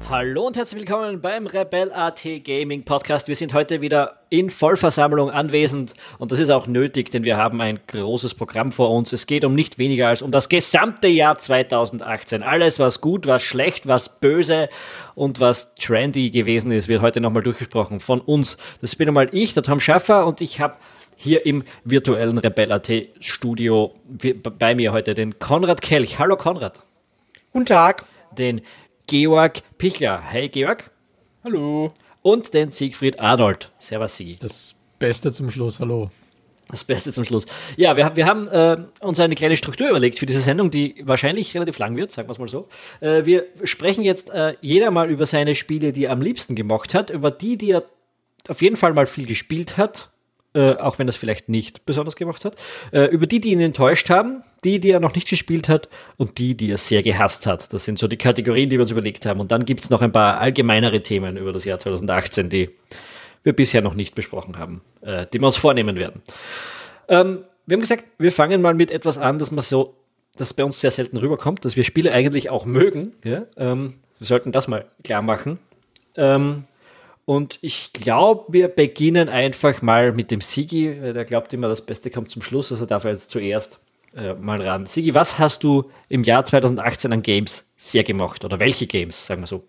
Hallo und herzlich willkommen beim Rebel.at Gaming Podcast. Wir sind heute wieder in Vollversammlung anwesend und das ist auch nötig, denn wir haben ein großes Programm vor uns. Es geht um nicht weniger als um das gesamte Jahr 2018. Alles, was gut, was schlecht, was böse und was trendy gewesen ist, wird heute nochmal durchgesprochen von uns. Das bin einmal ich, der Tom Schaffer, und ich habe hier im virtuellen Rebel.at Studio bei mir heute den Konrad Kelch. Hallo Konrad. Guten Tag. Den Georg Pichler. Hey Georg. Hallo. Und den Siegfried Arnold. Servus Sigi. Das Beste zum Schluss, hallo. Das Beste zum Schluss. Ja, wir haben uns eine kleine Struktur überlegt für diese Sendung, die wahrscheinlich relativ lang wird, sagen wir es mal so. Wir sprechen jetzt jeder mal über seine Spiele, die er am liebsten gemacht hat, über die er auf jeden Fall mal viel gespielt hat, auch wenn das vielleicht nicht besonders gemacht hat, über die ihn enttäuscht haben, die er noch nicht gespielt hat und die er sehr gehasst hat. Das sind so die Kategorien, die wir uns überlegt haben. Und dann gibt es noch ein paar allgemeinere Themen über das Jahr 2018, die wir bisher noch nicht besprochen haben, die wir uns vornehmen werden. Wir haben gesagt, wir fangen mal mit etwas an, das bei uns sehr selten rüberkommt, dass wir Spiele eigentlich auch mögen. Ja? Wir sollten das mal klar machen. Und ich glaube, wir beginnen einfach mal mit dem Sigi. Der glaubt immer, das Beste kommt zum Schluss, also darf er jetzt zuerst mal ran. Sigi, was hast du im Jahr 2018 an Games sehr gemacht? Oder welche Games, sagen wir so?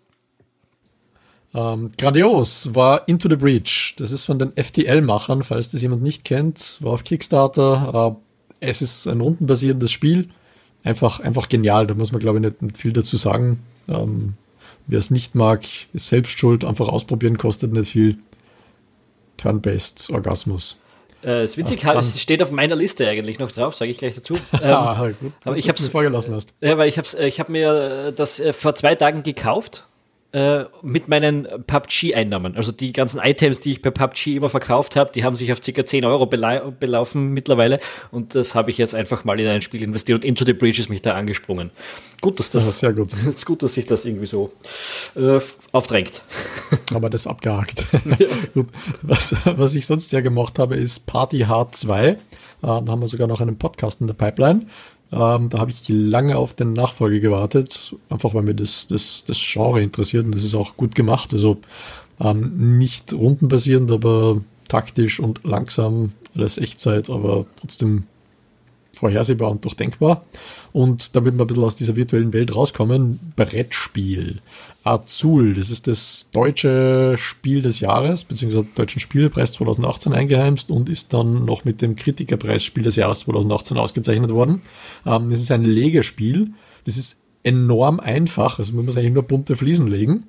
Grandios war Into the Breach. Das ist von den FTL-Machern, falls das jemand nicht kennt. War auf Kickstarter. Es ist ein rundenbasierendes Spiel. Einfach genial. Da muss man, glaube ich, nicht viel dazu sagen. Wer es nicht mag, ist selbst schuld. Einfach ausprobieren, kostet nicht viel. Turn-based Orgasmus. Ist witzig, es steht auf meiner Liste eigentlich noch drauf, sage ich gleich dazu. Gut, aber ich habe es mir vorgelassen hast. Ja, weil ich habe mir das vor 2 Tagen gekauft. Mit meinen PUBG-Einnahmen. Also die ganzen Items, die ich bei PUBG immer verkauft habe, die haben sich auf ca. 10 Euro belaufen mittlerweile, und das habe ich jetzt einfach mal in ein Spiel investiert und Into the Breach ist mich da angesprungen. Gut, dass das sehr gut. ist gut, dass sich das irgendwie so aufdrängt. Aber das abgehakt. Gut. Was ich sonst ja gemacht habe, ist Party Hard 2. Da haben wir sogar noch einen Podcast in der Pipeline. Da habe ich lange auf den Nachfolger gewartet, einfach weil mir das Genre interessiert, und das ist auch gut gemacht. Also nicht rundenbasierend, aber taktisch und langsam, alles Echtzeit, aber trotzdem vorhersehbar und durchdenkbar. Und damit wir ein bisschen aus dieser virtuellen Welt rauskommen, Brettspiel. Azul, das ist das deutsche Spiel des Jahres, beziehungsweise Deutschen Spielepreis 2018 eingeheimst und ist dann noch mit dem Kritikerpreis Spiel des Jahres 2018 ausgezeichnet worden. Es ist ein Legespiel. Das ist enorm einfach, also man muss eigentlich nur bunte Fliesen legen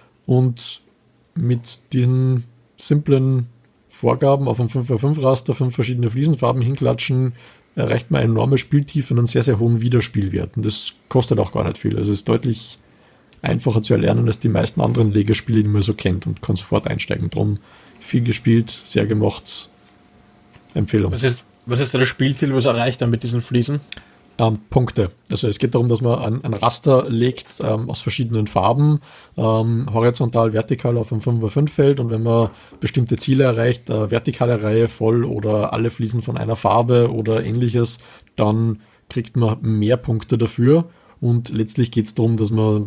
und mit diesen simplen Vorgaben auf einem 5x5 Raster 5 verschiedene Fliesenfarben hinklatschen, erreicht man eine enorme Spieltiefe und einen sehr, sehr hohen Wiederspielwert. Und das kostet auch gar nicht viel. Also es ist deutlich einfacher zu erlernen als die meisten anderen Legespiele, die man so kennt, und kann sofort einsteigen. Drum viel gespielt, sehr gemacht. Empfehlung. Was ist da das Spielziel, was erreicht dann mit diesen Fliesen? Punkte. Also es geht darum, dass man ein Raster legt aus verschiedenen Farben, horizontal, vertikal auf einem 5x5 Feld, und wenn man bestimmte Ziele erreicht, vertikale Reihe voll oder alle Fliesen von einer Farbe oder ähnliches, dann kriegt man mehr Punkte dafür, und letztlich geht es darum, dass man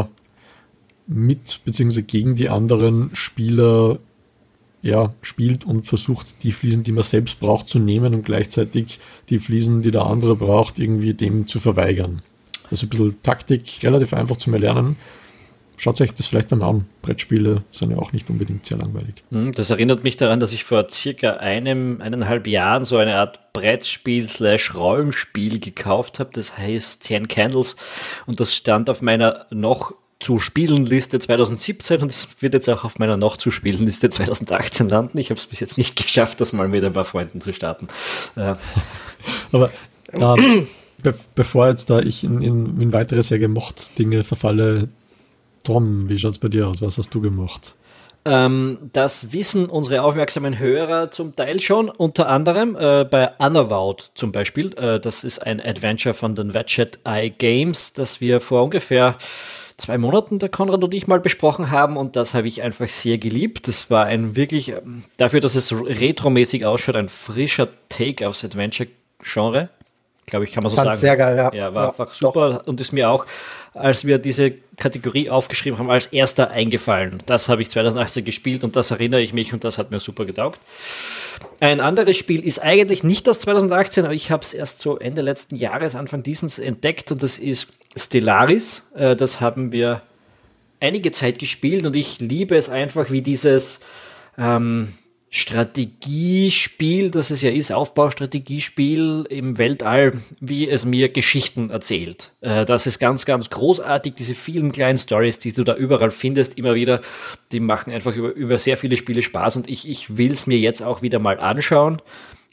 mit bzw. gegen die anderen Spieler spielt und versucht, die Fliesen, die man selbst braucht, zu nehmen und gleichzeitig die Fliesen, die der andere braucht, irgendwie dem zu verweigern. Also ein bisschen Taktik, relativ einfach zum Erlernen. Schaut euch das vielleicht einmal an. Brettspiele sind ja auch nicht unbedingt sehr langweilig. Das erinnert mich daran, dass ich vor circa 1,5 Jahren so eine Art Brettspiel/Rollenspiel gekauft habe. Das heißt 10 Candles, und das stand auf meiner noch zu spielen Liste 2017, und es wird jetzt auch auf meiner noch zu spielen Liste 2018 landen. Ich habe es bis jetzt nicht geschafft, das mal mit ein paar Freunden zu starten. Aber bevor jetzt da ich in weitere sehr gemocht Dinge verfalle, Tom, wie schaut's bei dir aus? Was hast du gemacht? Das wissen unsere aufmerksamen Hörer zum Teil schon, unter anderem bei Underworld zum Beispiel. Das ist ein Adventure von den Wedget Eye Games, das wir vor ungefähr 2 Monaten, der Konrad und ich, mal besprochen haben, und das habe ich einfach sehr geliebt. Das war ein wirklich, dafür, dass es retromäßig ausschaut, ein frischer Take aufs Adventure-Genre. glaube ich, kann man so Fand's sagen. sehr geil, ja. Ja, war Ja, einfach super doch. und ist mir auch, als wir diese Kategorie aufgeschrieben haben, als erster eingefallen. Das habe ich 2018 gespielt und das erinnere ich mich und das hat mir super getaugt. Ein anderes Spiel ist eigentlich nicht das 2018, aber ich habe es erst so Ende letzten Jahres, Anfang dieses entdeckt und das ist Stellaris. Das haben wir einige Zeit gespielt und ich liebe es einfach, wie dieses Strategiespiel, das es ja ist, Aufbaustrategiespiel im Weltall, wie es mir Geschichten erzählt. Das ist ganz, ganz großartig, diese vielen kleinen Stories, die du da überall findest, immer wieder, die machen einfach über sehr viele Spiele Spaß und ich will es mir jetzt auch wieder mal anschauen.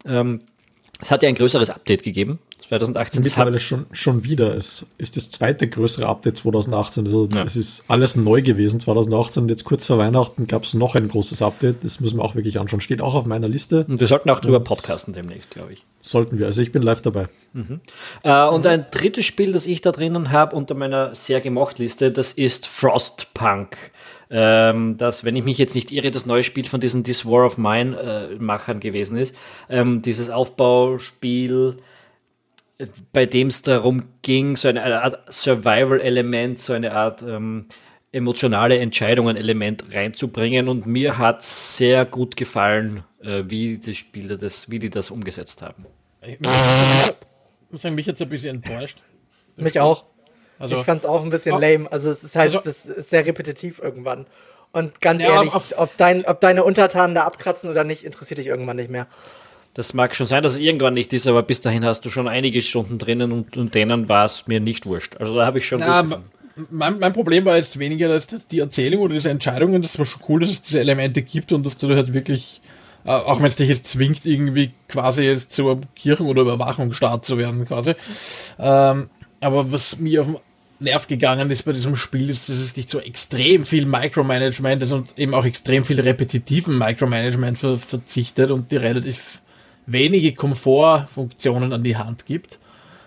Es hat ja ein größeres Update gegeben, 2018. Mittlerweile schon wieder. Es ist das zweite größere Update 2018. Also es ist alles neu gewesen 2018 und jetzt kurz vor Weihnachten gab es noch ein großes Update. Das müssen wir auch wirklich anschauen. Steht auch auf meiner Liste. Und wir sollten auch drüber podcasten demnächst, glaube ich. Sollten wir. Also ich bin live dabei. Und ein drittes Spiel, das ich da drinnen habe unter meiner sehr gemocht Liste, das ist Frostpunk. Das, wenn ich mich jetzt nicht irre, das neue Spiel von diesen This War of Mine Machern gewesen ist. Dieses Aufbauspiel, bei dem es darum ging, so eine Art Survival-Element, so eine Art emotionale Entscheidungen-Element reinzubringen. Und mir hat es sehr gut gefallen, wie die das umgesetzt haben. Ich muss sagen, mich jetzt ein bisschen enttäuscht. Mich auch. Also, Ich fand es auch ein bisschen lame. Also es ist halt, das ist sehr repetitiv irgendwann. Und ganz ehrlich, ob deine Untertanen da abkratzen oder nicht, interessiert dich irgendwann nicht mehr. Das mag schon sein, dass es irgendwann nicht ist, aber bis dahin hast du schon einige Stunden drinnen und denen war es mir nicht wurscht. Also da habe ich schon mein Problem war jetzt weniger, dass die Erzählung oder diese Entscheidungen, das war schon cool, dass es diese Elemente gibt und dass du halt wirklich, auch wenn es dich jetzt zwingt, irgendwie quasi jetzt zur Kirchen- oder Überwachungsstaat zu werden, quasi. Aber was mir auf den Nerv gegangen ist bei diesem Spiel, ist, dass es nicht so extrem viel Micromanagement ist und eben auch extrem viel repetitiven Micromanagement verzichtet und die relativ wenige Komfortfunktionen an die Hand gibt.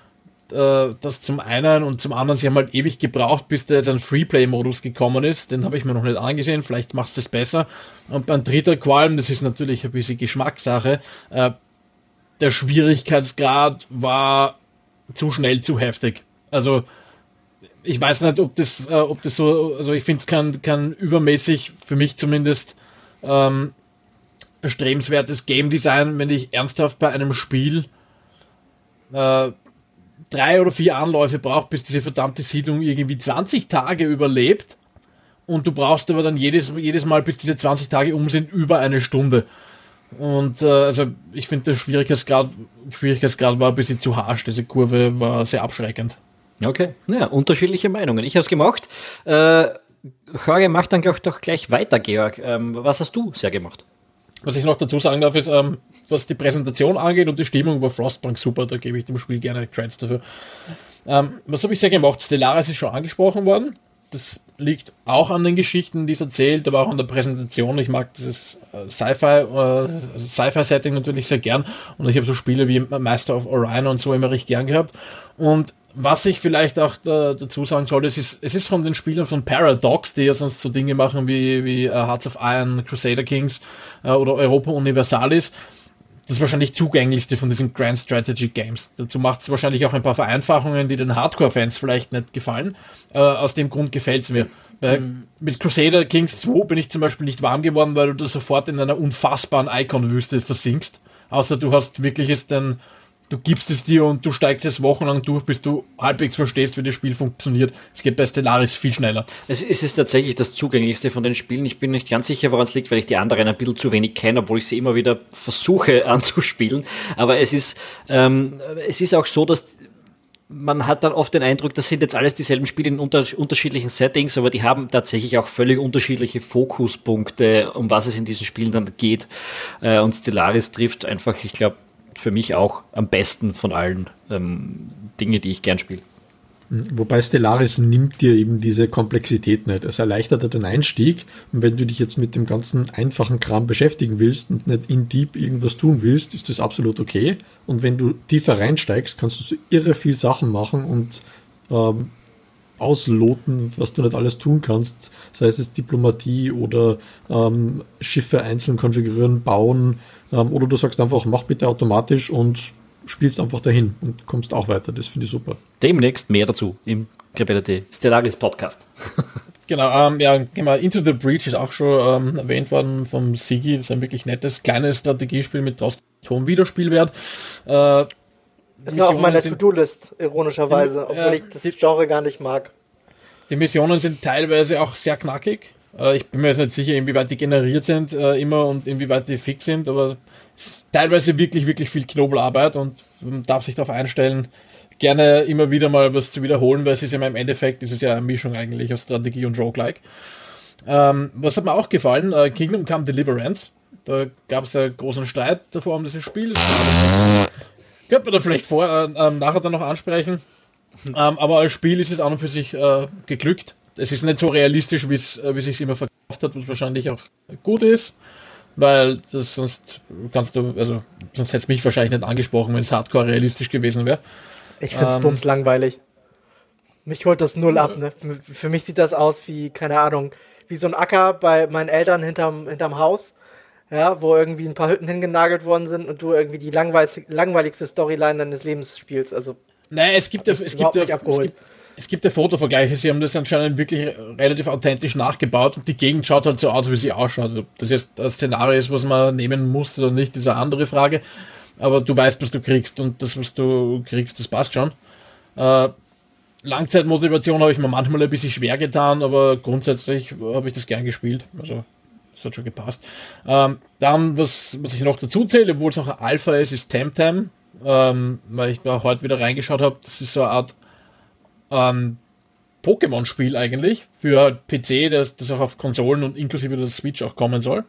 Das zum einen und zum anderen, sie haben halt ewig gebraucht, bis da jetzt ein Freeplay-Modus gekommen ist. Den habe ich mir noch nicht angesehen, vielleicht machst du es besser. Und ein dritter Qualm, das ist natürlich ein bisschen Geschmackssache, der Schwierigkeitsgrad war zu schnell, zu heftig. Also ich weiß nicht, ob das so, also ich finde es kann übermäßig, für mich zumindest, erstrebenswertes Game Design, wenn ich ernsthaft bei einem Spiel 3 oder 4 Anläufe brauche, bis diese verdammte Siedlung irgendwie 20 Tage überlebt und du brauchst aber dann jedes Mal, bis diese 20 Tage um sind, über eine Stunde. Und also ich finde, der Schwierigkeitsgrad war ein bisschen zu harsch, diese Kurve war sehr abschreckend. Okay, ja, unterschiedliche Meinungen. Ich habe es gemacht. Jorge macht dann doch gleich weiter, Georg. Was hast du sehr gemacht? Was ich noch dazu sagen darf, ist, was die Präsentation angeht und die Stimmung war Frostpunk super, da gebe ich dem Spiel gerne Credits dafür. Was habe ich sehr gemacht? Stellaris ist schon angesprochen worden. Das liegt auch an den Geschichten, die es erzählt, aber auch an der Präsentation. Ich mag dieses Sci-Fi-Setting natürlich sehr gern und ich habe so Spiele wie Master of Orion und so immer recht gern gehabt. Und was ich vielleicht auch dazu sagen sollte, es ist von den Spielern von Paradox, die ja sonst so Dinge machen wie Hearts of Iron, Crusader Kings oder Europa Universalis, das wahrscheinlich zugänglichste von diesen Grand Strategy Games. Dazu macht es wahrscheinlich auch ein paar Vereinfachungen, die den Hardcore-Fans vielleicht nicht gefallen. Aus dem Grund gefällt es mir. Mit Crusader Kings 2 bin ich zum Beispiel nicht warm geworden, weil du da sofort in einer unfassbaren Icon-Wüste versinkst. Außer du hast wirklich du gibst es dir und du steigst es wochenlang durch, bis du halbwegs verstehst, wie das Spiel funktioniert. Es geht bei Stellaris viel schneller. Es ist tatsächlich das zugänglichste von den Spielen. Ich bin nicht ganz sicher, woran es liegt, weil ich die anderen ein bisschen zu wenig kenne, obwohl ich sie immer wieder versuche anzuspielen. Aber es ist auch so, dass man hat dann oft den Eindruck, das sind jetzt alles dieselben Spiele in unterschiedlichen Settings, aber die haben tatsächlich auch völlig unterschiedliche Fokuspunkte, um was es in diesen Spielen dann geht. Und Stellaris trifft einfach, ich glaube, für mich auch am besten von allen Dinge, die ich gern spiele. Wobei Stellaris nimmt dir eben diese Komplexität nicht. Es erleichtert dir den Einstieg und wenn du dich jetzt mit dem ganzen einfachen Kram beschäftigen willst und nicht in Deep irgendwas tun willst, ist das absolut okay. Und wenn du tiefer reinsteigst, kannst du so irre viel Sachen machen und ausloten, was du nicht alles tun kannst, sei es Diplomatie oder Schiffe einzeln konfigurieren, bauen, oder du sagst einfach, mach bitte automatisch und spielst einfach dahin und kommst auch weiter. Das finde ich super. Demnächst mehr dazu im Rebellity Stellaris Podcast. Genau, Into the Breach ist auch schon erwähnt worden vom Sigi. Das ist ein wirklich nettes, kleines Strategiespiel mit trotzdem hohem Wiederspielwert. Ist nur auf meiner To-Do-List, ironischerweise, obwohl ich das Genre gar nicht mag. Die Missionen sind teilweise auch sehr knackig. Ich bin mir jetzt nicht sicher, inwieweit die generiert sind immer und inwieweit die fix sind, aber es ist teilweise wirklich, wirklich viel Knobelarbeit und man darf sich darauf einstellen, gerne immer wieder mal was zu wiederholen, weil es ist ja im Endeffekt, ist es ja eine Mischung eigentlich aus Strategie und Roguelike. Was hat mir auch gefallen? Kingdom Come Deliverance. Da gab es einen großen Streit davor um dieses Spiel. Könnte man da vielleicht nachher dann noch ansprechen. Aber als Spiel ist es an und für sich geglückt. Es ist nicht so realistisch, wie sich immer verkauft hat, was wahrscheinlich auch gut ist, weil das sonst sonst hätte es mich wahrscheinlich nicht angesprochen, wenn es hardcore realistisch gewesen wäre. Ich finde es bums langweilig. Mich holt das null ab, ne? Für mich sieht das aus wie, keine Ahnung, wie so ein Acker bei meinen Eltern hinterm Haus, ja, wo irgendwie ein paar Hütten hingenagelt worden sind und du irgendwie die langweiligste Storyline deines Lebens spielst. Also, nein, es gibt ja Fotovergleiche. Sie haben das anscheinend wirklich relativ authentisch nachgebaut und die Gegend schaut halt so aus, wie sie ausschaut. Ob das jetzt das Szenario ist, was man nehmen muss oder nicht, ist eine andere Frage. Aber du weißt, was du kriegst und das, was du kriegst, das passt schon. Langzeitmotivation habe ich mir manchmal ein bisschen schwer getan, aber grundsätzlich habe ich das gern gespielt. Also, das hat schon gepasst. Dann, was ich noch dazu zähle, obwohl es noch ein Alpha ist Temtem, weil ich da heute wieder reingeschaut habe. Das ist so eine Art Pokémon-Spiel eigentlich für PC, das auch auf Konsolen und inklusive der Switch auch kommen soll.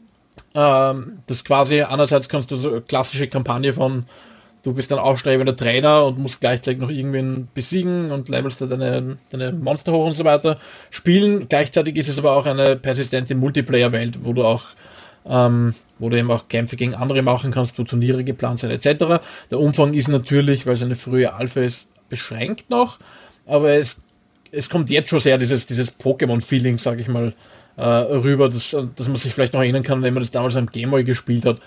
Das quasi, einerseits kannst du so eine klassische Kampagne von, du bist ein aufstrebender Trainer und musst gleichzeitig noch irgendwen besiegen und levelst da deine Monster hoch und so weiter spielen. Gleichzeitig ist es aber auch eine persistente Multiplayer-Welt, wo du eben auch Kämpfe gegen andere machen kannst, wo Turniere geplant sind etc. Der Umfang ist natürlich, weil es eine frühe Alpha ist, beschränkt noch, aber es kommt jetzt schon sehr dieses Pokémon-Feeling, sag ich mal, rüber, dass man sich vielleicht noch erinnern kann, wenn man das damals am Game Boy gespielt hat.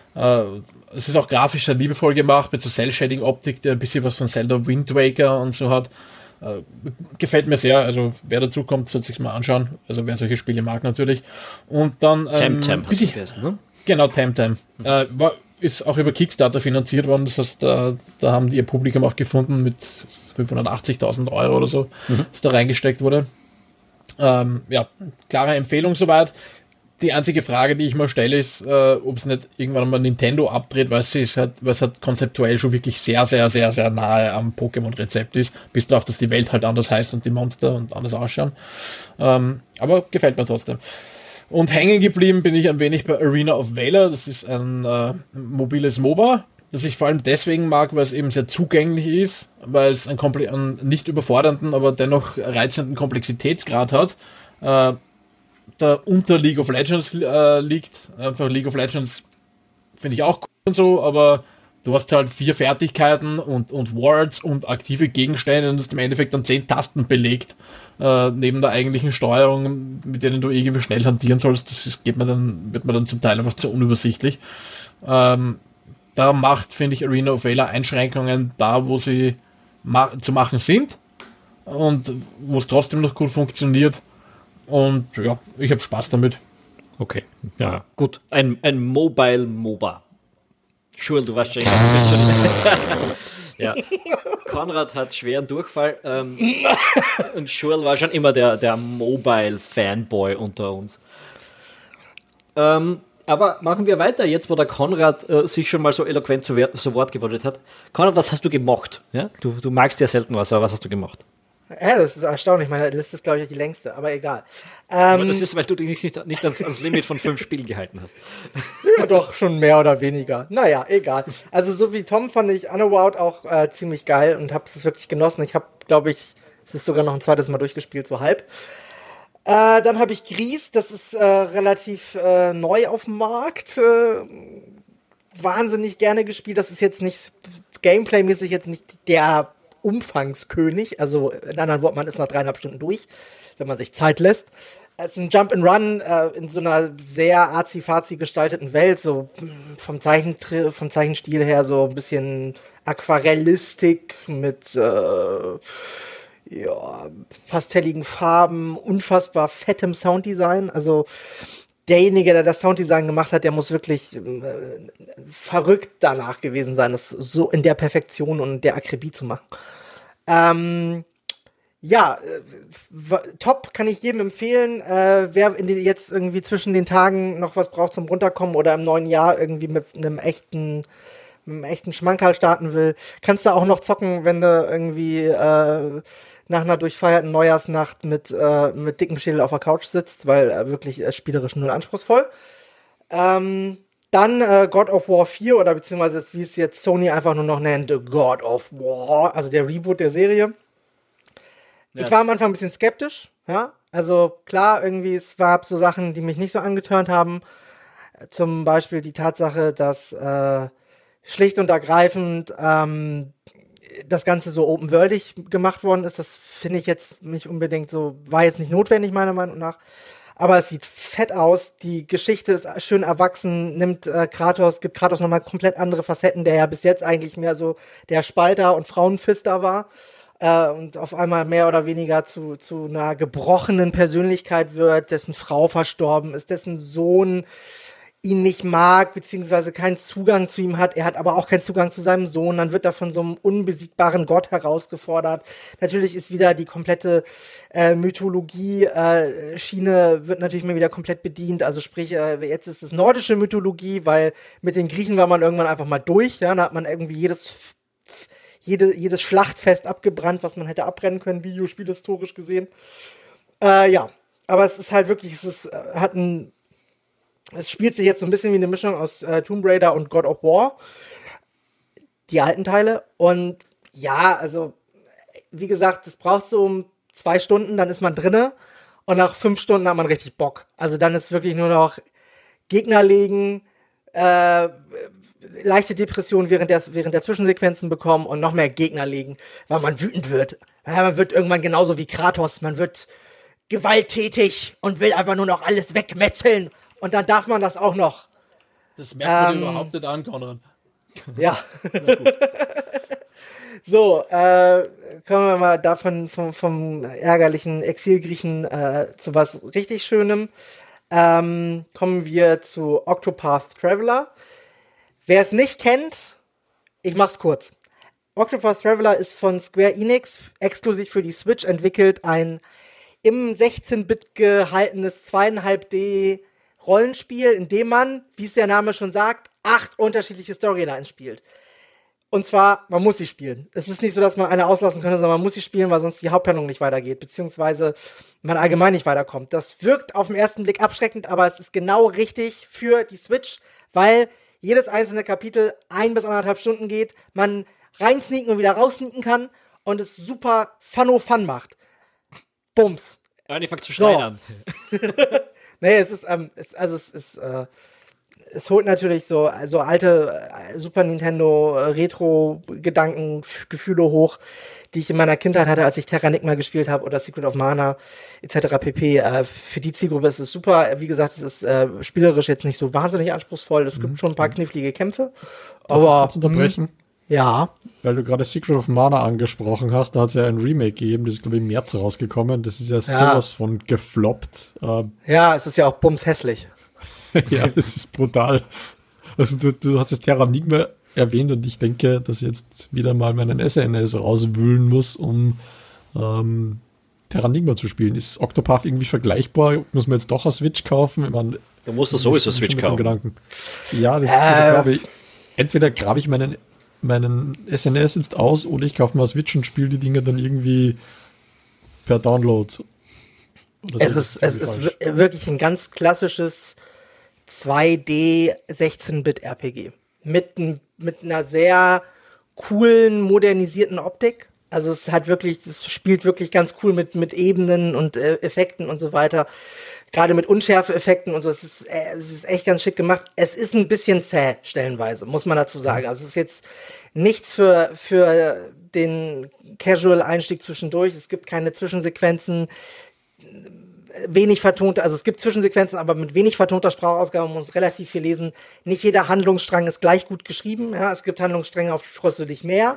Es ist auch grafisch sehr liebevoll gemacht, mit so Cell-Shading-Optik, der ein bisschen was von Zelda Wind Waker und so hat. Gefällt mir sehr, also wer dazu kommt, sollte sich's mal anschauen, also wer solche Spiele mag natürlich. Und dann Temtem hat es geheißen, ne? Genau, Temtem. Ist auch über Kickstarter finanziert worden, das heißt, da haben die ihr Publikum auch gefunden mit 580.000 Euro oder so, das da reingesteckt wurde. Klare Empfehlung soweit. Die einzige Frage, die ich mal stelle, ist, ob es nicht irgendwann mal Nintendo abdreht, weil es halt konzeptuell schon wirklich sehr, sehr, sehr, sehr nahe am Pokémon-Rezept ist, bis darauf, dass die Welt halt anders heißt und die Monster und anders ausschauen. Aber gefällt mir trotzdem. Und hängen geblieben bin ich ein wenig bei Arena of Valor. Das ist ein mobiles MOBA, das ich vor allem deswegen mag, weil es eben sehr zugänglich ist, weil es einen nicht überfordernden, aber dennoch reizenden Komplexitätsgrad hat, der unter League of Legends liegt. Einfach League of Legends finde ich auch cool und so, aber du hast halt 4 Fertigkeiten und Wards und aktive Gegenstände und hast im Endeffekt dann 10 Tasten belegt, neben der eigentlichen Steuerung, mit denen du irgendwie schnell hantieren sollst. wird mir dann zum Teil einfach zu unübersichtlich. Da macht, finde ich, Arena of Valor Einschränkungen da, wo sie zu machen sind und wo es trotzdem noch gut funktioniert. Und ja, ich habe Spaß damit. Okay, ja, gut. Ein Mobile MOBA. Schul, du weißt schon, ja. Konrad hat schweren Durchfall und Schul war schon immer der Mobile-Fanboy unter uns. Aber machen wir weiter, jetzt wo der Konrad sich schon mal so eloquent zu Wort gemeldet hat. Konrad, was hast du gemocht? Ja? Du magst ja selten was, aber was hast du gemocht? Ja, das ist erstaunlich. Meine Liste ist, glaube ich, die längste, aber egal. Aber das ist, weil du dich nicht ans Limit von 5 Spielen gehalten hast. Ja, doch, schon mehr oder weniger. Naja, egal. Also so wie Tom fand ich Unavowed auch ziemlich geil und habe es wirklich genossen. Ich habe, glaube ich, es ist sogar noch ein zweites Mal durchgespielt, so halb. Dann habe ich Gris, das ist relativ neu auf dem Markt. Wahnsinnig gerne gespielt. Das ist jetzt nicht, Gameplay-mäßig jetzt nicht der Umfangskönig. Also in anderen Worten, man ist nach 3,5 Stunden durch, wenn man sich Zeit lässt. Es ist ein Jump-and-Run in so einer sehr arzi-fazi gestalteten Welt, so vom Zeichenstil her so ein bisschen Aquarellistik mit pastelligen Farben, unfassbar fettem Sounddesign. Also derjenige, der das Sounddesign gemacht hat, der muss wirklich verrückt danach gewesen sein, das so in der Perfektion und der Akribie zu machen. Top, kann ich jedem empfehlen. Wer jetzt irgendwie zwischen den Tagen noch was braucht zum Runterkommen oder im neuen Jahr irgendwie mit einem echten Schmankerl starten will, kannst du auch noch zocken, wenn du irgendwie nach einer durchfeierten Neujahrsnacht mit dickem Schädel auf der Couch sitzt, weil wirklich spielerisch null anspruchsvoll. Dann God of War 4 oder beziehungsweise wie es jetzt Sony einfach nur noch nennt, God of War, also der Reboot der Serie. Ja. Ich war am Anfang ein bisschen skeptisch, ja. Also klar, irgendwie, es gab so Sachen, die mich nicht so angetörnt haben. Zum Beispiel die Tatsache, dass schlicht und ergreifend das Ganze so open-worldig gemacht worden ist. Das finde ich jetzt nicht unbedingt so, war jetzt nicht notwendig, meiner Meinung nach. Aber es sieht fett aus, die Geschichte ist schön erwachsen, gibt Kratos nochmal komplett andere Facetten, der ja bis jetzt eigentlich mehr so der Spalter und Frauenfister war. Und auf einmal mehr oder weniger zu einer gebrochenen Persönlichkeit wird, dessen Frau verstorben ist, dessen Sohn ihn nicht mag, beziehungsweise keinen Zugang zu ihm hat. Er hat aber auch keinen Zugang zu seinem Sohn. Dann wird er von so einem unbesiegbaren Gott herausgefordert. Natürlich ist wieder die komplette Mythologie-Schiene wird natürlich mal wieder komplett bedient. Also sprich, jetzt ist es nordische Mythologie, weil mit den Griechen war man irgendwann einfach mal durch. Ja? Da hat man irgendwie jedes Schlachtfest abgebrannt, was man hätte abbrennen können, videospielhistorisch gesehen. Aber es ist halt wirklich, es spielt sich jetzt so ein bisschen wie eine Mischung aus Tomb Raider und God of War. Die alten Teile. Und ja, also, wie gesagt, das braucht so um 2 Stunden, dann ist man drinne. Und nach 5 Stunden hat man richtig Bock. Also dann ist wirklich nur noch Gegner legen, leichte Depression während der Zwischensequenzen bekommen und noch mehr Gegner legen, weil man wütend wird. Ja, man wird irgendwann genauso wie Kratos, man wird gewalttätig und will einfach nur noch alles wegmetzeln. Und dann darf man das auch noch. Das merkt man überhaupt nicht an, Konrad. Ja. So, kommen wir mal davon vom ärgerlichen Exilgriechen zu was richtig Schönem. Kommen wir zu Octopath Traveler. Wer es nicht kennt, ich mach's kurz. Octopath Traveler ist von Square Enix exklusiv für die Switch entwickelt, ein im 16-Bit gehaltenes 2,5D Rollenspiel, in dem man, wie es der Name schon sagt, 8 unterschiedliche Storylines spielt. Und zwar, man muss sie spielen. Es ist nicht so, dass man eine auslassen könnte, sondern man muss sie spielen, weil sonst die Haupthandlung nicht weitergeht, beziehungsweise man allgemein nicht weiterkommt. Das wirkt auf den ersten Blick abschreckend, aber es ist genau richtig für die Switch, weil jedes einzelne Kapitel 1 bis 1,5 Stunden geht, man reinsneaken und wieder raussneaken kann und es super Fun macht. Bums. Ja, die fängt zu schreien an. Nee, es holt natürlich so alte Super Nintendo Retro-Gedanken, Gefühle hoch, die ich in meiner Kindheit hatte, als ich Terranigma gespielt habe oder Secret of Mana etc. pp. Für die Zielgruppe ist es super. Wie gesagt, es ist spielerisch jetzt nicht so wahnsinnig anspruchsvoll. Es gibt schon ein paar knifflige Kämpfe. Aber kurz unterbrechen? Ja. Weil du gerade Secret of Mana angesprochen hast, da hat es ja ein Remake gegeben, das ist, glaube ich, im März rausgekommen. Das ist ja sowas von gefloppt. Ja, es ist ja auch bums hässlich. Ja, das ist brutal. Also du hast das Terranigma erwähnt und ich denke, dass ich jetzt wieder mal meinen SNES rauswühlen muss, um Terranigma zu spielen. Ist Octopath irgendwie vergleichbar? Muss man jetzt doch eine Switch kaufen? Ich meine, du musst es sowieso Switch kaufen. Ja, das ist, also, glaube ich, entweder grabe ich meinen SNES jetzt aus oder ich kaufe mal Switch und spiele die Dinge dann irgendwie per Download. Es ist wirklich ein ganz klassisches 2D 16-Bit RPG. Mit einer sehr coolen, modernisierten Optik. Also es hat wirklich, es spielt wirklich ganz cool mit Ebenen und Effekten und so weiter. Gerade mit Unschärfe-Effekten und so. Es ist echt ganz schick gemacht. Es ist ein bisschen zäh, stellenweise, muss man dazu sagen. Also es ist jetzt nichts für den Casual-Einstieg zwischendurch. Es gibt keine Zwischensequenzen. Wenig vertonte, also es gibt Zwischensequenzen, aber mit wenig vertonter Sprachausgabe, man muss relativ viel lesen. Nicht jeder Handlungsstrang ist gleich gut geschrieben. Ja? Es gibt Handlungsstränge, auf die freust du dich mehr.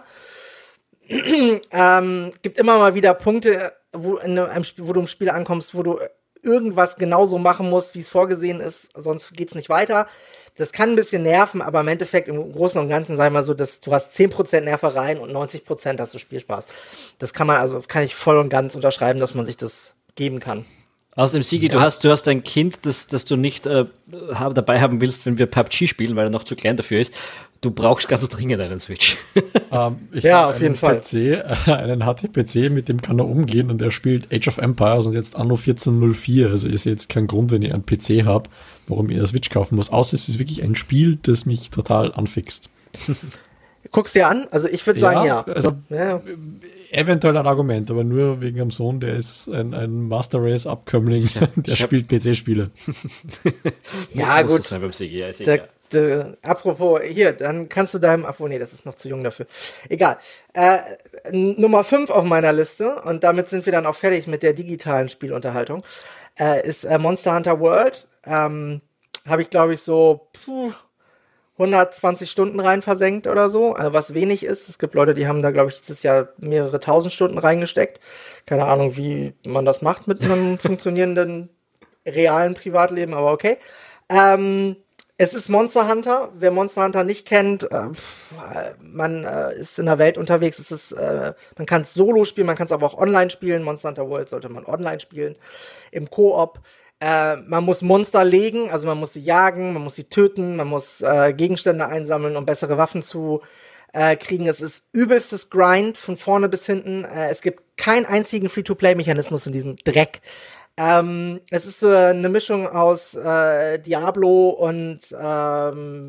Gibt immer mal wieder Punkte, wo du im Spiel ankommst, wo du irgendwas genauso machen musst, wie es vorgesehen ist, sonst geht's nicht weiter. Das kann ein bisschen nerven, aber im Endeffekt, im Großen und Ganzen, sag ich mal so, dass du hast 10% Nervereien und 90% hast du Spielspaß. Das kann ich voll und ganz unterschreiben, dass man sich das geben kann. Außerdem, Sigi, du hast ein Kind, das du nicht dabei haben willst, wenn wir PUBG spielen, weil er noch zu klein dafür ist. Du brauchst ganz dringend einen Switch. Ja, auf jeden Fall. Einen HT-PC, mit dem kann er umgehen und er spielt Age of Empires und jetzt Anno 1404. Also ist jetzt kein Grund, wenn ich einen PC habe, warum ich eine Switch kaufen muss. Außer es ist wirklich ein Spiel, das mich total anfixt. Guckst dir an? Also ich würde sagen, ja. Also eventuell ein Argument, aber nur wegen am Sohn, der ist ein Master Race-Abkömmling, der spielt PC-Spiele. Ja, gut. Sein beim Sigi, ja, ist apropos, hier, dann kannst du nee, das ist noch zu jung dafür. Egal. Nummer 5 auf meiner Liste, und damit sind wir dann auch fertig mit der digitalen Spielunterhaltung, ist Monster Hunter World. Habe ich, glaube ich, so 120 Stunden rein versenkt oder so, was wenig ist. Es gibt Leute, die haben da, glaube ich, dieses Jahr mehrere tausend Stunden reingesteckt. Keine Ahnung, wie man das macht mit einem funktionierenden, realen Privatleben, aber okay. Es ist Monster Hunter. Wer Monster Hunter nicht kennt, man ist in der Welt unterwegs. Man kann es solo spielen, man kann es aber auch online spielen. Monster Hunter World sollte man online spielen, im Koop. Man muss Monster legen, also man muss sie jagen, man muss sie töten, man muss Gegenstände einsammeln, um bessere Waffen zu kriegen. Es ist übelstes Grind von vorne bis hinten. Es gibt keinen einzigen Free-to-Play-Mechanismus in diesem Dreck. Es ist so eine Mischung aus Diablo und einem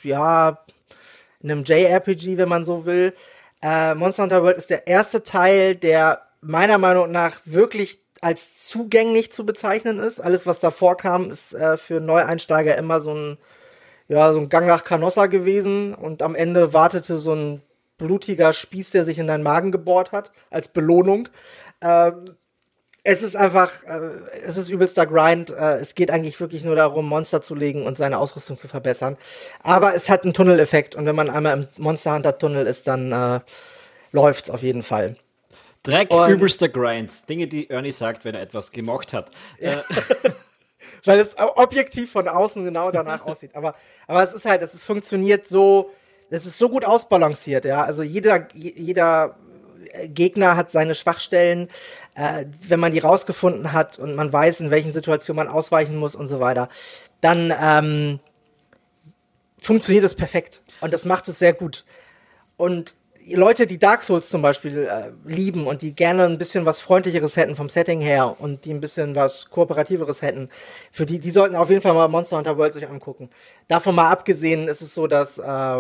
JRPG, wenn man so will. Monster Hunter World ist der erste Teil, der meiner Meinung nach wirklich als zugänglich zu bezeichnen ist. Alles, was davor kam, ist für Neueinsteiger immer so ein Gang nach Canossa gewesen, und am Ende wartete so ein blutiger Spieß, der sich in deinen Magen gebohrt hat, als Belohnung. Es ist einfach, es ist übelster Grind. Es geht eigentlich wirklich nur darum, Monster zu legen und seine Ausrüstung zu verbessern. Aber es hat einen Tunneleffekt, und wenn man einmal im Monster Hunter Tunnel ist, dann läuft's auf jeden Fall. Dreck, übelster Grind. Dinge, die Ernie sagt, wenn er etwas gemocht hat. Ja. Weil es objektiv von außen genau danach aussieht. Aber es ist halt, es funktioniert so, es ist so gut ausbalanciert, ja. Also jeder Gegner hat seine Schwachstellen, wenn man die rausgefunden hat und man weiß, in welchen Situationen man ausweichen muss und so weiter, dann funktioniert es perfekt. Und das macht es sehr gut. Und Leute, die Dark Souls zum Beispiel lieben und die gerne ein bisschen was Freundlicheres hätten vom Setting her und die ein bisschen was Kooperativeres hätten, für die sollten auf jeden Fall mal Monster Hunter World sich angucken. Davon mal abgesehen ist es so, dass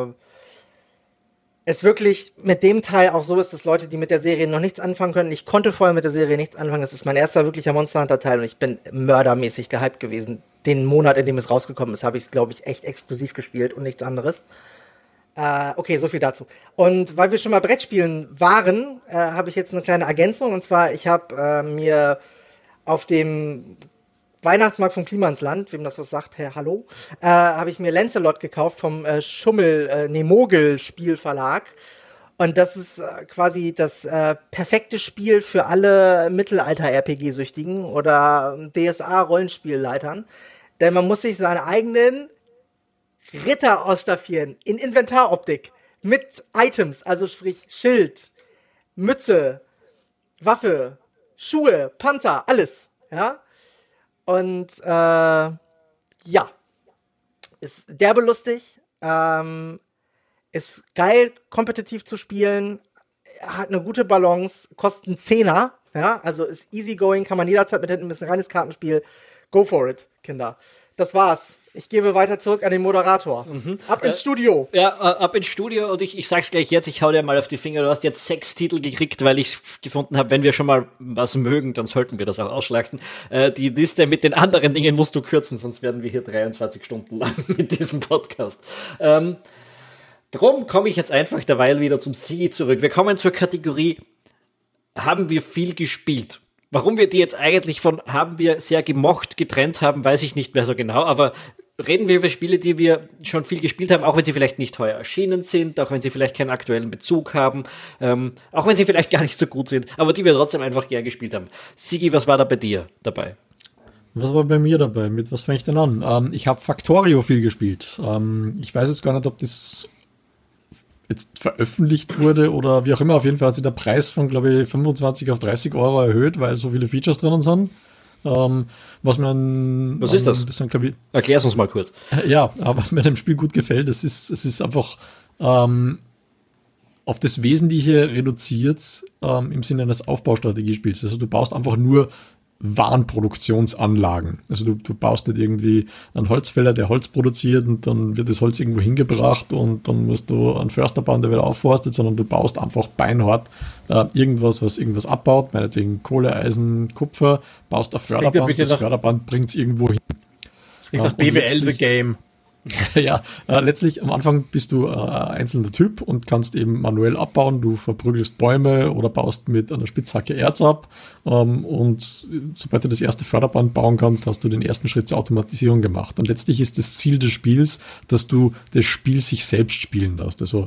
es wirklich mit dem Teil auch so ist, dass Leute, die mit der Serie noch nichts anfangen können, ich konnte vorher mit der Serie nichts anfangen, es ist mein erster wirklicher Monster Hunter Teil und ich bin mördermäßig gehypt gewesen. Den Monat, in dem es rausgekommen ist, habe ich es, glaube ich, echt exklusiv gespielt und nichts anderes. Okay, so viel dazu. Und weil wir schon mal Brettspielen waren, habe ich jetzt eine kleine Ergänzung. Und zwar, ich habe mir auf dem Weihnachtsmarkt vom Klimansland, wem das was sagt, hallo, habe ich mir Lancelot gekauft vom Mogel-Spielverlag. Und das ist quasi das perfekte Spiel für alle Mittelalter-RPG-Süchtigen oder DSA-Rollenspielleitern. Denn man muss sich seine eigenen Ritter ausstaffieren in Inventaroptik mit Items, also sprich Schild, Mütze, Waffe, Schuhe, Panzer, alles, ja. Und ist derbe lustig, ist geil, kompetitiv zu spielen, hat eine gute Balance, kostet einen Zehner, ja, also ist easygoing, kann man jederzeit mit hinten, ist ein reines Kartenspiel, go for it, Kinder. Das war's. Ich gebe weiter zurück an den Moderator. Ab ins Studio. Ja, ab ins Studio und ich sag's gleich jetzt, ich hau dir mal auf die Finger. Du hast jetzt 6 Titel gekriegt, weil ich gefunden habe, wenn wir schon mal was mögen, dann sollten wir das auch ausschlachten. Die Liste mit den anderen Dingen musst du kürzen, sonst werden wir hier 23 Stunden lang mit diesem Podcast. Drum komme ich jetzt einfach derweil wieder zum Sigi zurück. Wir kommen zur Kategorie, haben wir viel gespielt? Warum wir die jetzt eigentlich von haben wir sehr gemocht getrennt haben, weiß ich nicht mehr so genau, aber reden wir über Spiele, die wir schon viel gespielt haben, auch wenn sie vielleicht nicht heuer erschienen sind, auch wenn sie vielleicht keinen aktuellen Bezug haben, auch wenn sie vielleicht gar nicht so gut sind, aber die wir trotzdem einfach gern gespielt haben. Sigi, was war da bei dir dabei? Was war bei mir dabei? Mit was fange ich denn an? Ich habe Factorio viel gespielt. Ich weiß jetzt gar nicht, ob das jetzt veröffentlicht wurde oder wie auch immer. Auf jeden Fall hat sich der Preis von, glaube ich, 25 auf 30 Euro erhöht, weil so viele Features drinnen sind. Was ist das? Erklär's uns mal kurz. Ja, aber was mir an dem Spiel gut gefällt, es ist einfach auf das Wesentliche reduziert im Sinne eines Aufbaustrategiespiels. Also du baust einfach nur Warenproduktionsanlagen. Also du baust nicht irgendwie einen Holzfäller, der Holz produziert und dann wird das Holz irgendwo hingebracht und dann musst du einen Förster bauen, der wieder aufforstet, sondern du baust einfach beinhart irgendwas, was irgendwas abbaut, meinetwegen Kohle, Eisen, Kupfer, baust ein Förderband, das Förderband bringt es irgendwo hin. Das klingt nach BWL The Game. Ja, letztlich am Anfang bist du ein einzelner Typ und kannst eben manuell abbauen. Du verprügelst Bäume oder baust mit einer Spitzhacke Erz ab. Und sobald du das erste Förderband bauen kannst, hast du den ersten Schritt zur Automatisierung gemacht. Und letztlich ist das Ziel des Spiels, dass du das Spiel sich selbst spielen lässt. Also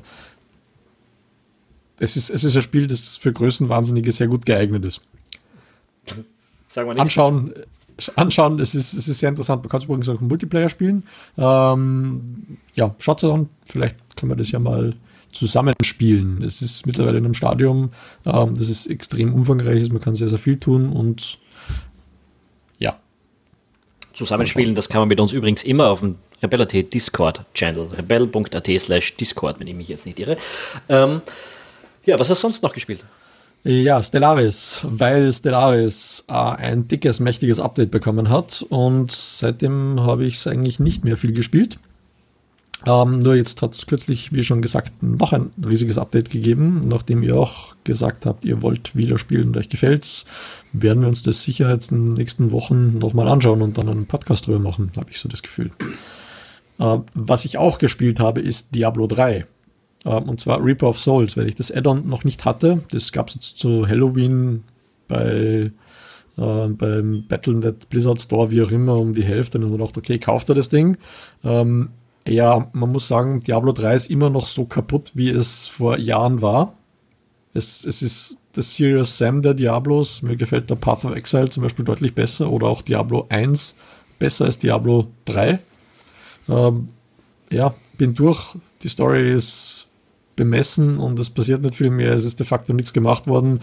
es ist ein Spiel, das für Größenwahnsinnige sehr gut geeignet ist. Sagen wir nichts. Anschauen, es ist sehr interessant. Man kann es übrigens auch im Multiplayer spielen. Ja, schaut es an. Vielleicht können wir das ja mal zusammenspielen. Es ist mittlerweile in einem Stadium, das ist extrem umfangreich ist. Man kann sehr, sehr viel tun und ja. Zusammenspielen, das kann man mit uns übrigens immer auf dem Rebel.at Discord-Channel, rebel.at/Discord, wenn ich mich jetzt nicht irre. Ja, was hast du sonst noch gespielt? Ja, Stellaris, weil Stellaris ein dickes, mächtiges Update bekommen hat und seitdem habe ich es eigentlich nicht mehr viel gespielt. Nur jetzt hat es kürzlich, wie schon gesagt, noch ein riesiges Update gegeben. Nachdem ihr auch gesagt habt, ihr wollt wieder spielen und euch gefällt's, werden wir uns das sicher jetzt in den nächsten Wochen nochmal anschauen und dann einen Podcast drüber machen, habe ich so das Gefühl. Was ich auch gespielt habe, ist Diablo 3. Und zwar Reaper of Souls, weil ich das Add-on noch nicht hatte. Das gab es jetzt zu Halloween beim Battle.net Blizzard Store, wie auch immer, um die Hälfte. Und dann habe ich gedacht, okay, kauft er das Ding. Ja, man muss sagen, Diablo 3 ist immer noch so kaputt, wie es vor Jahren war. Es ist das Serious Sam der Diablos. Mir gefällt der Path of Exile zum Beispiel deutlich besser oder auch Diablo 1 besser als Diablo 3. Ja, bin durch. Die Story ist bemessen und es passiert nicht viel mehr. Es ist de facto nichts gemacht worden.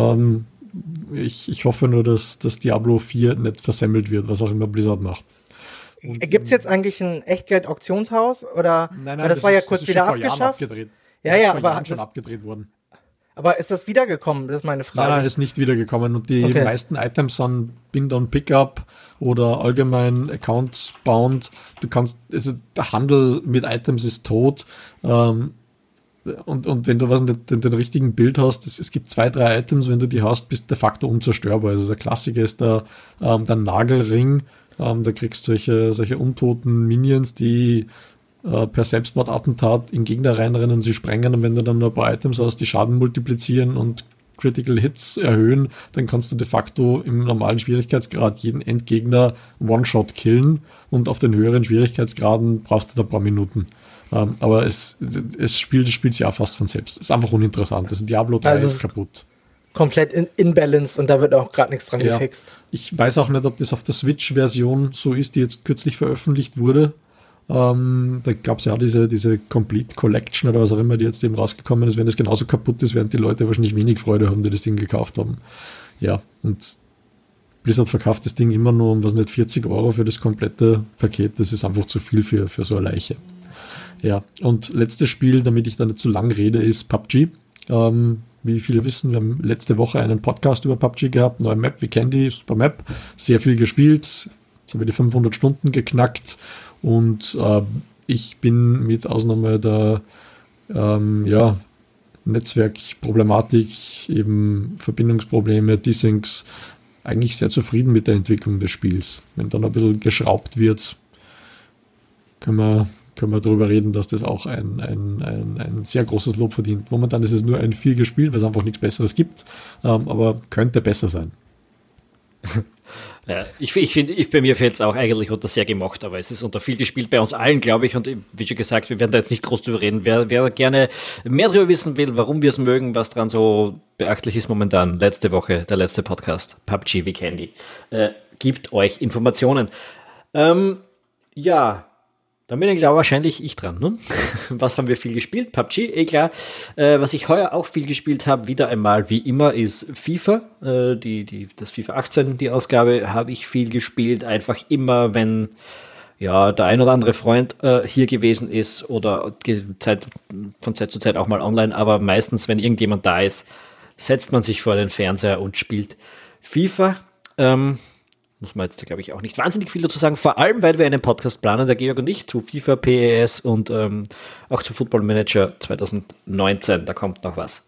Ich hoffe nur, dass das Diablo 4 nicht versemmelt wird, was auch immer Blizzard macht. Gibt es jetzt eigentlich ein Echtgeld-Auktionshaus? Oder? Nein, das war ja kurz wieder abgeschafft. Ja, aber schon abgedreht worden. Aber ist das wiedergekommen? Das ist meine Frage. Nein, ist nicht wiedergekommen. Und die meisten Items sind Bind-on-Pickup oder allgemein Account-bound. Der Handel mit Items ist tot. Und wenn du den richtigen Bild hast, es gibt 2, 3 Items, wenn du die hast, bist du de facto unzerstörbar. Also der Klassiker ist der Nagelring. Da kriegst du solche untoten Minions, die per Selbstmordattentat in Gegner reinrennen und sie sprengen. Und wenn du dann noch ein paar Items hast, die Schaden multiplizieren und Critical Hits erhöhen, dann kannst du de facto im normalen Schwierigkeitsgrad jeden Endgegner One-Shot killen und auf den höheren Schwierigkeitsgraden brauchst du da ein paar Minuten. Aber das spielt sich auch fast von selbst. Ist einfach uninteressant. Das Diablo 3 ist kaputt. Komplett inbalanced und da wird auch gerade nichts dran gefixt. Ich weiß auch nicht, ob das auf der Switch-Version so ist, die jetzt kürzlich veröffentlicht wurde. Da gab es ja diese Complete Collection oder was auch immer, die jetzt eben rausgekommen ist. Wenn das genauso kaputt ist, werden die Leute wahrscheinlich wenig Freude haben, die das Ding gekauft haben. Ja, und Blizzard verkauft das Ding immer nur um 40 € für das komplette Paket. Das ist einfach zu viel für so eine Leiche. Ja, und letztes Spiel, damit ich da nicht zu lang rede, ist PUBG. Wie viele wissen, wir haben letzte Woche einen Podcast über PUBG gehabt, neue Map, wie kennen die, super Map, sehr viel gespielt, Jetzt haben wir die 500 Stunden geknackt und ich bin mit Ausnahme der Netzwerkproblematik, eben Verbindungsprobleme, Desyncs, eigentlich sehr zufrieden mit der Entwicklung des Spiels. Wenn dann ein bisschen geschraubt wird, können wir darüber reden, dass das auch ein sehr großes Lob verdient. Momentan ist es nur ein 4 gespielt, weil es einfach nichts Besseres gibt, aber könnte besser sein. Ja, ich finde, bei mir fällt es auch eigentlich unter sehr gemocht, aber es ist unter viel gespielt bei uns allen, glaube ich, und wie schon gesagt, wir werden da jetzt nicht groß drüber reden. Wer gerne mehr darüber wissen will, warum wir es mögen, was dran so beachtlich ist momentan, letzte Woche, der letzte Podcast, PUBG wie Candy, gibt euch Informationen. Dann bin ich, glaube wahrscheinlich ich dran. Ne? Was haben wir viel gespielt? PUBG, klar. Was ich heuer auch viel gespielt habe, wieder einmal wie immer, ist FIFA. Das FIFA 18, die Ausgabe, habe ich viel gespielt. Einfach immer, wenn der ein oder andere Freund hier gewesen ist oder von Zeit zu Zeit auch mal online. Aber meistens, wenn irgendjemand da ist, setzt man sich vor den Fernseher und spielt FIFA. Muss man jetzt, glaube ich, auch nicht wahnsinnig viel dazu sagen, vor allem, weil wir einen Podcast planen, der Georg und ich, zu FIFA, PES und auch zu Football Manager 2019, da kommt noch was.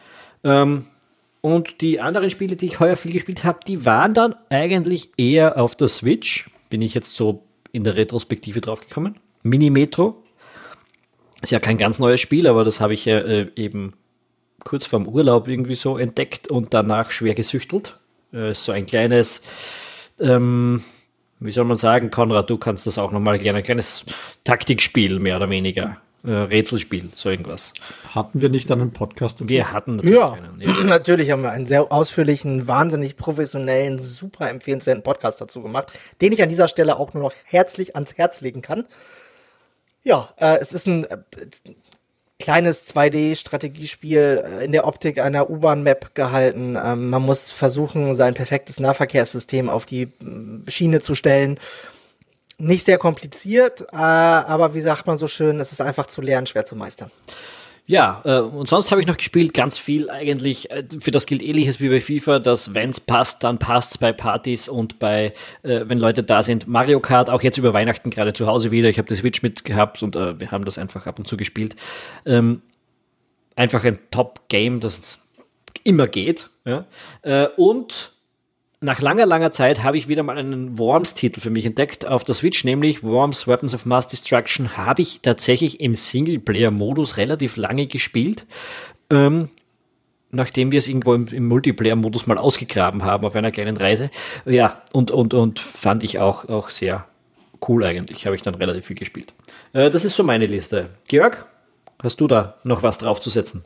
Und die anderen Spiele, die ich heuer viel gespielt habe, die waren dann eigentlich eher auf der Switch, bin ich jetzt so in der Retrospektive draufgekommen. Mini-Metro, ist ja kein ganz neues Spiel, aber das habe ich ja eben kurz vorm Urlaub irgendwie so entdeckt und danach schwer gesüchtelt. So ein kleines... wie soll man sagen, Konrad, du kannst das auch nochmal erklären, ein kleines Taktikspiel, mehr oder weniger, Rätselspiel, so irgendwas. Hatten wir nicht einen Podcast dazu? Wir hatten natürlich einen. Ja, natürlich haben wir einen sehr ausführlichen, wahnsinnig professionellen, super empfehlenswerten Podcast dazu gemacht, den ich an dieser Stelle auch nur noch herzlich ans Herz legen kann. Ja, es ist ein kleines 2D-Strategiespiel in der Optik einer U-Bahn-Map gehalten. Man muss versuchen, sein perfektes Nahverkehrssystem auf die Schiene zu stellen. Nicht sehr kompliziert, aber wie sagt man so schön, es ist einfach zu lernen, schwer zu meistern. Ja, und sonst habe ich noch gespielt, ganz viel eigentlich. Für das gilt Ähnliches wie bei FIFA, dass wenn es passt, dann passt es bei Partys und bei, wenn Leute da sind. Mario Kart, auch jetzt über Weihnachten gerade zu Hause wieder. Ich habe die Switch mitgehabt und wir haben das einfach ab und zu gespielt. Einfach ein Top-Game, das immer geht. Ja? Und nach langer, langer Zeit habe ich wieder mal einen Worms-Titel für mich entdeckt auf der Switch, nämlich Worms Weapons of Mass Destruction habe ich tatsächlich im Singleplayer-Modus relativ lange gespielt, nachdem wir es irgendwo im Multiplayer-Modus mal ausgegraben haben auf einer kleinen Reise. Ja, und fand ich auch sehr cool eigentlich, habe ich dann relativ viel gespielt. Das ist so meine Liste. Georg, hast du da noch was draufzusetzen?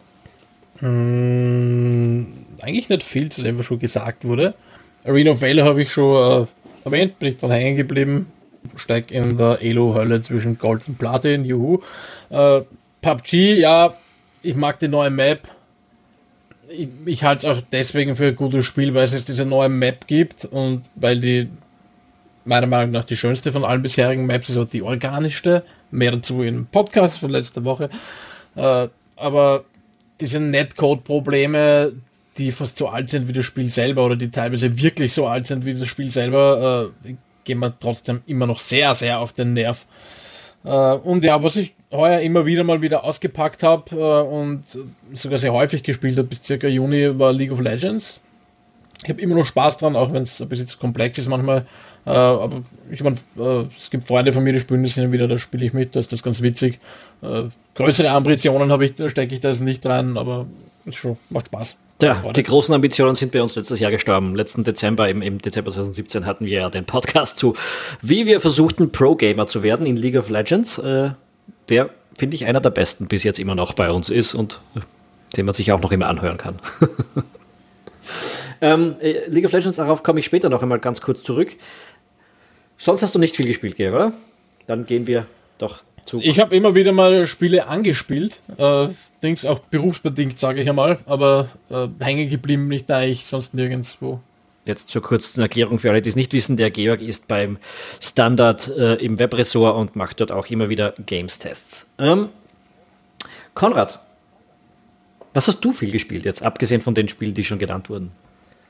Eigentlich nicht viel zu dem, was schon gesagt wurde. Arena of Valor habe ich schon erwähnt, bin ich dann hängen geblieben. Steig in der Elo-Hölle zwischen Gold und Platin, juhu. PUBG, ja, ich mag die neue Map. Ich halte es auch deswegen für ein gutes Spiel, weil es jetzt diese neue Map gibt und weil die meiner Meinung nach die schönste von allen bisherigen Maps ist, auch die organischste. Mehr dazu im Podcast von letzter Woche. Aber diese Netcode-Probleme, die fast so alt sind wie das Spiel selber oder die teilweise wirklich so alt sind wie das Spiel selber, gehen wir trotzdem immer noch sehr, sehr auf den Nerv. Und ja, was ich heuer immer wieder ausgepackt habe und sogar sehr häufig gespielt habe bis circa Juni, war League of Legends. Ich habe immer noch Spaß dran, auch wenn es ein bisschen zu komplex ist manchmal. Aber ich meine, es gibt Freunde von mir, die spielen das hin und wieder, da spiele ich mit, da ist das ganz witzig. Größere Ambitionen stecke ich da jetzt nicht rein, aber es macht Spaß. Ja, die großen Ambitionen sind bei uns letztes Jahr gestorben. Letzten Dezember, im Dezember 2017 hatten wir ja den Podcast zu, wie wir versuchten, Pro-Gamer zu werden in League of Legends. Der, finde ich, einer der besten bis jetzt immer noch bei uns ist und den man sich auch noch immer anhören kann. League of Legends, darauf komme ich später noch einmal ganz kurz zurück. Sonst hast du nicht viel gespielt, Georg, oder? Dann gehen wir doch zu. Ich habe immer wieder mal Spiele angespielt, auch berufsbedingt, sage ich einmal, aber hängen geblieben nicht eigentlich sonst nirgendwo. Jetzt zur kurzen Erklärung für alle, die es nicht wissen, der Georg ist beim Standard im Webressort und macht dort auch immer wieder Games-Tests. Konrad, was hast du viel gespielt jetzt, abgesehen von den Spielen, die schon genannt wurden?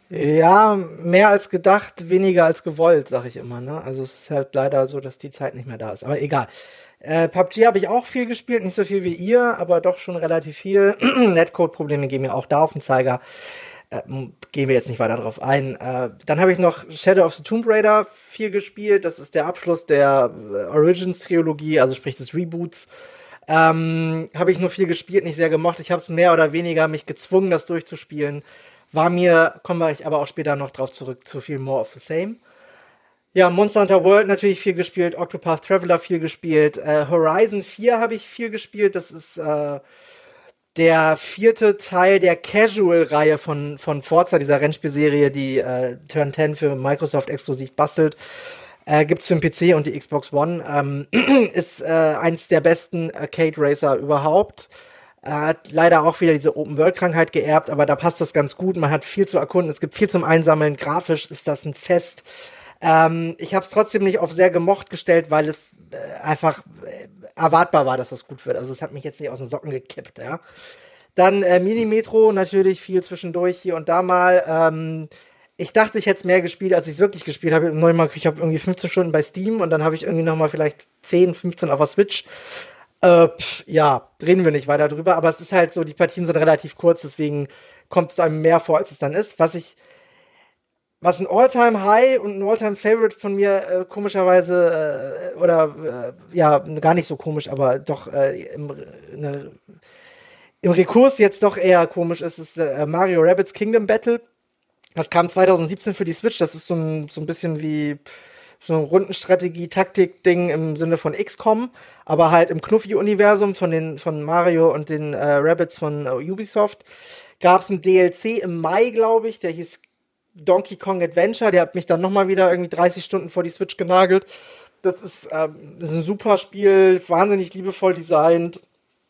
Ja, mehr als gedacht, weniger als gewollt, sag ich immer, ne? Also es ist halt leider so, dass die Zeit nicht mehr da ist. Aber egal. PUBG habe ich auch viel gespielt, nicht so viel wie ihr, aber doch schon relativ viel. Netcode-Probleme gehen mir auch da auf den Zeiger. Gehen wir jetzt nicht weiter drauf ein. Dann habe ich noch Shadow of the Tomb Raider viel gespielt. Das ist der Abschluss der Origins-Trilogie, also sprich des Reboots. Habe ich nur viel gespielt, nicht sehr gemocht. Ich habe es mehr oder weniger mich gezwungen, das durchzuspielen. Kommen wir aber auch später noch drauf zurück, zu viel More of the Same. Ja, Monster Hunter World natürlich viel gespielt, Octopath Traveler viel gespielt, Horizon 4 habe ich viel gespielt, das ist der 4. Teil der Casual-Reihe von Forza, dieser Rennspielserie, die Turn 10 für Microsoft exklusiv bastelt. Gibt's für den PC und die Xbox One. Ist eins der besten Arcade-Racer überhaupt. Hat leider auch wieder diese Open-World-Krankheit geerbt, aber da passt das ganz gut. Man hat viel zu erkunden, es gibt viel zum Einsammeln. Grafisch ist das ein Fest. Ich habe es trotzdem nicht auf sehr gemocht gestellt, weil es einfach erwartbar war, dass das gut wird. Also es hat mich jetzt nicht aus den Socken gekippt, ja. Dann Mini-Metro, natürlich viel zwischendurch hier und da mal. Ich dachte, ich hätte es mehr gespielt, als ich es wirklich gespielt habe. Ich habe irgendwie 15 Stunden bei Steam und dann habe ich irgendwie noch mal vielleicht 10, 15 auf der Switch. Ja, reden wir nicht weiter drüber, aber es ist halt so, die Partien sind relativ kurz, deswegen kommt es einem mehr vor, als es dann ist. Was ein All-Time-High und ein All-Time-Favorite von mir komischerweise, ja, gar nicht so komisch, aber doch im Rekurs jetzt doch eher komisch ist Mario Rabbids Kingdom Battle. Das kam 2017 für die Switch, das ist so ein bisschen wie so ein Rundenstrategie-Taktik-Ding im Sinne von XCOM, aber halt im Knuffi-Universum von Mario und den Rabbids von Ubisoft. Gab es ein DLC im Mai, glaube ich, der hieß Donkey Kong Adventure, der hat mich dann nochmal wieder irgendwie 30 Stunden vor die Switch genagelt. Das ist ein super Spiel, wahnsinnig liebevoll designt,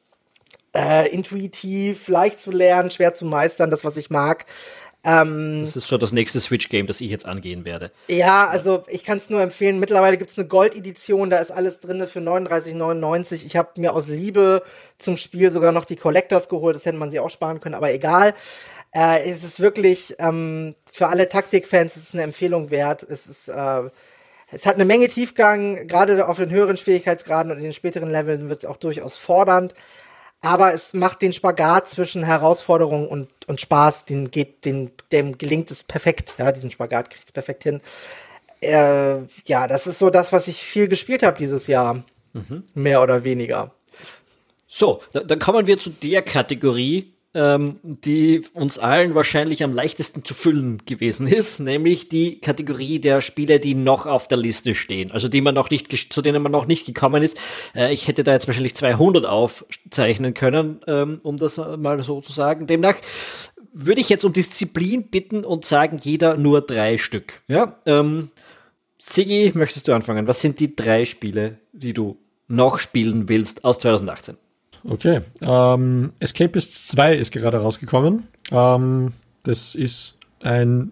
intuitiv, leicht zu lernen, schwer zu meistern, das, was ich mag. Das ist schon das nächste Switch-Game, das ich jetzt angehen werde. Ja, also ich kann es nur empfehlen. Mittlerweile gibt es eine Gold-Edition, da ist alles drin für 39,99. Ich habe mir aus Liebe zum Spiel sogar noch die Collectors geholt, das hätte man sich auch sparen können, aber egal. Es ist wirklich für alle Taktikfans ist es eine Empfehlung wert. Es hat eine Menge Tiefgang, gerade auf den höheren Schwierigkeitsgraden und in den späteren Leveln wird es auch durchaus fordernd. Aber es macht den Spagat zwischen Herausforderung und Spaß, dem gelingt es perfekt. Ja, diesen Spagat kriegt es perfekt hin. Ja, das ist so das, was ich viel gespielt habe dieses Jahr. Mehr oder weniger. So, dann kommen wir zu der Kategorie, die uns allen wahrscheinlich am leichtesten zu füllen gewesen ist, nämlich die Kategorie der Spiele, die noch auf der Liste stehen, also zu denen man noch nicht gekommen ist. Ich hätte da jetzt wahrscheinlich 200 aufzeichnen können, um das mal so zu sagen. Demnach würde ich jetzt um Disziplin bitten und sagen, jeder nur 3 Stück. Ja? Sigi, möchtest du anfangen? Was sind die 3 Spiele, die du noch spielen willst aus 2018? Okay, Escapist 2 ist gerade rausgekommen. Das ist ein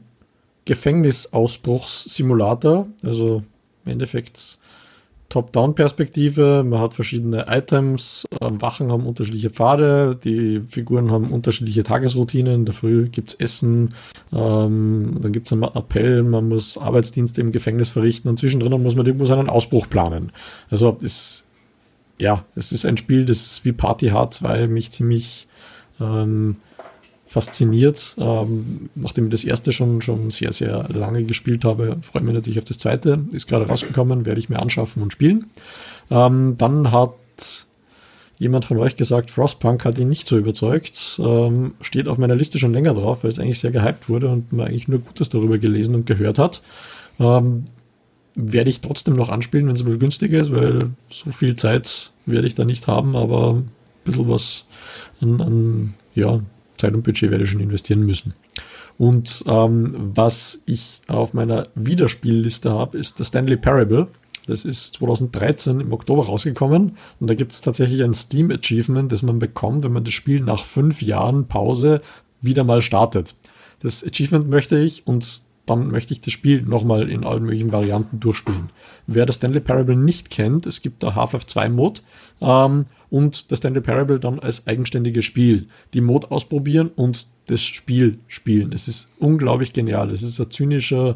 Gefängnisausbruchssimulator, also im Endeffekt Top-Down-Perspektive. Man hat verschiedene Items, Wachen haben unterschiedliche Pfade, die Figuren haben unterschiedliche Tagesroutinen. In der Früh gibt's Essen, dann gibt's einen Appell, man muss Arbeitsdienste im Gefängnis verrichten und zwischendrin muss man irgendwo seinen Ausbruch planen. Also es ist ein Spiel, das wie Party Hard 2 mich ziemlich fasziniert. Nachdem ich das erste schon sehr, sehr lange gespielt habe, freue ich mich natürlich auf das zweite. Ist gerade rausgekommen, werde ich mir anschaffen und spielen. Dann hat jemand von euch gesagt, Frostpunk hat ihn nicht so überzeugt. Steht auf meiner Liste schon länger drauf, weil es eigentlich sehr gehypt wurde und man eigentlich nur Gutes darüber gelesen und gehört hat. Werde ich trotzdem noch anspielen, wenn es ein bisschen günstiger ist, weil so viel Zeit werde ich da nicht haben, aber ein bisschen was an Zeit und Budget werde ich schon investieren müssen. Und was ich auf meiner Wiederspielliste habe, ist das Stanley Parable. Das ist 2013 im Oktober rausgekommen und da gibt es tatsächlich ein Steam-Achievement, das man bekommt, wenn man das Spiel nach 5 Jahren Pause wieder mal startet. Das Achievement möchte ich und dann möchte ich das Spiel nochmal in allen möglichen Varianten durchspielen. Wer das Stanley Parable nicht kennt, es gibt da Half-Life 2 Mod und das Stanley Parable dann als eigenständiges Spiel. Die Mode ausprobieren und das Spiel spielen. Es ist unglaublich genial. Es ist ein zynischer,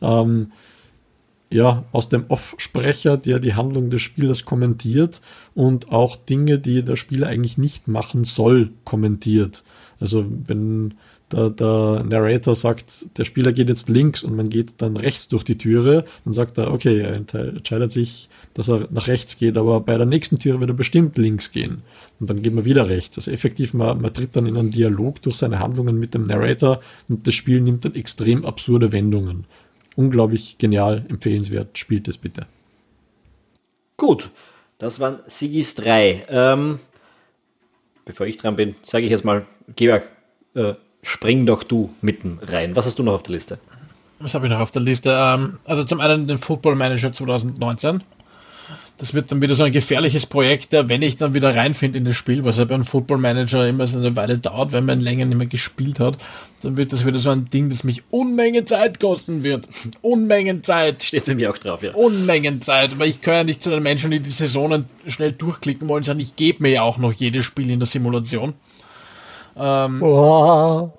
aus dem Off-Sprecher, der die Handlung des Spielers kommentiert und auch Dinge, die der Spieler eigentlich nicht machen soll, kommentiert. Also wenn der Narrator sagt, der Spieler geht jetzt links und man geht dann rechts durch die Türe, dann sagt er, okay, er entscheidet sich, dass er nach rechts geht, aber bei der nächsten Türe wird er bestimmt links gehen. Und dann geht man wieder rechts. Also effektiv, man tritt dann in einen Dialog durch seine Handlungen mit dem Narrator und das Spiel nimmt dann extrem absurde Wendungen. Unglaublich genial, empfehlenswert. Spielt es bitte. Gut, das waren Sigis 3. Bevor ich dran bin, sage ich jetzt mal, Georg, spring doch du mitten rein. Was hast du noch auf der Liste? Was habe ich noch auf der Liste? Also zum einen den Football Manager 2019. Das wird dann wieder so ein gefährliches Projekt, wenn ich dann wieder reinfinde in das Spiel, was ja beim Football Manager immer so eine Weile dauert, wenn man länger nicht mehr gespielt hat, dann wird das wieder so ein Ding, das mich Unmengen Zeit kosten wird. Unmengen Zeit. Steht bei mir auch drauf, ja. Unmengen Zeit, weil ich gehöre ja nicht zu den Menschen, die Saisonen schnell durchklicken wollen, sondern ich gebe mir ja auch noch jedes Spiel in der Simulation. Wow.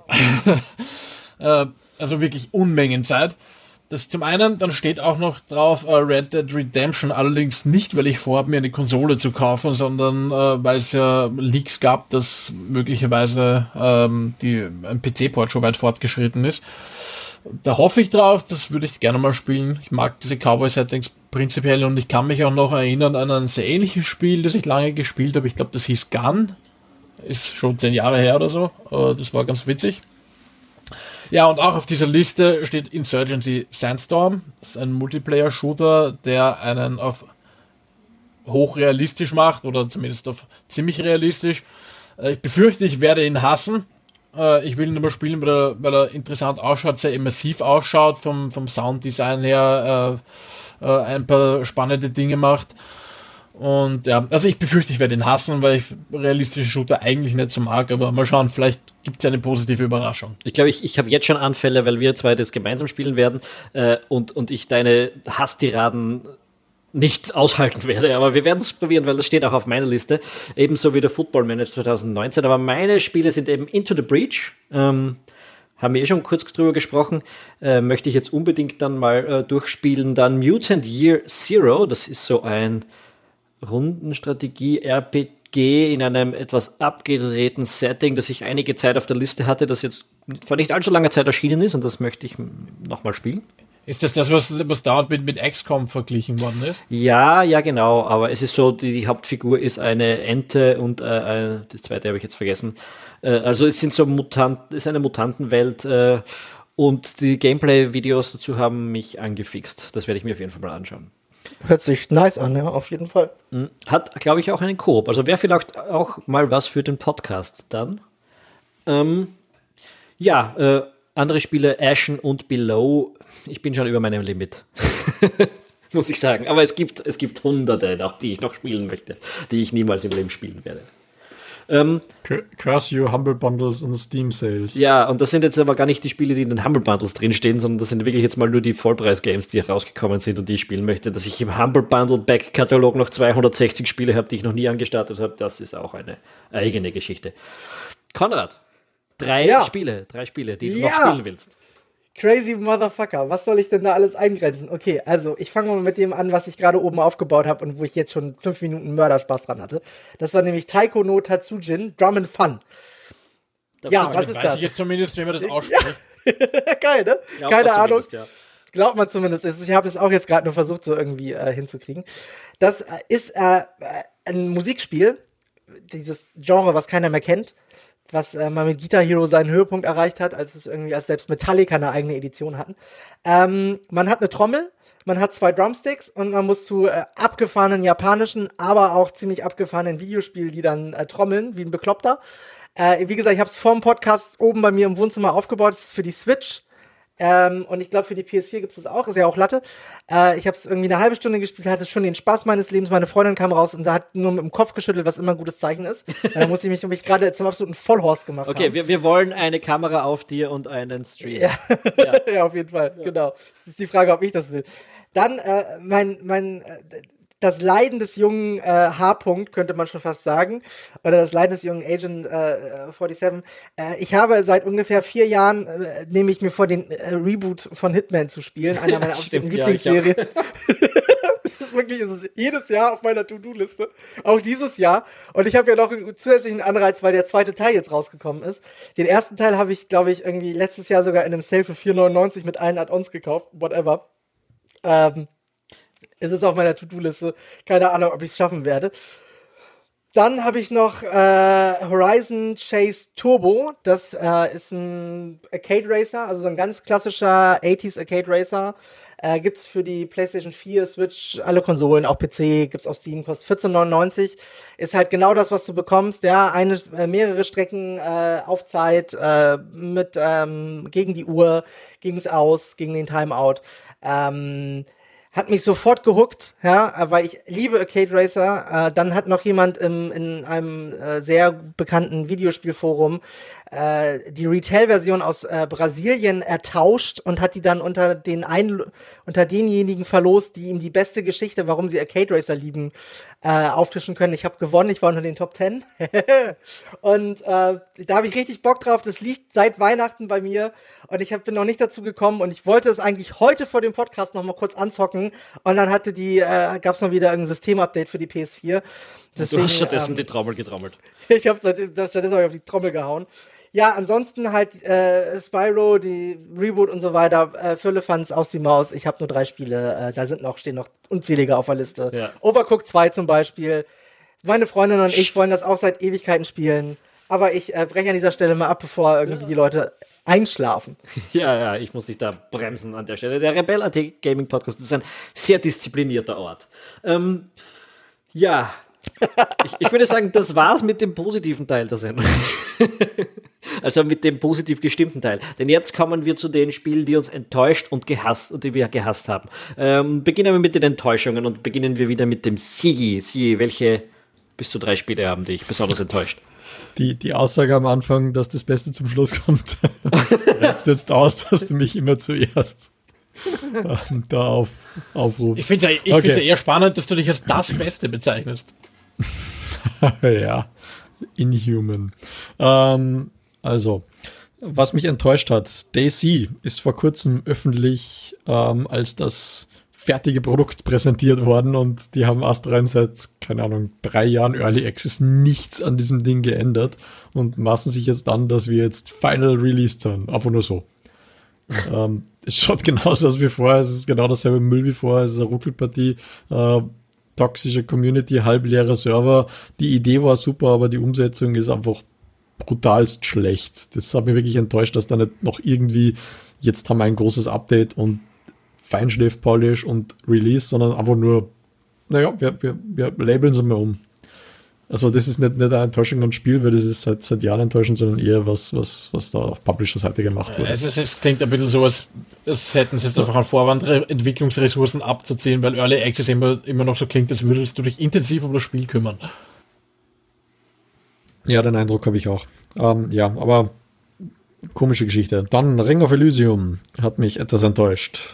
Also wirklich Unmengen Zeit. Das zum einen, dann steht auch noch drauf Red Dead Redemption, allerdings nicht, weil ich vorhabe, mir eine Konsole zu kaufen, sondern weil es ja Leaks gab, dass möglicherweise ein PC-Port schon weit fortgeschritten ist. Da hoffe ich drauf, das würde ich gerne mal spielen. Ich mag diese Cowboy-Settings prinzipiell und ich kann mich auch noch erinnern an ein sehr ähnliches Spiel, das ich lange gespielt habe. Ich glaube, das hieß Gun. Ist schon 10 Jahre her oder so. Das war ganz witzig. Ja, und auch auf dieser Liste steht Insurgency Sandstorm. Das ist ein Multiplayer-Shooter, der einen auf hochrealistisch macht oder zumindest auf ziemlich realistisch. Ich befürchte, ich werde ihn hassen. Ich will ihn nur mal spielen, weil er interessant ausschaut, sehr immersiv ausschaut, vom Sounddesign her ein paar spannende Dinge macht. Und ja, also ich befürchte, ich werde ihn hassen, weil ich realistische Shooter eigentlich nicht so mag, aber mal schauen, vielleicht gibt es eine positive Überraschung. Ich glaube, ich habe jetzt schon Anfälle, weil wir zwei das gemeinsam spielen werden und ich deine Hasstiraden nicht aushalten werde, aber wir werden es probieren, weil das steht auch auf meiner Liste, ebenso wie der Football Manager 2019, aber meine Spiele sind eben Into the Breach, haben wir schon kurz drüber gesprochen, möchte ich jetzt unbedingt dann mal durchspielen, dann Mutant Year Zero, das ist so ein Rundenstrategie-RPG in einem etwas abgedrehten Setting, das ich einige Zeit auf der Liste hatte, das jetzt vor nicht allzu langer Zeit erschienen ist und das möchte ich nochmal spielen. Ist das, was dauernd mit XCOM verglichen worden ist? Ja, genau, aber es ist so, die Hauptfigur ist eine Ente und das zweite habe ich jetzt vergessen. Also es sind so ist eine Mutantenwelt und die Gameplay-Videos dazu haben mich angefixt. Das werde ich mir auf jeden Fall mal anschauen. Hört sich nice an, ja, auf jeden Fall. Hat, glaube ich, auch einen Koop. Also wäre vielleicht auch mal was für den Podcast dann. Andere Spiele, Ashen und Below. Ich bin schon über meinem Limit. Muss ich sagen. Aber es gibt Hunderte, die ich noch spielen möchte, die ich niemals im Leben spielen werde. Curse You, Humble Bundles und Steam Sales. Ja, und das sind jetzt aber gar nicht die Spiele, die in den Humble Bundles drinstehen, sondern das sind wirklich jetzt mal nur die Vollpreis-Games, die rausgekommen sind und die ich spielen möchte. Dass ich im Humble Bundle Back-Katalog noch 260 Spiele habe, die ich noch nie angestartet habe, das ist auch eine eigene Geschichte. Konrad, drei Spiele, die du noch spielen willst. Crazy Motherfucker, was soll ich denn da alles eingrenzen? Okay, also ich fange mal mit dem an, was ich gerade oben aufgebaut habe und wo ich jetzt schon 5 Minuten Mörderspaß dran hatte. Das war nämlich Taiko no Tatsujin, Drum and Fun. Was ist das? Weiß ich jetzt zumindest, wie man das ausspricht. Geil, ne? Keine Ahnung. Ja. Glaubt man zumindest. Ich habe es auch jetzt gerade nur versucht, so irgendwie hinzukriegen. Das ist ein Musikspiel, dieses Genre, was keiner mehr kennt, was mal mit Guitar Hero seinen Höhepunkt erreicht hat, als selbst Metallica eine eigene Edition hatten. Man hat eine Trommel, man hat 2 Drumsticks und man muss zu abgefahrenen japanischen, aber auch ziemlich abgefahrenen Videospielliedern trommeln, wie ein Bekloppter. Wie gesagt, ich habe es vor dem Podcast oben bei mir im Wohnzimmer aufgebaut. Das ist für die Switch. Und ich glaube, für die PS4 gibt es das auch. Ist ja auch Latte. Ich habe es irgendwie eine halbe Stunde gespielt, hatte schon den Spaß meines Lebens. Meine Freundin kam raus und da hat nur mit dem Kopf geschüttelt, was immer ein gutes Zeichen ist. Da musste ich mich gerade zum absoluten Vollhorst gemacht haben. Okay, wir wollen eine Kamera auf dir und einen Stream. Ja, ja auf jeden Fall. Ja. Genau. Das ist die Frage, ob ich das will. Dann, das Leiden des jungen H-Punkt, könnte man schon fast sagen, oder das Leiden des jungen Agent 47. Ich habe seit ungefähr 4 Jahren, nehme ich mir vor, den Reboot von Hitman zu spielen, einer meiner absoluten Lieblingsserien. Es ist wirklich, es ist jedes Jahr auf meiner To-Do-Liste, auch dieses Jahr. Und ich habe ja noch einen zusätzlichen Anreiz, weil der zweite Teil jetzt rausgekommen ist. Den ersten Teil habe ich, glaube ich, irgendwie letztes Jahr sogar in einem Sale für 4,99 mit allen Add-ons gekauft, whatever. Es ist auf meiner To-Do-Liste. Keine Ahnung, ob ich es schaffen werde. Dann habe ich noch Horizon Chase Turbo. Das ist ein Arcade Racer, also so ein ganz klassischer 80s Arcade Racer. Gibt's für die PlayStation 4, Switch, alle Konsolen, auch PC, gibt's auf Steam, kostet 14,99. Ist halt genau das, was du bekommst. Ja, mehrere Strecken auf Zeit, mit gegen die Uhr, gegen's Aus, gegen den Timeout. Hat mich sofort gehuckt, ja, weil ich liebe Arcade Racer. Dann hat noch jemand in einem sehr bekannten Videospielforum die Retail-Version aus Brasilien ertauscht und hat die dann unter denjenigen verlost, die ihm die beste Geschichte, warum sie Arcade Racer lieben, auftischen können. Ich habe gewonnen, ich war unter den Top 10. Und da habe ich richtig Bock drauf. Das liegt seit Weihnachten bei mir und ich bin noch nicht dazu gekommen und ich wollte es eigentlich heute vor dem Podcast noch mal kurz anzocken und dann gab es noch wieder ein Systemupdate für die PS4. Deswegen, du hast stattdessen die Trommel getrommelt. Ich habe stattdessen auf die Trommel gehauen. Ja, ansonsten halt Spyro, die Reboot und so weiter, Firlefanz aus die Maus. Ich habe nur 3 Spiele, da stehen noch unzählige auf der Liste. Ja. Overcooked 2 zum Beispiel. Meine Freundin und ich wollen das auch seit Ewigkeiten spielen. Aber ich breche an dieser Stelle mal ab, bevor irgendwie die Leute einschlafen. Ja, ich muss dich da bremsen an der Stelle. Der Rebel.at Gaming Podcast ist ein sehr disziplinierter Ort. Ich würde sagen, das war's mit dem positiven Teil der Sendung. Also mit dem positiv gestimmten Teil. Denn jetzt kommen wir zu den Spielen, die uns enttäuscht und gehasst und die wir gehasst haben. Beginnen wir mit den Enttäuschungen und beginnen wir wieder mit dem Sigi. Sigi, welche bis zu 3 Spiele haben dich besonders enttäuscht? Die Aussage am Anfang, dass das Beste zum Schluss kommt, reizt jetzt aus, dass du mich immer zuerst da aufrufst. Ich finde es ja eher spannend, dass du dich als das Beste bezeichnest. Ja, inhuman. Also, was mich enttäuscht hat, DayZ ist vor kurzem öffentlich als das fertige Produkt präsentiert worden und die haben astrein seit, keine Ahnung, 3 Jahren Early Access nichts an diesem Ding geändert und maßen sich jetzt an, dass wir jetzt Final Released sind. Einfach nur so. Es schaut genauso aus wie vorher, es ist genau dasselbe Müll wie vorher, es ist eine Ruckelpartie, toxische Community, halbleerer Server. Die Idee war super, aber die Umsetzung ist einfach brutalst schlecht. Das hat mich wirklich enttäuscht, dass da nicht noch irgendwie, jetzt haben wir ein großes Update und Feinschliff-Polish und Release, sondern einfach nur, naja, wir labeln sie mal um. Also das ist nicht eine Enttäuschung an Spiel, weil das ist seit Jahren enttäuschend, sondern eher was da auf Publisher-Seite gemacht wurde. Es klingt ein bisschen so, als hätten sie jetzt einfach einen Vorwand, Entwicklungsressourcen abzuziehen, weil Early Access immer noch so klingt, als würdest du dich intensiv um das Spiel kümmern. Ja, den Eindruck habe ich auch. Aber komische Geschichte. Dann Ring of Elysium hat mich etwas enttäuscht.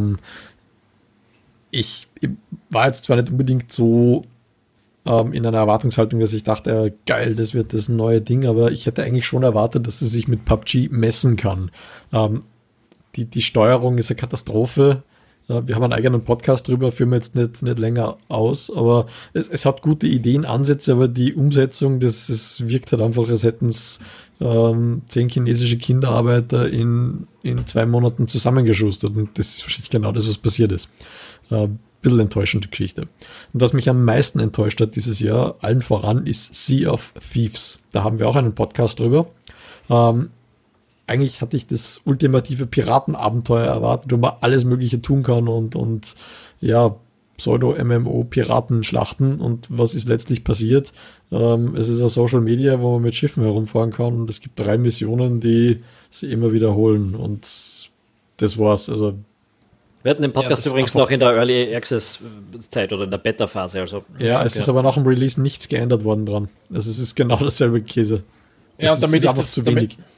Ich war jetzt zwar nicht unbedingt so in einer Erwartungshaltung, dass ich dachte, geil, das wird das neue Ding, aber ich hätte eigentlich schon erwartet, dass es sich mit PUBG messen kann. Die Steuerung ist eine Katastrophe. Wir haben einen eigenen Podcast drüber, führen wir jetzt nicht länger aus, aber es hat gute Ideen, Ansätze, aber die Umsetzung, es wirkt halt einfach, als hätten es 10 chinesische Kinderarbeiter in 2 Monaten zusammengeschustert und das ist wahrscheinlich genau das, was passiert ist. Bisschen enttäuschende Geschichte. Und was mich am meisten enttäuscht hat dieses Jahr, allen voran, ist Sea of Thieves. Da haben wir auch einen Podcast drüber. Eigentlich hatte ich das ultimative Piratenabenteuer erwartet, wo man alles Mögliche tun kann und ja, Pseudo-MMO-Piratenschlachten. Und was ist letztlich passiert? Es ist ein Social Media, wo man mit Schiffen herumfahren kann und es gibt 3 Missionen, die sie immer wiederholen und das war's. Also wir hatten den Podcast übrigens noch in der Early Access Zeit oder in der Beta-Phase. Also, es ist aber nach dem Release nichts geändert worden dran. Also es ist genau dasselbe Käse. Ja, und damit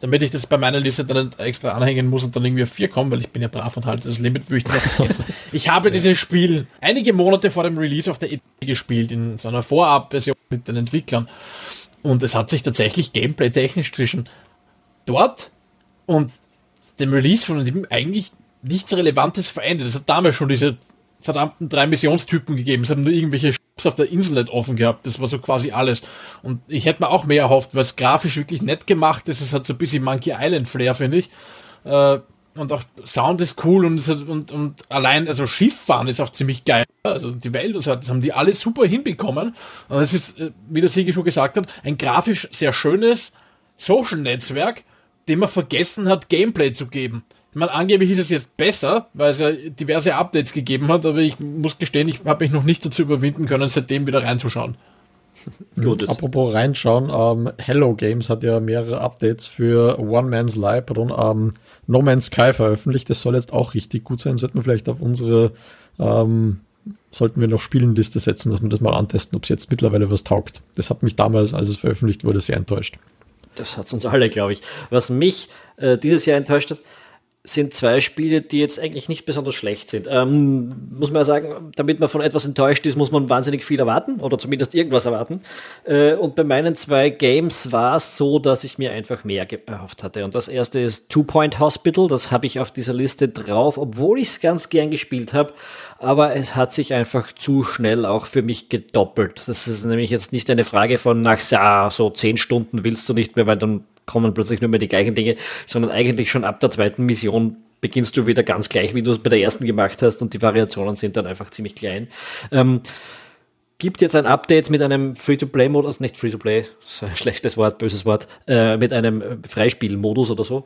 damit ich das bei meiner Liste dann nicht extra anhängen muss und dann irgendwie auf 4 kommen, weil ich bin ja brav und halte das Limit, würde ich das vergessen. Ich habe dieses Spiel einige Monate vor dem Release auf der E3 gespielt, in so einer Vorab-Version mit den Entwicklern. Und es hat sich tatsächlich gameplay-technisch zwischen dort und dem Release von dem eigentlich nichts Relevantes verändert. Es hat damals schon diese verdammten 3 Missionstypen gegeben. Es haben nur irgendwelche Shops auf der Insel nicht offen gehabt. Das war so quasi alles. Und ich hätte mir auch mehr erhofft, weil es grafisch wirklich nett gemacht ist. Es hat so ein bisschen Monkey Island Flair, finde ich. Und auch Sound ist cool und allein, also Schifffahren ist auch ziemlich geil. Also die Welt und so, das haben die alle super hinbekommen. Und es ist, wie der Sigi schon gesagt hat, ein grafisch sehr schönes Social-Netzwerk, dem man vergessen hat, Gameplay zu geben. Ich meine, angeblich ist es jetzt besser, weil es ja diverse Updates gegeben hat, aber ich muss gestehen, ich habe mich noch nicht dazu überwinden können, seitdem wieder reinzuschauen. Gut, apropos reinschauen, Hello Games hat ja mehrere Updates für One Man's Life, No Man's Sky veröffentlicht. Das soll jetzt auch richtig gut sein. Sollten wir vielleicht auf unsere sollten wir noch Spielenliste setzen, dass wir das mal antesten, ob es jetzt mittlerweile was taugt. Das hat mich damals, als es veröffentlicht wurde, sehr enttäuscht. Das hat uns alle, glaube ich. Was mich dieses Jahr enttäuscht hat, sind 2 Spiele, die jetzt eigentlich nicht besonders schlecht sind. Muss man ja sagen, damit man von etwas enttäuscht ist, muss man wahnsinnig viel erwarten oder zumindest irgendwas erwarten. Und bei meinen 2 Games war es so, dass ich mir einfach mehr erhofft hatte. Und das erste ist Two Point Hospital. Das habe ich auf dieser Liste drauf, obwohl ich es ganz gern gespielt habe. Aber es hat sich einfach zu schnell auch für mich gedoppelt. Das ist nämlich jetzt nicht eine Frage von nach so 10 Stunden willst du nicht mehr, weil dann kommen plötzlich nur mehr die gleichen Dinge, sondern eigentlich schon ab der 2. Mission beginnst du wieder ganz gleich, wie du es bei der ersten gemacht hast und die Variationen sind dann einfach ziemlich klein. Gibt jetzt ein Update mit einem Free-to-Play-Modus, nicht Free-to-Play, schlechtes Wort, böses Wort, mit einem Freispiel-Modus oder so.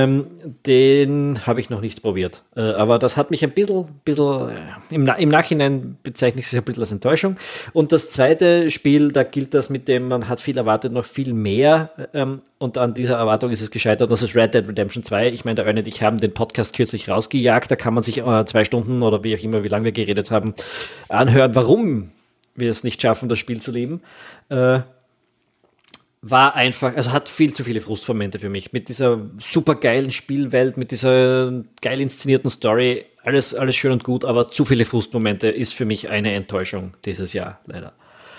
Den habe ich noch nicht probiert. Aber das hat mich ein bisschen im Nachhinein bezeichne ich es ein bisschen als Enttäuschung. Und das zweite Spiel, da gilt das mit dem, man hat viel erwartet, noch viel mehr. Und an dieser Erwartung ist es gescheitert. Das ist Red Dead Redemption 2. Ich meine, der Erwin und ich haben den Podcast kürzlich rausgejagt. Da kann man sich 2 Stunden oder wie auch immer, wie lange wir geredet haben, anhören, warum wir es nicht schaffen, das Spiel zu lieben, war einfach, also hat viel zu viele Frustmomente für mich. Mit dieser super geilen Spielwelt, mit dieser geil inszenierten Story, alles schön und gut, aber zu viele Frustmomente ist für mich eine Enttäuschung dieses Jahr, leider.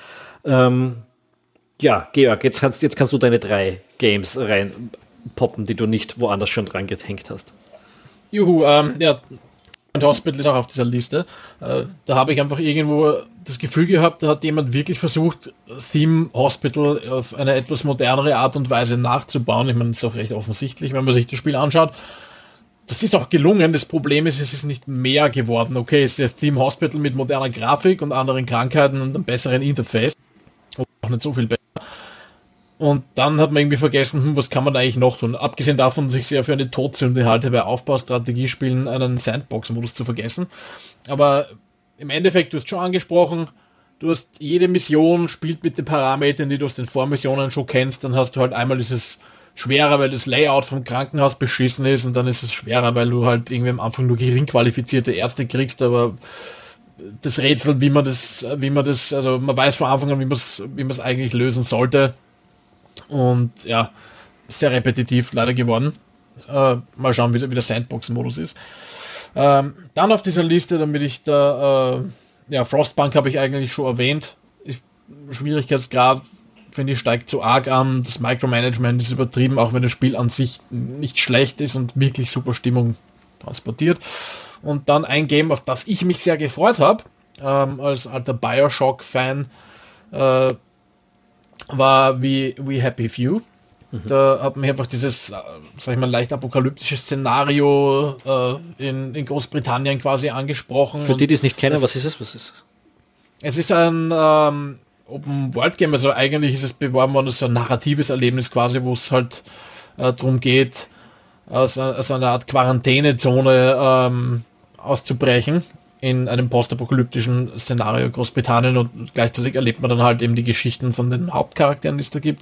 Ja, Georg, jetzt kannst du deine 3 Games reinpoppen, die du nicht woanders schon dran gehängt hast. Juhu, ja, Hospital ist auch auf dieser Liste. Da habe ich einfach irgendwo das Gefühl gehabt, da hat jemand wirklich versucht, Theme Hospital auf eine etwas modernere Art und Weise nachzubauen. Ich meine, das ist auch recht offensichtlich, wenn man sich das Spiel anschaut. Das ist auch gelungen. Das Problem ist, es ist nicht mehr geworden. Okay, es ist der Theme Hospital mit moderner Grafik und anderen Krankheiten und einem besseren Interface. Auch nicht so viel besser. Und dann hat man irgendwie vergessen, was kann man da eigentlich noch tun? Abgesehen davon, dass ich sehr für eine Todsünde halte, bei Aufbaustrategiespielen einen Sandbox-Modus zu vergessen. Aber im Endeffekt, du hast schon angesprochen, du hast jede Mission spielt mit den Parametern, die du aus den Vormissionen schon kennst. Dann hast du halt einmal dieses schwerer, weil das Layout vom Krankenhaus beschissen ist, und dann ist es schwerer, weil du halt irgendwie am Anfang nur gering qualifizierte Ärzte kriegst, aber das Rätsel, wie man das, also man weiß von Anfang an, wie man es eigentlich lösen sollte. Und ja, sehr repetitiv leider geworden. Mal schauen, wie der Sandbox-Modus ist. Dann auf dieser Liste, damit ich da, Frostpunk habe ich eigentlich schon erwähnt. Schwierigkeitsgrad, finde ich, steigt zu arg an. Das Micromanagement ist übertrieben, auch wenn das Spiel an sich nicht schlecht ist und wirklich super Stimmung transportiert. Und dann ein Game, auf das ich mich sehr gefreut habe, als alter Bioshock-Fan, war We Happy Few. Da hat mich einfach dieses, sag ich mal, leicht apokalyptische Szenario in Großbritannien quasi angesprochen. Für die es nicht kennen, was ist es? Es ist ein Open-World-Game, also eigentlich ist es beworben worden als so ein narratives Erlebnis quasi, wo es halt darum geht, aus einer Art Quarantänezone auszubrechen in einem postapokalyptischen Szenario Großbritannien, und gleichzeitig erlebt man dann halt eben die Geschichten von den Hauptcharakteren, die es da gibt.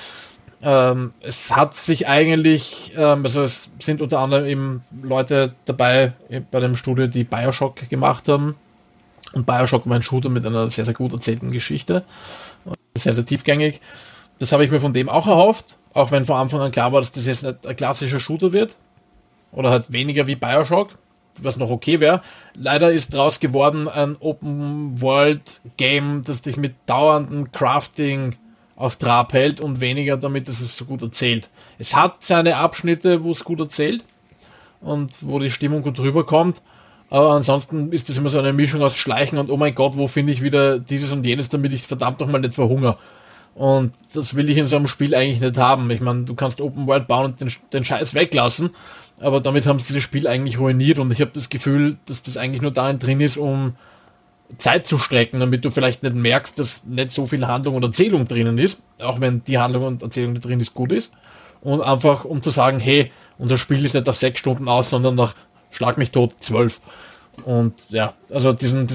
Es hat sich eigentlich, also es sind unter anderem eben Leute dabei bei dem Studio, die Bioshock gemacht haben, und Bioshock war ein Shooter mit einer sehr, sehr gut erzählten Geschichte, sehr, sehr tiefgängig. Das habe ich mir von dem auch erhofft, Auch wenn von Anfang an klar war, dass das jetzt nicht ein klassischer Shooter wird. Oder halt weniger wie Bioshock, was noch okay wäre. Leider ist draus geworden ein Open-World-Game, das dich mit dauerndem Crafting auf Trab hält und weniger damit, dass es so gut erzählt. Es hat seine Abschnitte, wo es gut erzählt und wo die Stimmung gut rüberkommt, aber ansonsten ist das immer so eine Mischung aus Schleichen und oh mein Gott, wo finde ich wieder dieses und jenes, damit ich verdammt nochmal nicht verhungere. Und das will ich in so einem Spiel eigentlich nicht haben. Ich meine, du kannst Open World bauen und den Scheiß weglassen, aber damit haben sie das Spiel eigentlich ruiniert und ich habe das Gefühl, dass das eigentlich nur darin drin ist, um Zeit zu strecken, damit du vielleicht nicht merkst, dass nicht so viel Handlung und Erzählung drinnen ist, auch wenn die Handlung und Erzählung, die drin ist, gut ist. Und einfach, um zu sagen, hey, unser Spiel ist nicht nach 6 Stunden aus, sondern nach Schlag mich tot 12. Und ja, also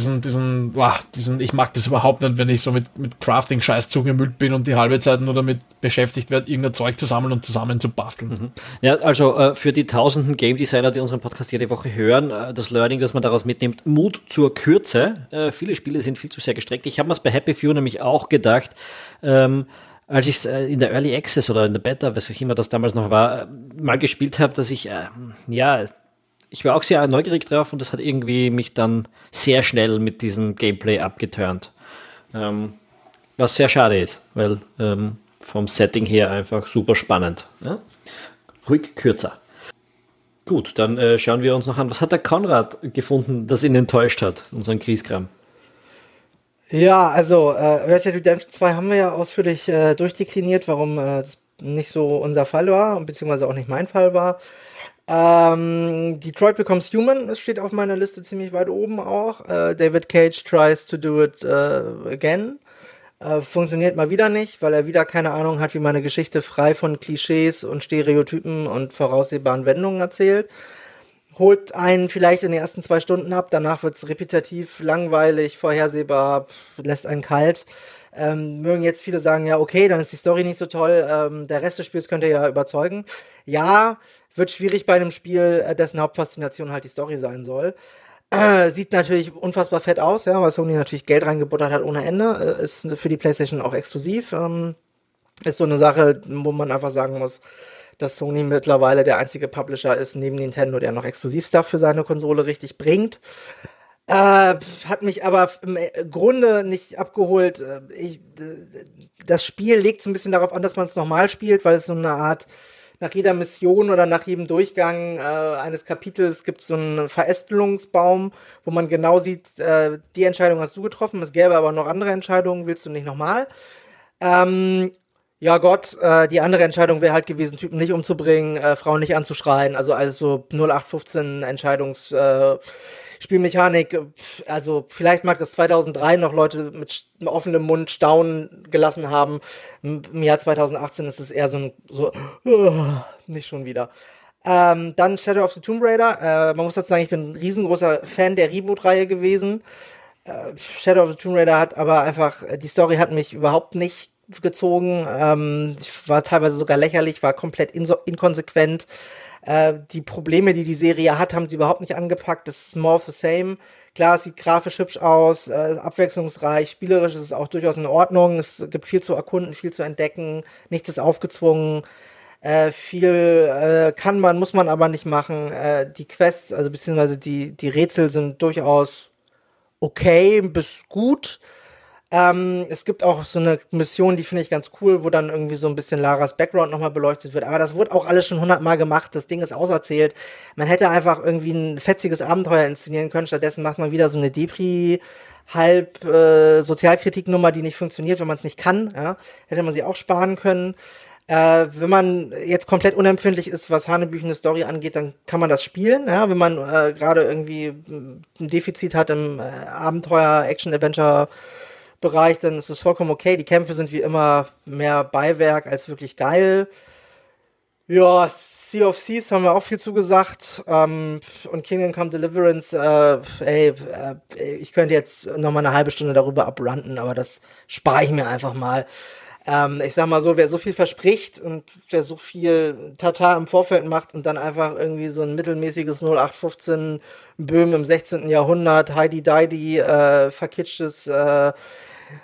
ich mag das überhaupt nicht, wenn ich so mit Crafting-Scheiß zugemüllt bin und die halbe Zeit nur damit beschäftigt werde, irgendein Zeug zu sammeln und zusammen zu basteln. Mhm. Ja, also für die tausenden Game Designer, die unseren Podcast jede Woche hören, das Learning, das man daraus mitnimmt, Mut zur Kürze. Viele Spiele sind viel zu sehr gestreckt. Ich habe mir es bei Happy Few nämlich auch gedacht, als ich es in der Early Access oder in der Beta, was auch immer das damals noch war, mal gespielt habe, dass ich, ich war auch sehr neugierig drauf und das hat irgendwie mich dann sehr schnell mit diesem Gameplay abgeturnt. Was sehr schade ist, weil vom Setting her einfach super spannend. Ja? Ruhig kürzer. Gut, dann schauen wir uns noch an. Was hat der Konrad gefunden, das ihn enttäuscht hat, unseren Grieskram? Ja, also Red Dead Redemption 2 haben wir ja ausführlich durchdekliniert, warum das nicht so unser Fall war, beziehungsweise auch nicht mein Fall war. Detroit Becomes Human, das steht auf meiner Liste ziemlich weit oben auch. David Cage tries to do it again. Funktioniert mal wieder nicht, weil er wieder keine Ahnung hat, wie man eine Geschichte frei von Klischees und Stereotypen und voraussehbaren Wendungen erzählt. Holt einen vielleicht in den ersten 2 Stunden ab, danach wird's repetitiv, langweilig, vorhersehbar, lässt einen kalt. Mögen jetzt viele sagen, ja okay, dann ist die Story nicht so toll, der Rest des Spiels könnte ja überzeugen. Ja, wird schwierig bei einem Spiel, dessen Hauptfaszination halt die Story sein soll. Sieht natürlich unfassbar fett aus, ja, weil Sony natürlich Geld reingebuttert hat ohne Ende. Ist für die PlayStation auch exklusiv. Ist so eine Sache, wo man einfach sagen muss, dass Sony mittlerweile der einzige Publisher ist, neben Nintendo, der noch Exklusivstuff für seine Konsole richtig bringt. Hat mich aber im Grunde nicht abgeholt. Das Spiel legt so ein bisschen darauf an, dass man es nochmal spielt, weil es so eine Art, nach jeder Mission oder nach jedem Durchgang eines Kapitels gibt es so einen Verästelungsbaum, wo man genau sieht, die Entscheidung hast du getroffen, es gäbe aber noch andere Entscheidungen, willst du nicht nochmal? Ja Gott, die andere Entscheidung wäre halt gewesen, Typen nicht umzubringen, Frauen nicht anzuschreien, also alles so 0815 Spielmechanik, also vielleicht mag das 2003 noch Leute mit offenem Mund staunen gelassen haben. Im Jahr 2018 ist es eher nicht schon wieder. Dann Shadow of the Tomb Raider. Man muss dazu sagen, ich bin ein riesengroßer Fan der Reboot-Reihe gewesen. Shadow of the Tomb Raider hat aber einfach, die Story hat mich überhaupt nicht gezogen. Ich war teilweise sogar lächerlich, war komplett inkonsequent. Die Probleme, die Serie hat, haben sie überhaupt nicht angepackt. Das ist more of the same. Klar, es sieht grafisch hübsch aus, abwechslungsreich, spielerisch ist es auch durchaus in Ordnung. Es gibt viel zu erkunden, viel zu entdecken. Nichts ist aufgezwungen. Viel muss man aber nicht machen. Die Quests, also beziehungsweise die Rätsel sind durchaus okay bis gut. Es gibt auch so eine Mission, die finde ich ganz cool, wo dann irgendwie so ein bisschen Laras Background nochmal beleuchtet wird. Aber das wurde auch alles schon 100-mal gemacht. Das Ding ist auserzählt. Man hätte einfach irgendwie ein fetziges Abenteuer inszenieren können. Stattdessen macht man wieder so eine Sozialkritiknummer, die nicht funktioniert, wenn man es nicht kann. Ja? Hätte man sie auch sparen können. Wenn man jetzt komplett unempfindlich ist, was hanebüchene Story angeht, dann kann man das spielen. Ja? Wenn man gerade irgendwie ein Defizit hat im Abenteuer, Action-Adventure Bereich, dann ist es vollkommen okay. Die Kämpfe sind wie immer mehr Beiwerk als wirklich geil. Ja, Sea of Thieves haben wir auch viel zugesagt. Und Kingdom Come Deliverance, ich könnte jetzt noch mal eine halbe Stunde darüber abrunten, aber das spare ich mir einfach mal. Ich sag mal so, wer so viel verspricht und wer so viel Tata im Vorfeld macht und dann einfach irgendwie so ein mittelmäßiges 0815 Böhm im 16. Jahrhundert, Heidi-Deidi, verkitschtes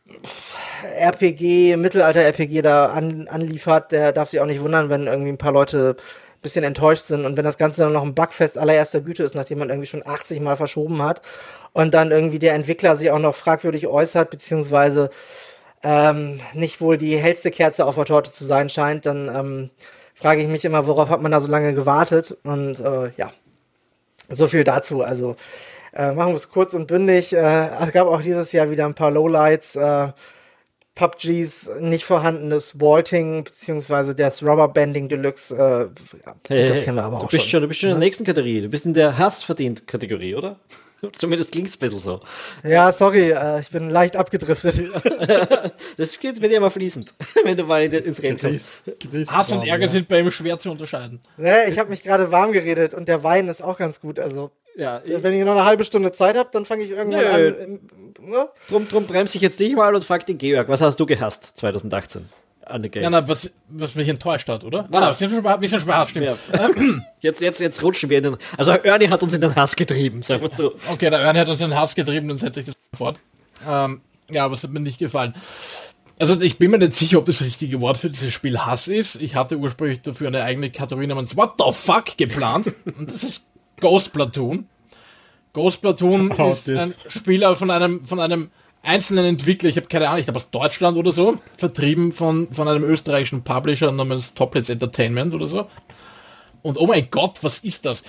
RPG, Mittelalter-RPG da anliefert, der darf sich auch nicht wundern, wenn irgendwie ein paar Leute ein bisschen enttäuscht sind und wenn das Ganze dann noch ein Bugfest allererster Güte ist, nachdem man irgendwie schon 80 Mal verschoben hat und dann irgendwie der Entwickler sich auch noch fragwürdig äußert, beziehungsweise nicht wohl die hellste Kerze auf der Torte zu sein scheint, dann frage ich mich immer, worauf hat man da so lange gewartet? Und ja, so viel dazu. Also machen wir es kurz und bündig. Es gab auch dieses Jahr wieder ein paar Lowlights. PUBGs nicht vorhandenes Vaulting, beziehungsweise das Rubberbanding Deluxe. Das kennen wir aber auch schon. Du bist schon in der nächsten Kategorie. Du bist in der Hass-verdient-Kategorie, oder? Zumindest klingt es ein bisschen so. Ja, sorry, ich bin leicht abgedriftet. Das geht mit dir mal fließend, wenn du mal ins Rennen kommst. Hass und Ärger sind bei ihm schwer zu unterscheiden. Ne, ich habe mich gerade warm geredet und der Wein ist auch ganz gut. Also, ja, wenn ich noch eine halbe Stunde Zeit habe, dann fange ich irgendwann an. Ne? Drum bremse ich jetzt dich mal und frag den Georg, was hast du gehasst 2018? An the Games? Ja, was mich enttäuscht hat, oder? Wir sind schon bei Hass, stimmt. Ja. Jetzt rutschen wir in den... Also Ernie hat uns in den Hass getrieben, sagen wir so. Okay, der Ernie hat uns in den Hass getrieben, dann setze ich das fort. Ja, aber es hat mir nicht gefallen. Also ich bin mir nicht sicher, ob das richtige Wort für dieses Spiel Hass ist. Ich hatte ursprünglich dafür eine eigene Kategorie namens What the fuck geplant. Und das ist Ghost Platoon. Ghost Platoon ist ein Spiel von einem einzelnen Entwickler, ich habe keine Ahnung, ich glaube aus Deutschland oder so, vertrieben von einem österreichischen Publisher namens Toplets Entertainment oder so. Und oh mein Gott, was ist das?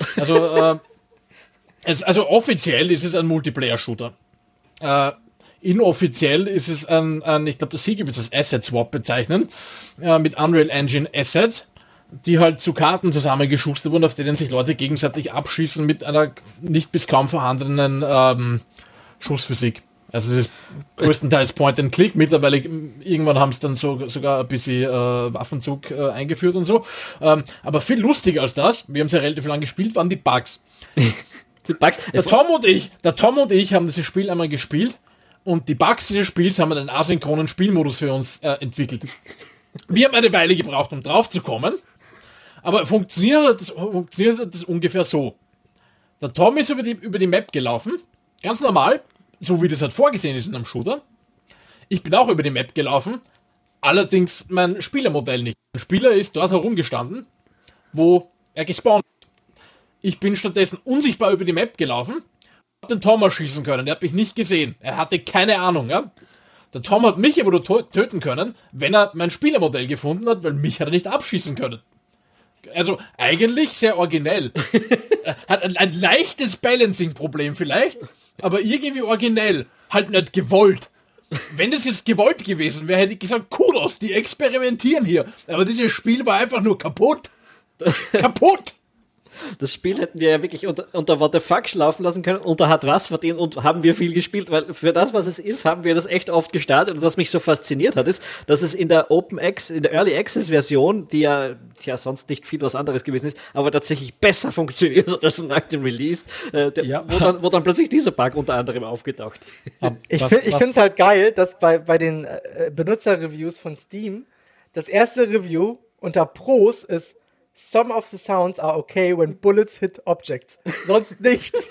Also offiziell ist es ein Multiplayer-Shooter. Inoffiziell ist es ich glaube, das Sieg wird es als Asset Swap bezeichnen, mit Unreal Engine Assets, die halt zu Karten zusammengeschustert wurden, auf denen sich Leute gegenseitig abschießen mit einer nicht bis kaum vorhandenen Schussphysik. Also es ist größtenteils Point and Click. Mittlerweile, irgendwann haben es dann sogar ein bisschen Waffenzug eingeführt und so. Aber viel lustiger als das, wir haben es ja relativ lang gespielt, waren die Bugs. Die Bugs? Der Tom und ich haben dieses Spiel einmal gespielt und die Bugs dieses Spiels haben einen asynchronen Spielmodus für uns entwickelt. Wir haben eine Weile gebraucht, um drauf zu kommen, aber funktioniert das ungefähr so. Der Tom ist über die Map gelaufen, ganz normal, so wie das halt vorgesehen ist in einem Shooter. Ich bin auch über die Map gelaufen, allerdings mein Spielermodell nicht. Der Spieler ist dort herumgestanden, wo er gespawnt ist. Ich bin stattdessen unsichtbar über die Map gelaufen, hab den Tom erschießen können, der hat mich nicht gesehen. Er hatte keine Ahnung, ja. Der Tom hat mich aber nur töten können, wenn er mein Spielermodell gefunden hat, weil mich hat er nicht abschießen können. Also eigentlich sehr originell. Hat ein leichtes Balancing-Problem vielleicht, aber irgendwie originell. Halt nicht gewollt. Wenn das jetzt gewollt gewesen wäre, hätte ich gesagt, Kudos, die experimentieren hier. Aber dieses Spiel war einfach nur kaputt. Kaputt! Das Spiel hätten wir ja wirklich unter What the Fuck laufen lassen können, unter hat was verdient und haben wir viel gespielt, weil für das, was es ist, haben wir das echt oft gestartet und was mich so fasziniert hat, ist, dass es in der in der Early Access Version, die ja sonst nicht viel was anderes gewesen ist, aber tatsächlich besser funktioniert als nach dem Release, wo dann plötzlich dieser Bug unter anderem aufgetaucht. Ich finde es halt geil, dass bei den Benutzerreviews von Steam das erste Review unter Pros ist: Some of the sounds are okay when bullets hit objects. Sonst nichts.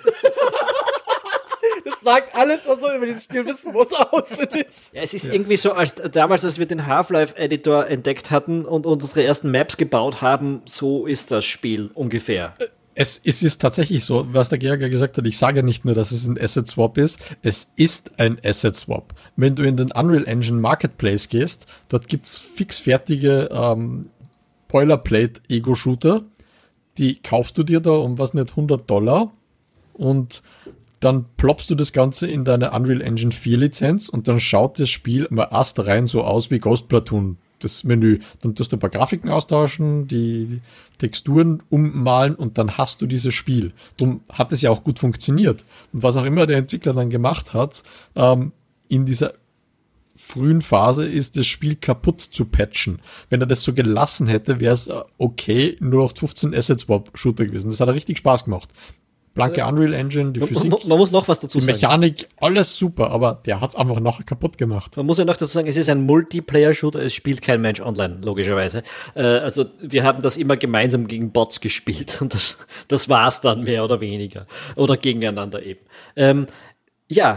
Das sagt alles, was wir über dieses Spiel wissen muss, aus, finde ich. Ja, es ist irgendwie so, als wir den Half-Life-Editor entdeckt hatten und unsere ersten Maps gebaut haben, so ist das Spiel ungefähr. Es ist tatsächlich so, was der Georg gesagt hat, ich sage nicht nur, dass es ein Asset Swap ist, es ist ein Asset Swap. Wenn du in den Unreal Engine Marketplace gehst, dort gibt's fixfertige Boilerplate-Ego-Shooter, die kaufst du dir da um $100 und dann ploppst du das Ganze in deine Unreal Engine 4 Lizenz und dann schaut das Spiel mal erst rein so aus wie Ghost Platoon, das Menü. Dann tust du ein paar Grafiken austauschen, die Texturen ummalen und dann hast du dieses Spiel. Darum hat es ja auch gut funktioniert. Und was auch immer der Entwickler dann gemacht hat, in dieser frühen Phase ist das Spiel kaputt zu patchen. Wenn er das so gelassen hätte, wäre es okay, nur noch 15 Asset Swap Shooter gewesen. Das hat richtig Spaß gemacht. Blanke Unreal Engine, die Physik, man muss noch was dazu sagen. Die Mechanik, alles super, aber der hat es einfach noch kaputt gemacht. Man muss ja noch dazu sagen, es ist ein Multiplayer-Shooter, es spielt kein Mensch online, logischerweise. Also wir haben das immer gemeinsam gegen Bots gespielt und das war's dann mehr oder weniger. Oder gegeneinander eben.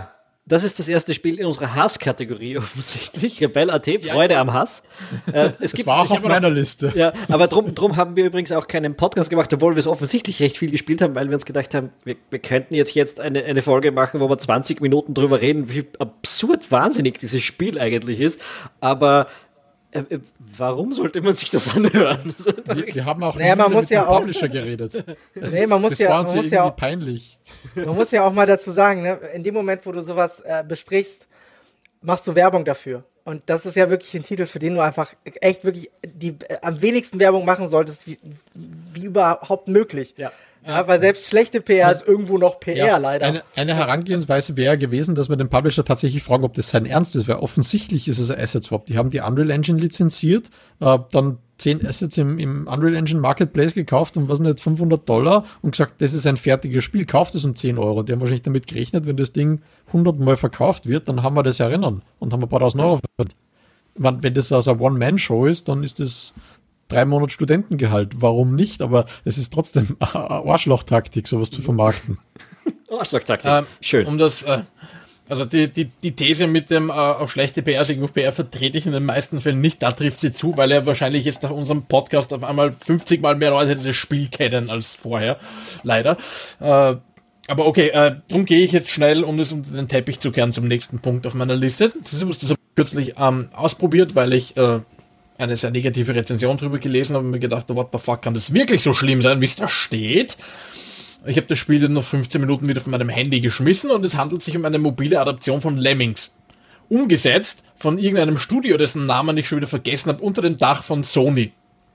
das ist das erste Spiel in unserer Hass-Kategorie offensichtlich. Rebell.at, Freude am Hass. Es war auch auf meiner Liste. Ja, aber drum haben wir übrigens auch keinen Podcast gemacht, obwohl wir es offensichtlich recht viel gespielt haben, weil wir uns gedacht haben, wir könnten jetzt eine Folge machen, wo wir 20 Minuten drüber reden, wie absurd wahnsinnig dieses Spiel eigentlich ist. Aber warum sollte man sich das anhören? Wir haben auch mit dem Publisher geredet. Das war uns irgendwie peinlich. Man muss ja auch mal dazu sagen, ne, in dem Moment, wo du sowas besprichst, machst du Werbung dafür. Und das ist ja wirklich ein Titel, für den du einfach echt wirklich am wenigsten Werbung machen solltest, wie überhaupt möglich. Ja, weil selbst schlechte PR ist irgendwo noch PR, leider. Eine Herangehensweise wäre gewesen, dass wir den Publisher tatsächlich fragen, ob das sein Ernst ist, weil offensichtlich ist es ein Asset Swap. Die haben die Unreal Engine lizenziert, dann 10 Assets im Unreal Engine Marketplace gekauft und was nicht, $500 und gesagt, das ist ein fertiges Spiel, kauft es um 10 Euro. Die haben wahrscheinlich damit gerechnet, wenn das Ding 100 Mal verkauft wird, dann haben wir das erinnern und haben ein paar tausend Euro verdient. Wenn das also eine One-Man-Show ist, dann ist das 3 Monate Studentengehalt. Warum nicht? Aber es ist trotzdem Arschlochtaktik, sowas zu vermarkten. Arschlochtaktik. Schön. Um das, also die These mit dem auch schlechte PR, also PR vertrete ich in den meisten Fällen nicht. Da trifft sie zu, weil er wahrscheinlich jetzt nach unserem Podcast auf einmal 50 Mal mehr Leute dieses Spiel kennen als vorher. Leider. Aber okay, darum gehe ich jetzt schnell, um das unter den Teppich zu kehren, zum nächsten Punkt auf meiner Liste. Das habe ich kürzlich ausprobiert, weil ich eine sehr negative Rezension drüber gelesen habe und mir gedacht, what the fuck, kann das wirklich so schlimm sein, wie es da steht? Ich habe das Spiel dann noch 15 Minuten wieder von meinem Handy geschmissen und es handelt sich um eine mobile Adaption von Lemmings. Umgesetzt von irgendeinem Studio, dessen Namen ich schon wieder vergessen habe, unter dem Dach von Sony.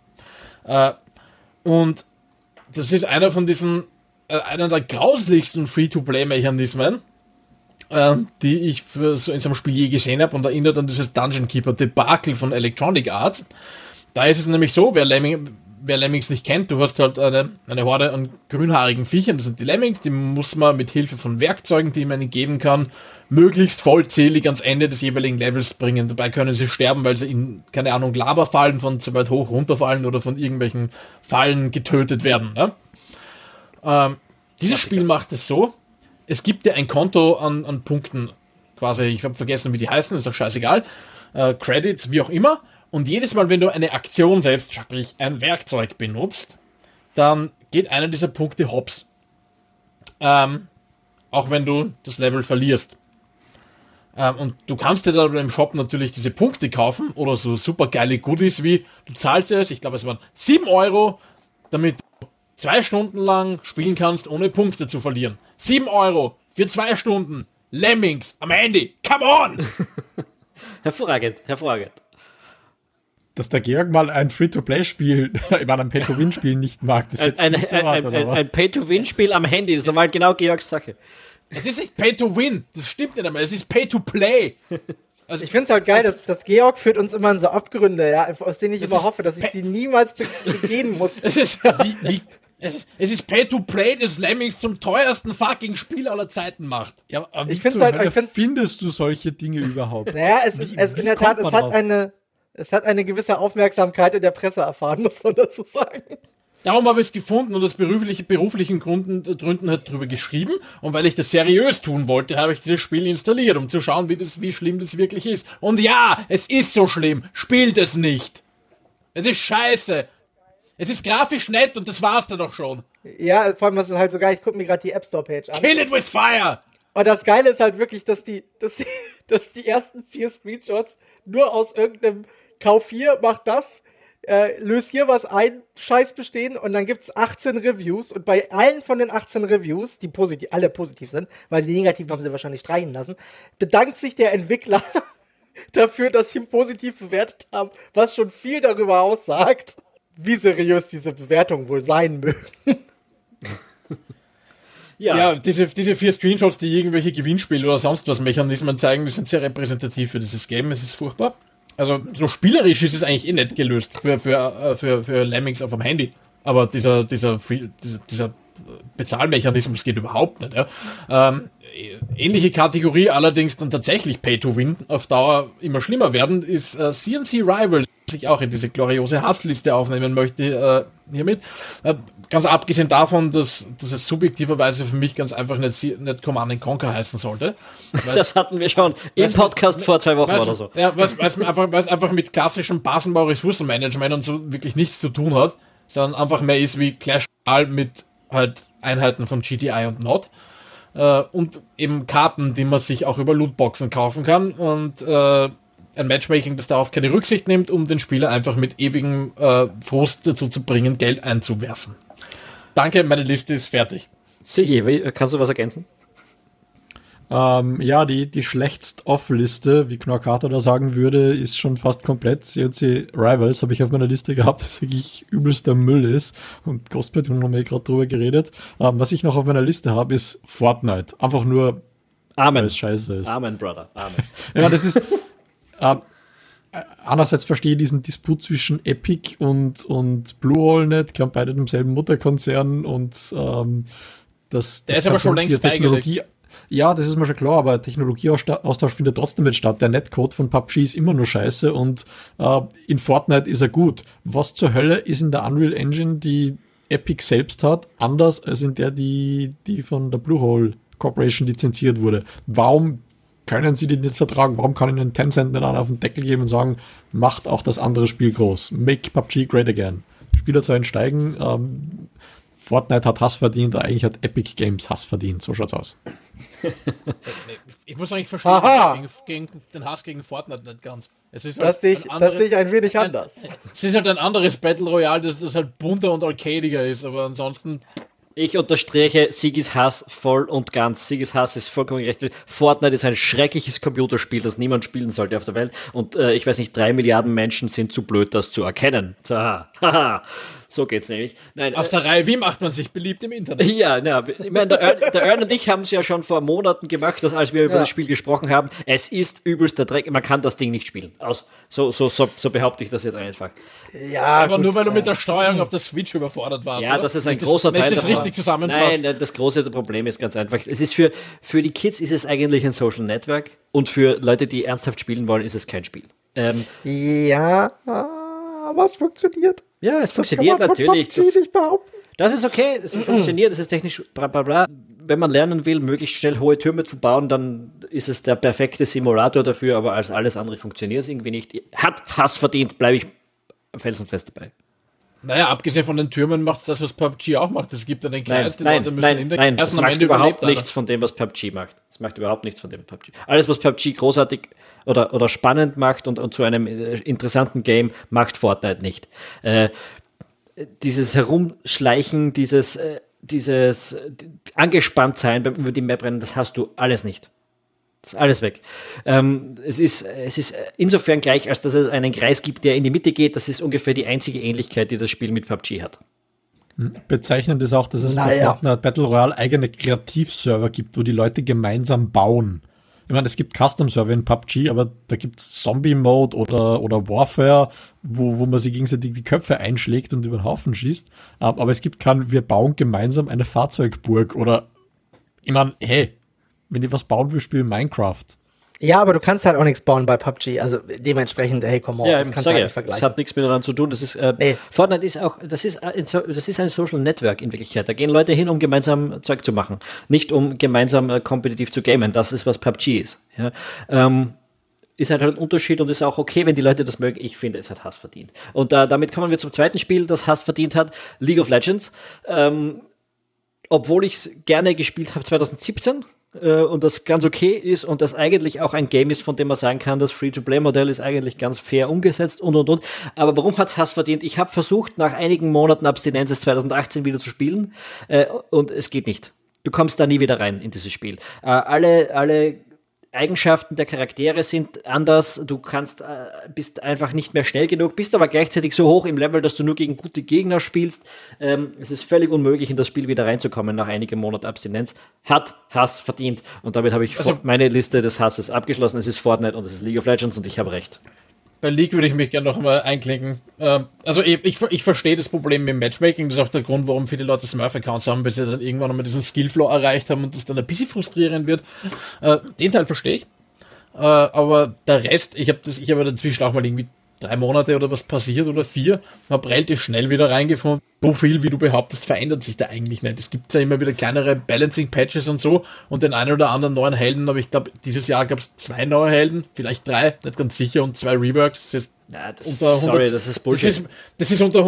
Und das ist einer von diesen, einer der grauslichsten Free-to-Play-Mechanismen, die ich für so in so einem Spiel je gesehen habe und erinnert an dieses Dungeon Keeper Debakel von Electronic Arts. Da ist es nämlich so, wer Lemmings nicht kennt, du hast halt eine Horde an grünhaarigen Viechern, das sind die Lemmings, die muss man mit Hilfe von Werkzeugen, die man ihnen geben kann, möglichst vollzählig ans Ende des jeweiligen Levels bringen. Dabei können sie sterben, weil sie in, keine Ahnung, Lava-Fallen von zu weit hoch runterfallen oder von irgendwelchen Fallen getötet werden. Ne? Dieses Spiel macht es so, es gibt dir ein Konto an Punkten, quasi, ich habe vergessen, wie die heißen, ist doch scheißegal, Credits, wie auch immer, und jedes Mal, wenn du eine Aktion setzt, sprich ein Werkzeug benutzt, dann geht einer dieser Punkte hops. Auch wenn du das Level verlierst. Und du kannst dir dann im Shop natürlich diese Punkte kaufen oder so super geile Goodies wie, du zahlst es, ich glaube es waren 7 Euro, damit du 2 Stunden lang spielen kannst, ohne Punkte zu verlieren. 7 Euro für 2 Stunden. Lemmings am Handy. Come on! Hervorragend. Dass der Georg mal ein Free-to-Play-Spiel, ich meine ein Pay-to-Win-Spiel nicht mag, das hätte ich nicht erwartet. Ein Pay-to-Win-Spiel am Handy ist normal genau Georgs Sache. Es ist nicht Pay-to-Win, das stimmt nicht einmal, es ist Pay-to-Play. Also ich finde es halt geil, dass Georg führt uns immer in so Abgründe, ja, aus denen ich immer hoffe, dass ich sie niemals begehen muss. Es ist Pay-to-Play des Lemmings zum teuersten fucking Spiel aller Zeiten macht. Ja, aber ich finde halt, findest du solche Dinge überhaupt? Naja, in der Tat, es hat eine gewisse Aufmerksamkeit in der Presse erfahren, muss man dazu sagen. Darum habe ich es gefunden und aus beruflichen Gründen halt drüber geschrieben. Und weil ich das seriös tun wollte, habe ich dieses Spiel installiert, um zu schauen, wie schlimm das wirklich ist. Und ja, es ist so schlimm. Spielt es nicht. Es ist scheiße. Es ist grafisch nett und das war's dann doch schon. Ja, vor allem, was ist halt so geil, ich gucke mir gerade die App Store Page an. Kill it with fire! Und das Geile ist halt wirklich, dass die ersten 4 Screenshots nur aus irgendeinem Kauf hier, mach das, löse hier was ein, Scheiß bestehen und dann gibt's 18 Reviews und bei allen von den 18 Reviews, die alle positiv sind, weil die negativen haben sie wahrscheinlich streichen lassen, bedankt sich der Entwickler dafür, dass sie ihn positiv bewertet haben, was schon viel darüber aussagt, wie seriös diese Bewertungen wohl sein mögen. Ja, diese 4 Screenshots, die irgendwelche Gewinnspiele oder sonst was Mechanismen zeigen, die sind sehr repräsentativ für dieses Game, es ist furchtbar. Also, so spielerisch ist es eigentlich nett gelöst für Lemmings auf dem Handy. Aber dieser Bezahlmechanismus geht überhaupt nicht, ja. Ähnliche Kategorie, allerdings dann tatsächlich Pay-to-Win auf Dauer immer schlimmer werden, ist CNC Rivals. sich auch in diese gloriose Hassliste aufnehmen möchte hiermit. Ganz abgesehen davon, dass es subjektiverweise für mich ganz einfach nicht Command & Conquer heißen sollte. Das hatten wir schon im Podcast vor 2 Wochen oder so. Ja, weil es einfach mit klassischem Basenbau-Ressourcenmanagement und so wirklich nichts zu tun hat, sondern einfach mehr ist wie Clash Royale mit halt Einheiten von GTI und NOT. Und eben Karten, die man sich auch über Lootboxen kaufen kann und ein Matchmaking, das darauf keine Rücksicht nimmt, um den Spieler einfach mit ewigem Frust dazu zu bringen, Geld einzuwerfen. Danke, meine Liste ist fertig. Sigi, kannst du was ergänzen? Ja, die schlechtst Off-Liste, wie Knorkater da sagen würde, ist schon fast komplett. COC Rivals habe ich auf meiner Liste gehabt, was wirklich übelster Müll ist. Und Ghostbed haben wir gerade drüber geredet. Was ich noch auf meiner Liste habe, ist Fortnite. Einfach nur, Amen. weil es scheiße ist. Amen, Brother. Amen. Ja, das ist... einerseits verstehe ich diesen Disput zwischen Epic und Bluehole nicht, die haben beide demselben Mutterkonzern und das ist aber schon längst Technologie. Ja, das ist mir schon klar, aber Technologieaustausch findet trotzdem nicht statt. Der Netcode von PUBG ist immer nur scheiße und in Fortnite ist er gut. Was zur Hölle ist in der Unreal Engine, die Epic selbst hat, anders als in der, die von der Bluehole Corporation lizenziert wurde? Warum können sie die nicht vertragen? Warum kann ihnen Tencent nicht auf den Deckel geben und sagen, macht auch das andere Spiel groß? Make PUBG great again. Spielerzahlen steigen, Fortnite hat Hass verdient, eigentlich hat Epic Games Hass verdient. So schaut's aus. Ich muss eigentlich verstehen, gegen den Hass gegen Fortnite nicht ganz. Es ist halt das sehe ich ein wenig anders. Es ist halt ein anderes Battle Royale, das halt bunter und arcadiger ist, aber ansonsten... Ich unterstreiche Sigis Hass voll und ganz. Sigis Hass ist vollkommen gerecht. Fortnite ist ein schreckliches Computerspiel, das niemand spielen sollte auf der Welt. Und ich weiß nicht, 3 Milliarden Menschen sind zu blöd, das zu erkennen. Haha. So geht's nämlich. Nein, aus der Reihe, wie macht man sich beliebt im Internet? Ja, ich meine, der Ern und ich haben es ja schon vor Monaten gemacht, dass, als wir über das Spiel gesprochen haben. Es ist übelster Dreck, man kann das Ding nicht spielen. So behaupte ich das jetzt einfach. Ja, aber gut, nur weil du mit der Steuerung auf der Switch überfordert warst. Ja, oder? das ist ein großer Teil davon. Richtig zusammenfassen. Nein, das große Problem ist ganz einfach. Es ist für die Kids ist es eigentlich ein Social Network und für Leute, die ernsthaft spielen wollen, ist es kein Spiel. Ja, aber es funktioniert. Ja, es funktioniert natürlich. Das ist okay, es funktioniert, es ist technisch bla bla bla. Wenn man lernen will, möglichst schnell hohe Türme zu bauen, dann ist es der perfekte Simulator dafür, aber als alles andere funktioniert es irgendwie nicht. Hat Hass verdient, bleibe ich felsenfest dabei. Naja, abgesehen von den Türmen macht es das, was PUBG auch macht. Es gibt einen Kreis, die Leute müssen in der ersten am Ende überhaupt nichts von dem, was PUBG macht. Es macht überhaupt nichts von dem PUBG. Alles, was PUBG großartig oder spannend macht und zu einem interessanten Game, macht Fortnite nicht. Dieses Herumschleichen, dieses Angespanntsein über die Map rennen, das hast du alles nicht. Das ist alles weg. Es ist insofern gleich, als dass es einen Kreis gibt, der in die Mitte geht. Das ist ungefähr die einzige Ähnlichkeit, die das Spiel mit PUBG hat. Bezeichnend ist auch, dass es bei Fortnite Battle Royale eigene Kreativserver gibt, wo die Leute gemeinsam bauen. Ich meine, es gibt Custom-Server in PUBG, aber da gibt es Zombie-Mode oder Warfare, wo man sich gegenseitig die Köpfe einschlägt und über den Haufen schießt. Aber es gibt wir bauen gemeinsam eine Fahrzeugburg oder, ich meine, hey, wenn ihr was bauen will, spielen Minecraft. Ja, aber du kannst halt auch nichts bauen bei PUBG. Also dementsprechend, hey, komm on, das kannst du halt nicht vergleichen. Das hat nichts miteinander zu tun. Das ist, Fortnite ist auch, das ist ein Social Network in Wirklichkeit. Da gehen Leute hin, um gemeinsam Zeug zu machen. Nicht um gemeinsam kompetitiv zu gamen. Das ist, was PUBG ist. Ja? Ist halt ein Unterschied und ist auch okay, wenn die Leute das mögen. Ich finde, es hat Hass verdient. Und damit kommen wir zum zweiten Spiel, das Hass verdient hat. League of Legends. Obwohl ich es gerne gespielt habe 2017, und das ganz okay ist und das eigentlich auch ein Game ist, von dem man sagen kann, das Free-to-Play-Modell ist eigentlich ganz fair umgesetzt und. Aber warum hat es Hass verdient? Ich habe versucht, nach einigen Monaten Abstinenz 2018 wieder zu spielen und es geht nicht. Du kommst da nie wieder rein in dieses Spiel. Alle Eigenschaften der Charaktere sind anders, du bist einfach nicht mehr schnell genug, bist aber gleichzeitig so hoch im Level, dass du nur gegen gute Gegner spielst. Es ist völlig unmöglich, in das Spiel wieder reinzukommen nach einigen Monaten Abstinenz. Hat Hass verdient. Und damit habe ich meine Liste des Hasses abgeschlossen. Es ist Fortnite und es ist League of Legends und ich habe recht. Bei League würde ich mich gerne noch mal einklinken. Also ich verstehe das Problem mit dem Matchmaking. Das ist auch der Grund, warum viele Leute Smurf-Accounts haben, weil sie dann irgendwann einmal diesen Skillflow erreicht haben und das dann ein bisschen frustrierend wird. Den Teil verstehe ich. Aber der Rest, ich habe inzwischen auch mal irgendwie 3 Monate oder was passiert oder 4, habe relativ schnell wieder reingefunden. So viel, wie du behauptest, verändert sich da eigentlich nicht. Es gibt ja immer wieder kleinere Balancing-Patches und so und den einen oder anderen neuen Helden, aber ich glaube, dieses Jahr gab es 2 neue Helden, vielleicht 3, nicht ganz sicher, und 2 Reworks. Das ist das ist Bullshit. Das ist unter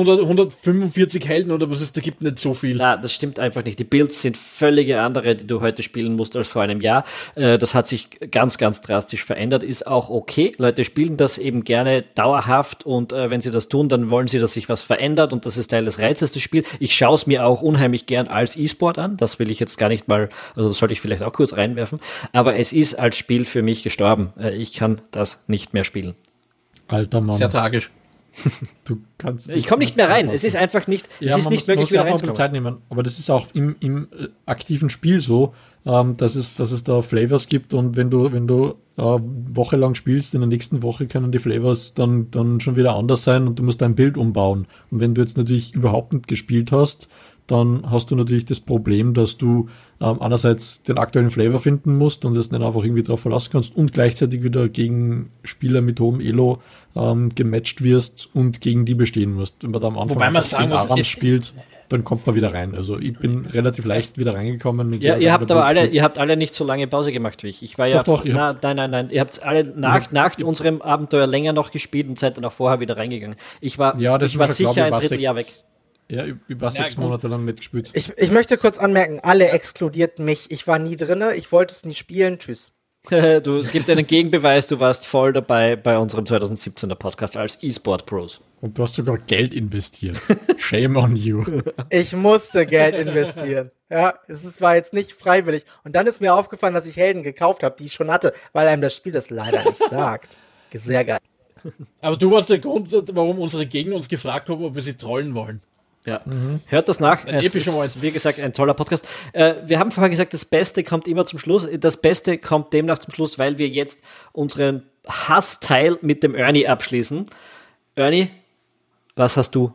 145 Helden oder was es da gibt, nicht so viel. Na, das stimmt einfach nicht. Die Builds sind völlige andere, die du heute spielen musst als vor einem Jahr. Das hat sich ganz, ganz drastisch verändert. Ist auch okay. Leute spielen das eben gerne dauerhaft und wenn sie das tun, dann wollen sie, dass sich was verändert und das ist Teil des Reizes des Spiels. Ich schaue es mir auch unheimlich gern als E-Sport an. Das will ich jetzt gar nicht mal, also das sollte ich vielleicht auch kurz reinwerfen. Aber es ist als Spiel für mich gestorben. Ich kann das nicht mehr spielen. Alter Mann. Sehr tragisch. Du kannst ich komme nicht mehr rein. Es ist einfach nicht, es ist nicht möglich, wieder reinzukommen. Zeit nehmen. Aber das ist auch im aktiven Spiel so, dass es da Flavors gibt und wenn du wochenlang spielst, in der nächsten Woche können die Flavors dann schon wieder anders sein und du musst dein Bild umbauen. Und wenn du jetzt natürlich überhaupt nicht gespielt hast, dann hast du natürlich das Problem, dass du einerseits den aktuellen Flavor finden musst und es nicht einfach irgendwie drauf verlassen kannst und gleichzeitig wieder gegen Spieler mit hohem Elo gematcht wirst und gegen die bestehen musst. Wenn man da am Anfang Wobei man sagen muss, Arams spielt, dann kommt man wieder rein. Also ich bin relativ leicht wieder reingekommen. Ja, ihr habt alle nicht so lange Pause gemacht wie ich. Ich war ja, doch, nein. Ihr habt alle nach unserem Abenteuer länger noch gespielt und seid dann auch vorher wieder reingegangen. Ich war sicher ein Dritteljahr weg. Ja, über 6 Monate lang mitgespielt. Ich möchte kurz anmerken, alle exkludiert mich. Ich war nie drinne, ich wollte es nie spielen. Tschüss. Es gibt einen Gegenbeweis, du warst voll dabei bei unserem 2017er Podcast als E-Sport Pros. Und du hast sogar Geld investiert. Shame on you. Ich musste Geld investieren. Ja, es war jetzt nicht freiwillig. Und dann ist mir aufgefallen, dass ich Helden gekauft habe, die ich schon hatte, weil einem das Spiel das leider nicht sagt. Sehr geil. Aber du warst der Grund, warum unsere Gegner uns gefragt haben, ob wir sie trollen wollen. Ja, hört das nach. Es ist, wie gesagt, ein toller Podcast. Wir haben vorher gesagt, das Beste kommt immer zum Schluss. Das Beste kommt demnach zum Schluss, weil wir jetzt unseren Hassteil mit dem Ernie abschließen. Ernie, was hast du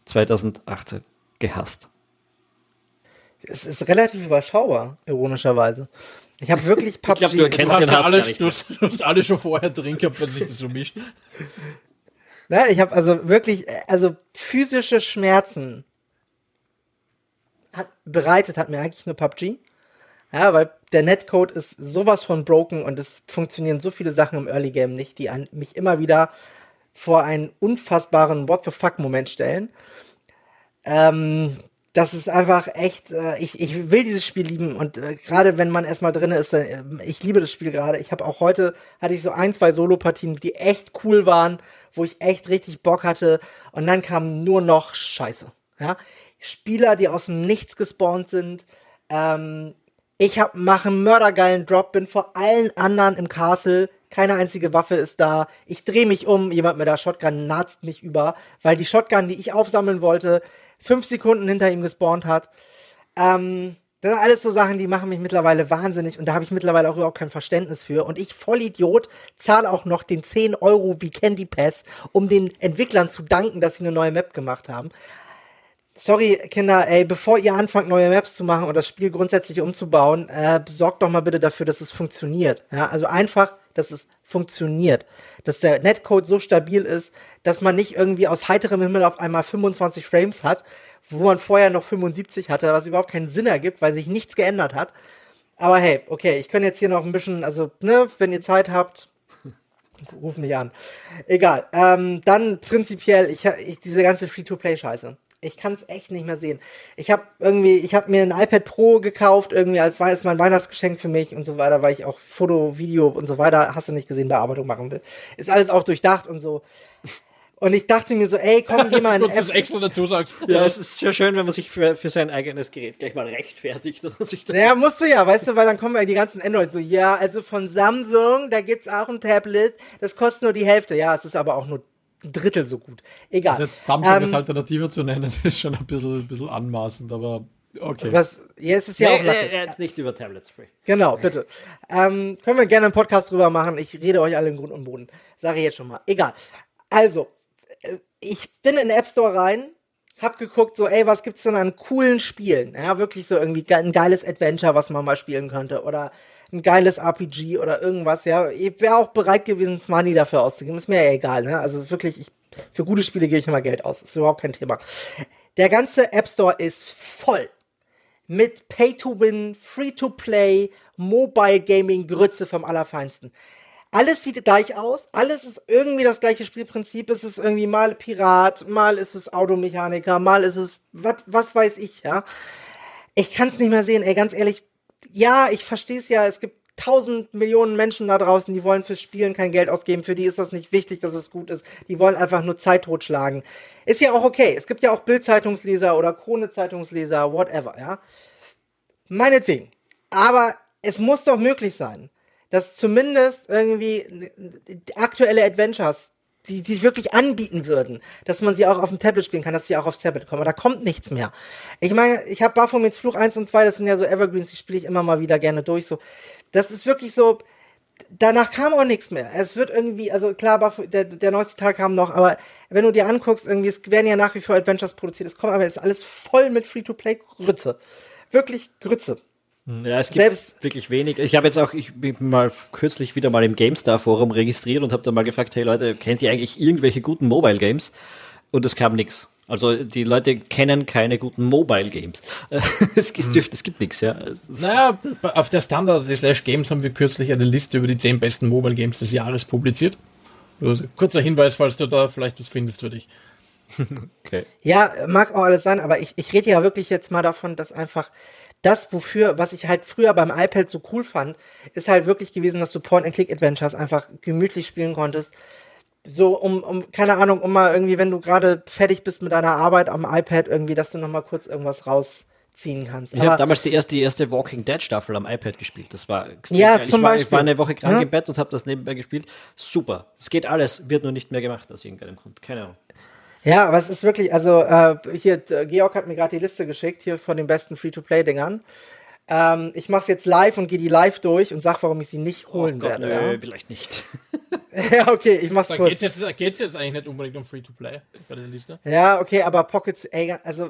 2018 gehasst? Es ist relativ überschaubar, ironischerweise. Ich habe wirklich PUBG... Ich glaube, du erkennst den Hass gar nicht. Du hast alle schon vorher drin gehabt, wenn sich das so mischt. Nein, ich habe also wirklich, physische Schmerzen bereitet hat mir eigentlich nur PUBG. Ja, weil der Netcode ist sowas von broken und es funktionieren so viele Sachen im Early Game nicht, die mich immer wieder vor einen unfassbaren What the fuck Moment stellen. Das ist einfach echt, ich will dieses Spiel lieben und gerade wenn man erstmal drin ist, ich liebe das Spiel gerade. Hatte ich so 1, 2 Solo-Partien, die echt cool waren, wo ich echt richtig Bock hatte und dann kam nur noch Scheiße. Ja? Spieler, die aus dem Nichts gespawnt sind. Ich mache einen mördergeilen Drop, bin vor allen anderen im Castle. Keine einzige Waffe ist da. Ich drehe mich um, jemand mit der Shotgun nazt mich über, weil die Shotgun, die ich aufsammeln wollte, 5 Sekunden hinter ihm gespawnt hat. Das sind alles so Sachen, die machen mich mittlerweile wahnsinnig und da habe ich mittlerweile auch überhaupt kein Verständnis für. Und ich, Vollidiot, zahle auch noch den 10 Euro wie Candy Pass, um den Entwicklern zu danken, dass sie eine neue Map gemacht haben. Sorry, Kinder, bevor ihr anfangt, neue Maps zu machen und das Spiel grundsätzlich umzubauen, sorgt doch mal bitte dafür, dass es funktioniert. Ja, also einfach, dass es funktioniert. Dass der Netcode so stabil ist, dass man nicht irgendwie aus heiterem Himmel auf einmal 25 Frames hat, wo man vorher noch 75 hatte, was überhaupt keinen Sinn ergibt, weil sich nichts geändert hat. Aber hey, okay, ich kann jetzt hier noch ein bisschen, wenn ihr Zeit habt, ruf mich an. Egal. Dann prinzipiell, diese ganze Free-to-Play-Scheiße. Ich kann es echt nicht mehr sehen. Ich habe mir ein iPad Pro gekauft, irgendwie als mein Weihnachtsgeschenk für mich und so weiter, weil ich auch Foto, Video und so weiter, hast du nicht gesehen, Bearbeitung machen will. Ist alles auch durchdacht und so. Und ich dachte mir so, komm, geh mal in App. Extra dazu sagst. Ja, es ist sehr schön, wenn man sich für sein eigenes Gerät gleich mal rechtfertigt. Dass man sich naja, musst du ja, weißt du, weil dann kommen die ganzen Android so, ja, also von Samsung, da gibt's auch ein Tablet, das kostet nur die Hälfte. Ja, es ist aber auch nur ein Drittel so gut. Egal. Also jetzt Samsung als Alternative zu nennen, ist schon ein bisschen anmaßend, aber okay. Es ist ja auch jetzt nicht über Tablets sprechen. Genau, bitte. Können wir gerne einen Podcast drüber machen. Ich rede euch alle im Grund und Boden. Sage ich jetzt schon mal. Egal. Also, ich bin in den App Store rein hab geguckt, so, ey, was gibt's denn an coolen Spielen? Ja, wirklich so irgendwie ein geiles Adventure, was man mal spielen könnte. Oder ein geiles RPG oder irgendwas, ja. Ich wäre auch bereit gewesen, das Money dafür auszugeben. Ist mir ja egal, ne? Also wirklich, für gute Spiele gebe ich immer Geld aus. Ist überhaupt kein Thema. Der ganze App Store ist voll mit Pay-to-Win, Free-to-Play, Mobile-Gaming-Grütze vom Allerfeinsten. Alles sieht gleich aus, alles ist irgendwie das gleiche Spielprinzip. Es ist irgendwie mal Pirat, mal ist es Automechaniker, mal ist es was weiß ich, ja. Ich kann es nicht mehr sehen, ey, ganz ehrlich. Ja, ich verstehe es ja, es gibt 1000 Millionen Menschen da draußen, die wollen fürs Spielen kein Geld ausgeben, für die ist das nicht wichtig, dass es gut ist. Die wollen einfach nur Zeit totschlagen. Ist ja auch okay, es gibt ja auch Bild-Zeitungsleser oder Krone-Zeitungsleser, whatever, ja. Meinetwegen. Aber es muss doch möglich sein, dass zumindest irgendwie aktuelle Adventures, die sich wirklich anbieten würden, dass man sie auch auf dem Tablet spielen kann, dass sie auch aufs Tablet kommen. Aber da kommt nichts mehr. Ich meine, ich habe Baphomets Fluch 1 und 2, das sind ja so Evergreens, die spiele ich immer mal wieder gerne durch. So, das ist wirklich so, danach kam auch nichts mehr. Es wird irgendwie, also klar, der neueste Teil kam noch, aber wenn du dir anguckst, irgendwie, es werden ja nach wie vor Adventures produziert, es kommt aber jetzt alles voll mit Free-to-Play-Grütze. Wirklich Grütze. Ja, es gibt wirklich wenig. Ich bin mal kürzlich wieder mal im GameStar-Forum registriert und habe da mal gefragt, hey Leute, kennt ihr eigentlich irgendwelche guten Mobile-Games? Und es kam nichts. Also die Leute kennen keine guten Mobile-Games. Es gibt nichts, ja. Naja, auf der Standard/Games haben wir kürzlich eine Liste über die 10 besten Mobile-Games des Jahres publiziert. Also, kurzer Hinweis, falls du da vielleicht was findest für dich. Okay. Ja, mag auch alles sein, aber ich rede ja wirklich jetzt mal davon, dass einfach das, was ich halt früher beim iPad so cool fand, ist halt wirklich gewesen, dass du Point-and-Click-Adventures einfach gemütlich spielen konntest. So, keine Ahnung, mal irgendwie, wenn du gerade fertig bist mit deiner Arbeit am iPad irgendwie, dass du nochmal kurz irgendwas rausziehen kannst. Ich habe damals die erste Walking Dead Staffel am iPad gespielt. Das war extrem ja, geil. Zum Beispiel. Ich war eine Woche krank im Bett und habe das nebenbei gespielt. Super. Es geht alles, wird nur nicht mehr gemacht aus irgendeinem Grund. Keine Ahnung. Ja, aber es ist wirklich, also hier, Georg hat mir gerade die Liste geschickt, hier von den besten Free-to-Play-Dingern. Ich mach's jetzt live und gehe die live durch und sag, warum ich sie nicht holen werde. Nö, ja? vielleicht nicht. Ja, okay, ich mach's kurz. Geht's jetzt eigentlich nicht unbedingt um Free-to-Play bei der Liste? Ja, okay, aber Pockets, also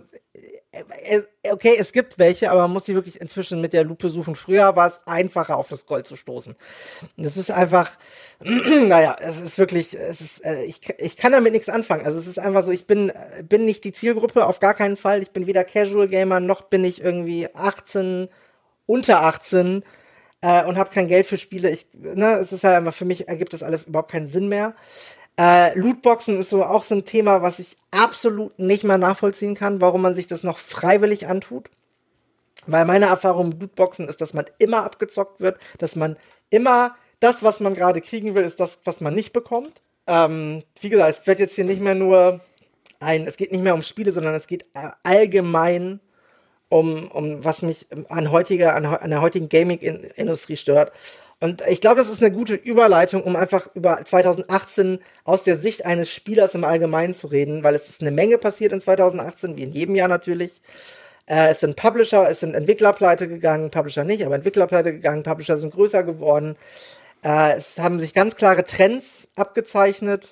okay, es gibt welche, aber man muss sie wirklich inzwischen mit der Lupe suchen. Früher war es einfacher, auf das Gold zu stoßen. Das ist einfach, naja, es ist wirklich, ich kann damit nichts anfangen. Also es ist einfach so, ich bin nicht die Zielgruppe, auf gar keinen Fall. Ich bin weder Casual Gamer, noch bin ich irgendwie unter 18 und habe kein Geld für Spiele. Es ist halt einfach, für mich ergibt das alles überhaupt keinen Sinn mehr. Lootboxen ist auch so ein Thema, was ich absolut nicht mehr nachvollziehen kann, warum man sich das noch freiwillig antut. Weil meine Erfahrung mit Lootboxen ist, dass man immer abgezockt wird, dass man immer das, was man gerade kriegen will, ist das, was man nicht bekommt. Wie gesagt, es wird jetzt hier nicht mehr nur es geht nicht mehr um Spiele, sondern es geht allgemein um was mich an der heutigen Gaming-Industrie stört. Und ich glaube, das ist eine gute Überleitung, um einfach über 2018 aus der Sicht eines Spielers im Allgemeinen zu reden, weil es ist eine Menge passiert in 2018, wie in jedem Jahr natürlich. Es sind Entwickler pleite gegangen, Publisher nicht, aber Entwickler pleite gegangen, Publisher sind größer geworden. Es haben sich ganz klare Trends abgezeichnet.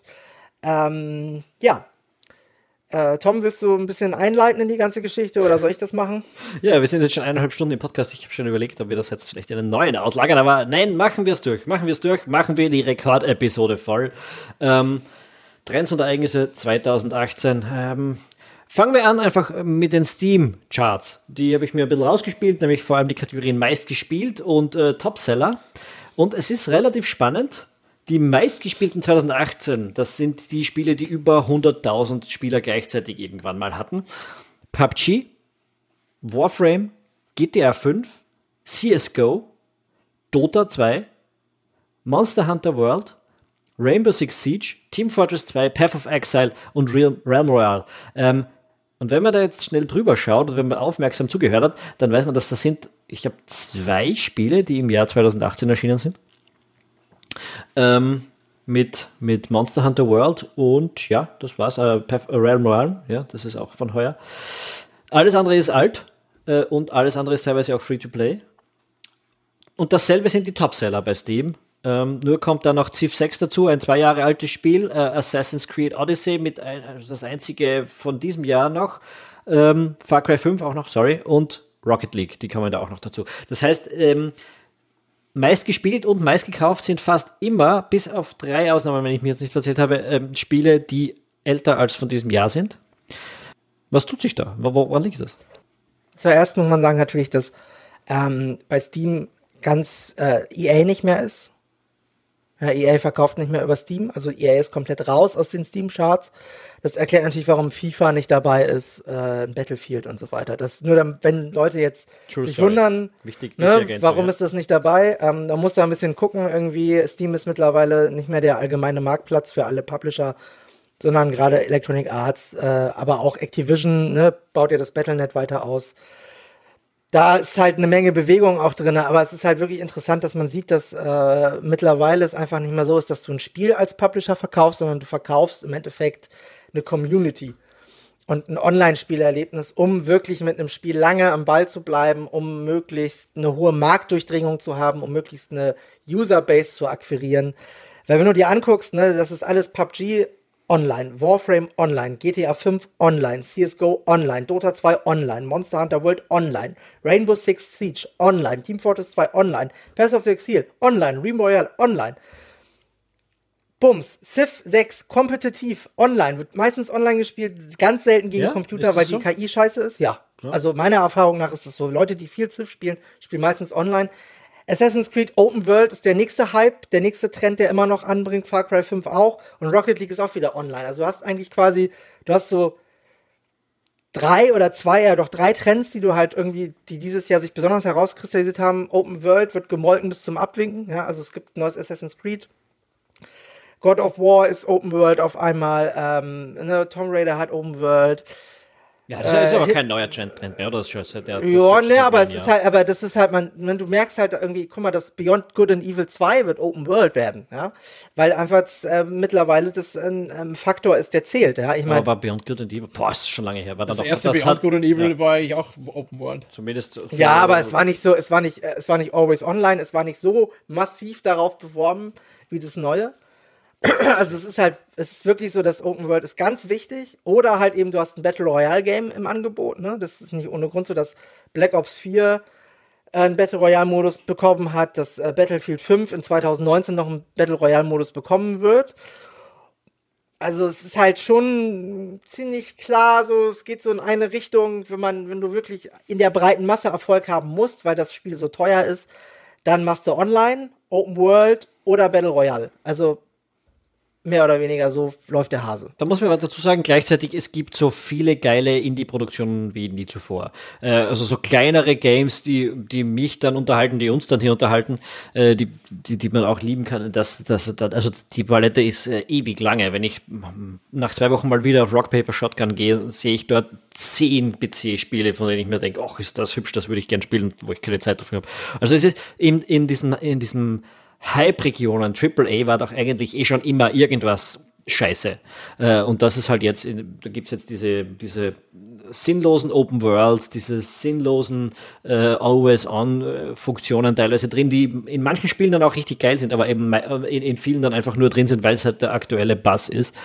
Tom, willst du ein bisschen einleiten in die ganze Geschichte oder soll ich das machen? Ja, wir sind jetzt schon 1,5 Stunden im Podcast. Ich habe schon überlegt, ob wir das jetzt vielleicht in einen neuen auslagern, aber nein, machen wir es durch. Machen wir die Rekordepisode voll. Trends und Ereignisse 2018. Fangen wir an einfach mit den Steam-Charts. Die habe ich mir ein bisschen rausgespielt, nämlich vor allem die Kategorien meistgespielt und Topseller. Und es ist relativ spannend. Die meistgespielten 2018, das sind die Spiele, die über 100.000 Spieler gleichzeitig irgendwann mal hatten. PUBG, Warframe, GTA 5, CSGO, Dota 2, Monster Hunter World, Rainbow Six Siege, Team Fortress 2, Path of Exile und Realm Royale. Und wenn man da jetzt schnell drüber schaut und wenn man aufmerksam zugehört hat, dann weiß man, dass das sind, ich glaube, 2 Spiele, die im Jahr 2018 erschienen sind. Mit Monster Hunter World und ja, das war's. Realm Royale, ja, das ist auch von heuer. Alles andere ist alt und alles andere ist teilweise auch Free-to-Play. Und dasselbe sind die Topseller bei Steam. Nur kommt dann noch Civ 6 dazu, ein 2 Jahre altes Spiel, Assassin's Creed Odyssey das einzige von diesem Jahr noch, Far Cry 5 auch noch, und Rocket League, die kommen da auch noch dazu. Das heißt, meist gespielt und meist gekauft sind fast immer, bis auf 3 Ausnahmen, wenn ich mir jetzt nicht verzählt habe, Spiele, die älter als von diesem Jahr sind. Was tut sich da? Woran liegt das? Zuerst muss man sagen natürlich, dass bei Steam ganz EA nicht mehr ist. Ja, EA verkauft nicht mehr über Steam, also EA ist komplett raus aus den Steam-Charts. Das erklärt natürlich, warum FIFA nicht dabei ist, Battlefield und so weiter. Das nur, wenn Leute jetzt sich wundern, warum ist das nicht dabei, dann muss da ein bisschen gucken, irgendwie, Steam ist mittlerweile nicht mehr der allgemeine Marktplatz für alle Publisher, sondern gerade Electronic Arts, aber auch Activision, ne, baut ja das Battle.net weiter aus. Da ist halt eine Menge Bewegung auch drin, aber es ist halt wirklich interessant, dass man sieht, dass mittlerweile es einfach nicht mehr so ist, dass du ein Spiel als Publisher verkaufst, sondern du verkaufst im Endeffekt eine Community und ein Online-Spielerlebnis, um wirklich mit einem Spiel lange am Ball zu bleiben, um möglichst eine hohe Marktdurchdringung zu haben, um möglichst eine Userbase zu akquirieren. Weil wenn du dir anguckst, ne, das ist alles PUBG online, Warframe online, GTA 5 online, CSGO online, Dota 2 online, Monster Hunter World online, Rainbow Six Siege online, Team Fortress 2 online, Path of the Exile online, Rainbow Royale online. Bums, Civ 6 kompetitiv online, wird meistens online gespielt, ganz selten gegen Computer, weil die KI scheiße ist. Ja, also meiner Erfahrung nach ist es so, Leute, die viel Civ spielen, spielen meistens online. Assassin's Creed Open World ist der nächste Hype, der nächste Trend, der immer noch anbringt, Far Cry 5 auch, und Rocket League ist auch wieder online. Also du hast eigentlich quasi, so 3 Trends, die du halt irgendwie, die dieses Jahr sich besonders herauskristallisiert haben. Open World wird gemolken bis zum Abwinken, ja, also es gibt ein neues Assassin's Creed. God of War ist Open World auf einmal, Tomb Raider hat Open World. Ja, das ist aber kein neuer Trend mehr, oder? Das ist schon seit der das ist halt, du merkst halt irgendwie, guck mal, das Beyond Good and Evil 2 wird Open World werden, ja, weil einfach mittlerweile das ein Faktor ist, der zählt, ja, ich meine. Aber Beyond Good and Evil, ist schon lange her. Das erste Beyond Good and Evil war eigentlich auch Open World. Zumindest. Ja, aber es war nicht so, es war nicht always online, es war nicht so massiv darauf beworben wie das Neue. Also es ist wirklich so, dass Open World ist ganz wichtig. Oder halt eben, du hast ein Battle Royale Game im Angebot, ne? Das ist nicht ohne Grund so, dass Black Ops 4 einen Battle Royale Modus bekommen hat, dass Battlefield 5 in 2019 noch einen Battle Royale Modus bekommen wird. Also es ist halt schon ziemlich klar, so es geht so in eine Richtung, wenn du wirklich in der breiten Masse Erfolg haben musst, weil das Spiel so teuer ist, dann machst du Online, Open World oder Battle Royale. Also mehr oder weniger so läuft der Hase. Da muss man aber dazu sagen, gleichzeitig, es gibt so viele geile Indie-Produktionen wie nie zuvor. Also so kleinere Games, die mich dann unterhalten, die uns dann hier unterhalten, die man auch lieben kann. Also die Palette ist ewig lange. Wenn ich nach 2 Wochen mal wieder auf Rock, Paper, Shotgun gehe, sehe ich dort 10 PC-Spiele, von denen ich mir denke, ach, ist das hübsch, das würde ich gern spielen, wo ich keine Zeit dafür habe. Also es ist in diesem Hype-Regionen, AAA war doch eigentlich schon immer irgendwas scheiße. Und das ist halt jetzt, da gibt es jetzt diese sinnlosen Open Worlds, diese sinnlosen Always-On-Funktionen teilweise drin, die in manchen Spielen dann auch richtig geil sind, aber eben in vielen dann einfach nur drin sind, weil es halt der aktuelle Buzz ist.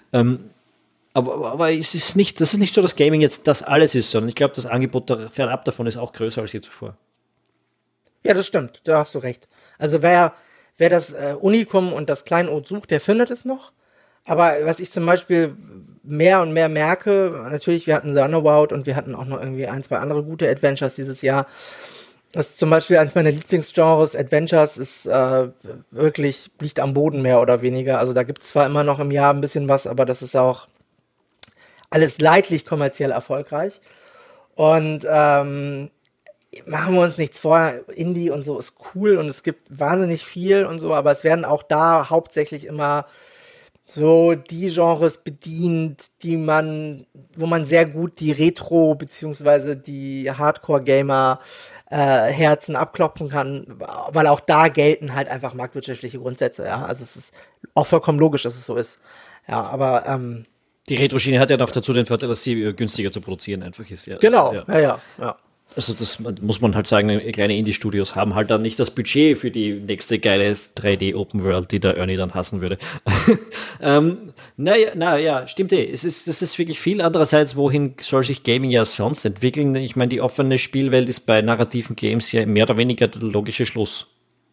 Aber das ist nicht so, dass Gaming jetzt das alles ist, sondern ich glaube, das Angebot fernab davon ist auch größer als je zuvor. Ja, das stimmt, da hast du recht. Also wer das Unikum und das Kleinod sucht, der findet es noch. Aber was ich zum Beispiel mehr und mehr merke, natürlich, wir hatten The Underworld und wir hatten auch noch irgendwie 1, 2 andere gute Adventures dieses Jahr. Das ist zum Beispiel eins meiner Lieblingsgenres. Adventures ist wirklich, liegt am Boden mehr oder weniger. Also da gibt es zwar immer noch im Jahr ein bisschen was, aber das ist auch alles leidlich kommerziell erfolgreich. Und machen wir uns nichts vor, Indie und so ist cool und es gibt wahnsinnig viel und so, aber es werden auch da hauptsächlich immer so die Genres bedient, wo man sehr gut die Retro- bzw. die Hardcore-Gamer Herzen abklopfen kann, weil auch da gelten halt einfach marktwirtschaftliche Grundsätze, ja, also es ist auch vollkommen logisch, dass es so ist, ja, aber die Retro-Schiene hat ja noch dazu den Vorteil, dass sie günstiger zu produzieren einfach ist, ja. Genau, ja. Ja. Also das muss man halt sagen, kleine Indie-Studios haben halt dann nicht das Budget für die nächste geile 3D-Open-World, die der Ernie dann hassen würde. Naja, stimmt Das ist wirklich viel. Andererseits, wohin soll sich Gaming ja sonst entwickeln? Ich meine, die offene Spielwelt ist bei narrativen Games ja mehr oder weniger der logische Schluss.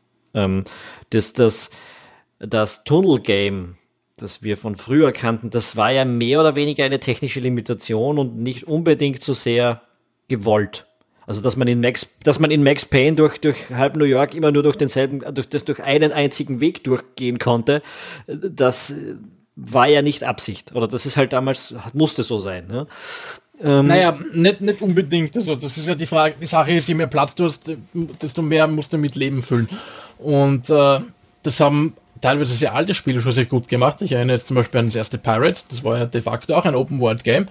Das Tunnel-Game, das wir von früher kannten, das war ja mehr oder weniger eine technische Limitation und nicht unbedingt so sehr gewollt. Also, dass man in Max Payne durch halb New York immer nur durch einen einzigen Weg durchgehen konnte, das war ja nicht Absicht. Oder das ist halt damals, musste so sein. Ne? Naja, nicht unbedingt. Also, das ist ja die Frage, die Sache ist, je mehr Platz du hast, desto mehr musst du mit Leben füllen. Und das haben teilweise sehr alte Spiele schon sehr gut gemacht. Ich erinnere jetzt zum Beispiel an das erste Pirates, das war ja de facto auch ein Open-World-Game.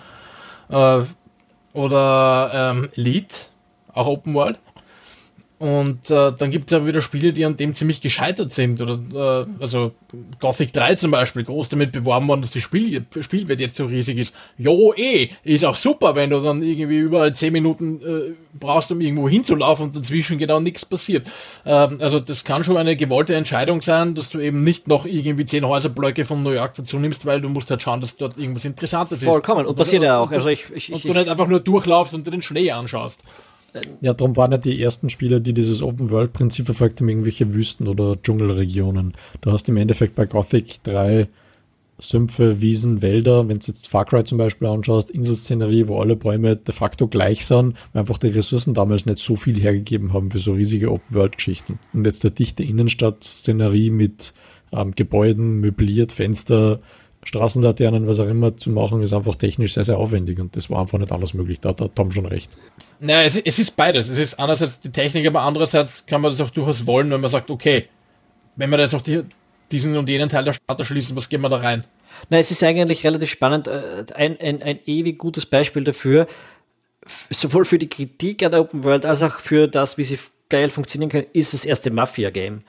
Oder Elite, auch Open World. Und dann gibt es ja wieder Spiele, die an dem ziemlich gescheitert sind. Oder also Gothic 3 zum Beispiel, groß damit beworben worden, dass die Spielwelt jetzt so riesig ist. Ist auch super, wenn du dann irgendwie überall 10 Minuten brauchst, um irgendwo hinzulaufen und dazwischen genau nichts passiert. Also das kann schon eine gewollte Entscheidung sein, dass du eben nicht noch irgendwie 10 Häuserblöcke von New York dazu nimmst, weil du musst halt schauen, dass dort irgendwas Interessantes ist. Vollkommen, und passiert ja auch. Also und du nicht einfach nur durchlaufst und dir den Schnee anschaust. Ja, darum waren ja die ersten Spiele, die dieses Open-World-Prinzip verfolgt haben, irgendwelche Wüsten- oder Dschungelregionen. Du hast im Endeffekt bei Gothic 3 Sümpfe, Wiesen, Wälder. Wenn du jetzt Far Cry zum Beispiel anschaust, Inselszenerie, wo alle Bäume de facto gleich sind, weil einfach die Ressourcen damals nicht so viel hergegeben haben für so riesige Open-World-Geschichten. Und jetzt der dichte Innenstadt-Szenerie mit Gebäuden, möbliert, Fenster, Straßenlaternen, was auch immer zu machen, ist einfach technisch sehr, sehr aufwendig und das war einfach nicht alles möglich. Da hat Tom schon recht. Naja, es ist beides. Es ist einerseits die Technik, aber andererseits kann man das auch durchaus wollen, wenn man sagt, okay, wenn wir jetzt auch diesen und jenen Teil der Stadt erschließen, was gehen wir da rein? Na, es ist eigentlich relativ spannend. Ein ewig gutes Beispiel dafür, sowohl für die Kritik an der Open World als auch für das, wie sie geil funktionieren können, ist das erste Mafia-Game.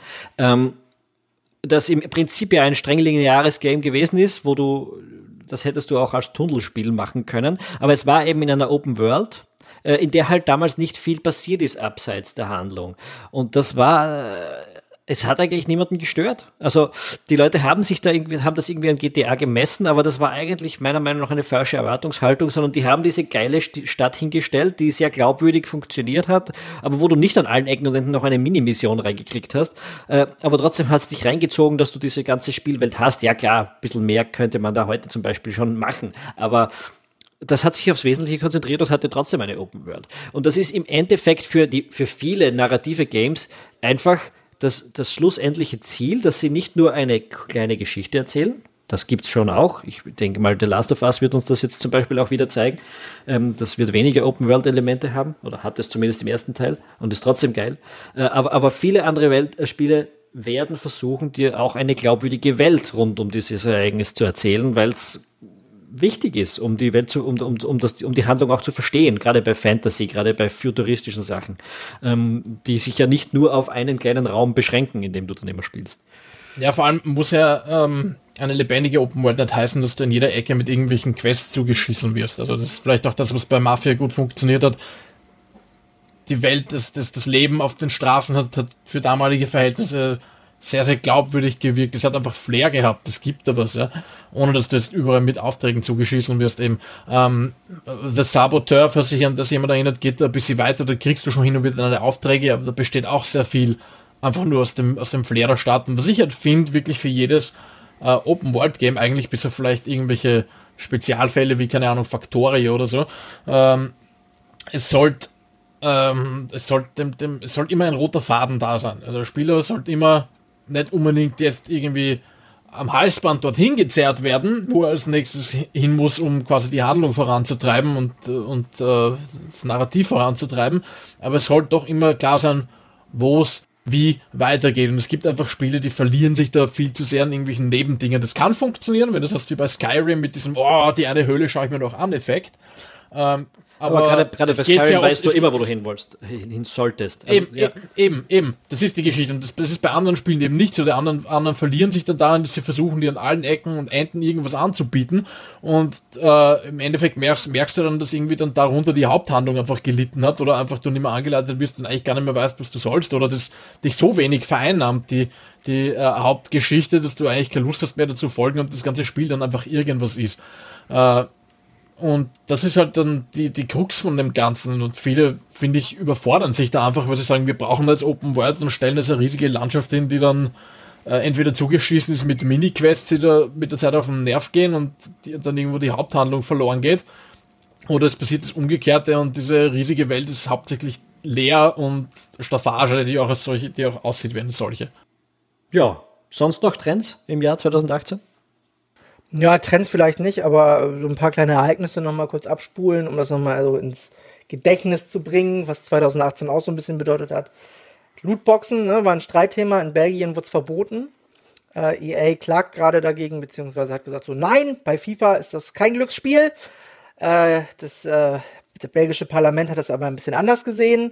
Das im Prinzip ja ein streng lineares Game gewesen ist, das hättest du auch als Tunnelspiel machen können, aber es war eben in einer Open World, in der halt damals nicht viel passiert ist abseits der Handlung. Und es hat eigentlich niemanden gestört. Also die Leute haben das irgendwie an GTA gemessen, aber das war eigentlich meiner Meinung nach eine falsche Erwartungshaltung, sondern die haben diese geile Stadt hingestellt, die sehr glaubwürdig funktioniert hat, aber wo du nicht an allen Ecken und Enden noch eine Mini-Mission reingeklickt hast. Aber trotzdem hat es dich reingezogen, dass du diese ganze Spielwelt hast. Ja klar, ein bisschen mehr könnte man da heute zum Beispiel schon machen, aber das hat sich aufs Wesentliche konzentriert und hatte trotzdem eine Open World. Und das ist im Endeffekt für viele narrative Games einfach das schlussendliche Ziel, dass sie nicht nur eine kleine Geschichte erzählen, das gibt's schon auch. Ich denke mal, The Last of Us wird uns das jetzt zum Beispiel auch wieder zeigen. Das wird weniger Open-World-Elemente haben, oder hat es zumindest im ersten Teil und ist trotzdem geil. Aber viele andere Spiele werden versuchen, dir auch eine glaubwürdige Welt rund um dieses Ereignis zu erzählen, weil es wichtig ist, um die Welt um die Handlung auch zu verstehen, gerade bei Fantasy, gerade bei futuristischen Sachen, die sich ja nicht nur auf einen kleinen Raum beschränken, in dem du dann immer spielst. Ja, vor allem muss ja eine lebendige Open World nicht heißen, dass du in jeder Ecke mit irgendwelchen Quests zugeschissen wirst. Also das ist vielleicht auch das, was bei Mafia gut funktioniert hat. Die Welt, das Leben auf den Straßen hat für damalige Verhältnisse sehr, sehr glaubwürdig gewirkt. Es hat einfach Flair gehabt. Es gibt da was, ja. Ohne, dass du jetzt überall mit Aufträgen zugeschissen wirst. Eben, The Saboteur, falls sich an das jemand erinnert, geht da ein bisschen weiter. Da kriegst du schon hin und wieder deine Aufträge, aber da besteht auch sehr viel einfach nur aus dem Flair der Stadt. Und was ich halt finde, wirklich für jedes Open-World-Game, eigentlich bis auf vielleicht irgendwelche Spezialfälle wie, keine Ahnung, Factorio oder so, es sollte immer ein roter Faden da sein. Also der Spieler sollte immer nicht unbedingt jetzt irgendwie am Halsband dorthin gezerrt werden, wo er als nächstes hin muss, um quasi die Handlung voranzutreiben und das Narrativ voranzutreiben. Aber es sollte doch immer klar sein, wo es wie weitergeht. Und es gibt einfach Spiele, die verlieren sich da viel zu sehr an irgendwelchen Nebendingen. Das kann funktionieren, wenn du das hast wie bei Skyrim mit diesem, die eine Höhle schaue ich mir noch an Effekt. Aber gerade bei das Skyrim ja weißt du immer, wo du hin solltest. Also, eben. Das ist die Geschichte. Und das ist bei anderen Spielen eben nicht so. Die anderen verlieren sich dann daran, dass sie versuchen, dir an allen Ecken und Enden irgendwas anzubieten. Und im Endeffekt merkst du dann, dass irgendwie dann darunter die Haupthandlung einfach gelitten hat oder einfach du nicht mehr angeleitet wirst und eigentlich gar nicht mehr weißt, was du sollst. Oder dass dich so wenig vereinnahmt, die Hauptgeschichte, dass du eigentlich keine Lust hast mehr dazu folgen und das ganze Spiel dann einfach irgendwas ist. Und das ist halt dann die Krux von dem Ganzen. Und viele, finde ich, überfordern sich da einfach, weil sie sagen, wir brauchen jetzt Open World und stellen jetzt eine riesige Landschaft hin, die dann entweder zugeschießen ist mit Mini-Quests, die da mit der Zeit auf den Nerv gehen und dann irgendwo die Haupthandlung verloren geht. Oder es passiert das Umgekehrte und diese riesige Welt ist hauptsächlich leer und Staffage, die auch aussieht wie eine solche. ja, sonst noch Trends im Jahr 2018? Ja, Trends vielleicht nicht, aber so ein paar kleine Ereignisse nochmal kurz abspulen, um das nochmal so ins Gedächtnis zu bringen, was 2018 auch so ein bisschen bedeutet hat. Lootboxen, ne, war ein Streitthema. In Belgien wurde es verboten. EA klagt gerade dagegen, beziehungsweise hat gesagt so, nein, bei FIFA ist das kein Glücksspiel. Das belgische Parlament hat das aber ein bisschen anders gesehen.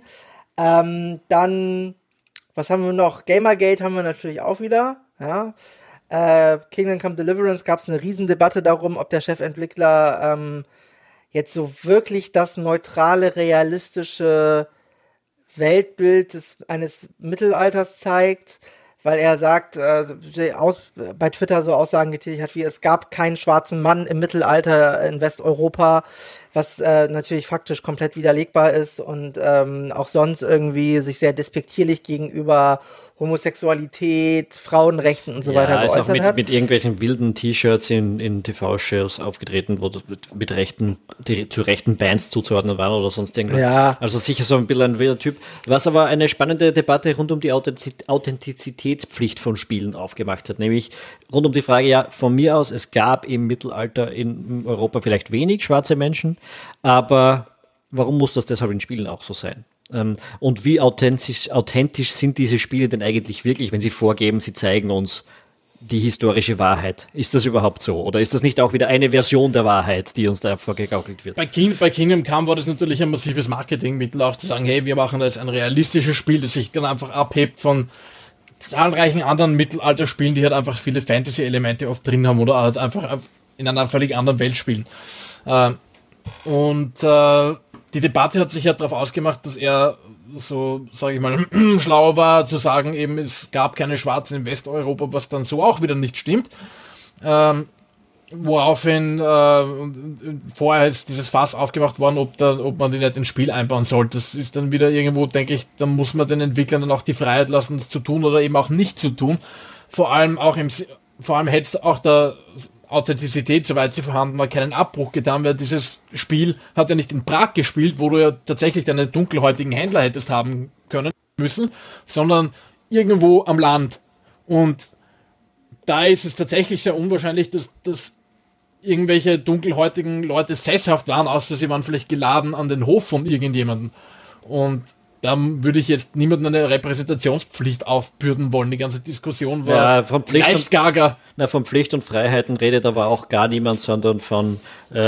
Dann, was haben wir noch? Gamergate haben wir natürlich auch wieder, ja. Kingdom Come Deliverance gab es eine Riesendebatte darum, ob der Chefentwickler jetzt so wirklich das neutrale, realistische Weltbild eines Mittelalters zeigt, weil er sagt, bei Twitter so Aussagen getätigt hat, wie es gab keinen schwarzen Mann im Mittelalter in Westeuropa, was natürlich faktisch komplett widerlegbar ist und auch sonst irgendwie sich sehr despektierlich gegenüber Homosexualität, Frauenrechten und so weiter geäußert geäußert hat. hat. Mit irgendwelchen wilden T-Shirts in TV-Shows aufgetreten, wo die zu rechten Bands zuzuordnen waren oder sonst irgendwas. Ja. Also sicher so ein bisschen ein wilder Typ. Was aber eine spannende Debatte rund um die Authentizitätspflicht von Spielen aufgemacht hat. Nämlich rund um die Frage, ja, von mir aus, es gab im Mittelalter in Europa vielleicht wenig schwarze Menschen, aber warum muss das deshalb in Spielen auch so sein? Und wie authentisch sind diese Spiele denn eigentlich wirklich, wenn sie vorgeben, sie zeigen uns die historische Wahrheit? Ist das überhaupt so? Oder ist das nicht auch wieder eine Version der Wahrheit, die uns da vorgegaukelt wird? Bei Kingdom Come war das natürlich ein massives Marketingmittel, auch zu sagen, hey, wir machen da jetzt ein realistisches Spiel, das sich dann einfach abhebt von zahlreichen anderen Mittelalterspielen, die halt einfach viele Fantasy-Elemente oft drin haben oder halt einfach in einer völlig anderen Welt spielen. Die Debatte hat sich ja darauf ausgemacht, dass er so, sage ich mal, schlau war, zu sagen, eben es gab keine Schwarzen in Westeuropa, was dann so auch wieder nicht stimmt. Woraufhin vorher ist dieses Fass aufgemacht worden, ob man die nicht ins Spiel einbauen soll. Das ist dann wieder irgendwo, denke ich, da muss man den Entwicklern dann auch die Freiheit lassen, das zu tun oder eben auch nicht zu tun. Vor allem hätte es auch der Authentizität, soweit sie vorhanden war, keinen Abbruch getan, weil dieses Spiel hat ja nicht in Prag gespielt, wo du ja tatsächlich deine dunkelhäutigen Händler hättest haben können müssen, sondern irgendwo am Land. Und da ist es tatsächlich sehr unwahrscheinlich, dass irgendwelche dunkelhäutigen Leute sesshaft waren, außer sie waren vielleicht geladen an den Hof von irgendjemandem. Und da würde ich jetzt niemandem eine Repräsentationspflicht aufbürden wollen. Die ganze Diskussion war leicht gaga. Von Pflicht und Freiheiten redet aber auch gar niemand, sondern von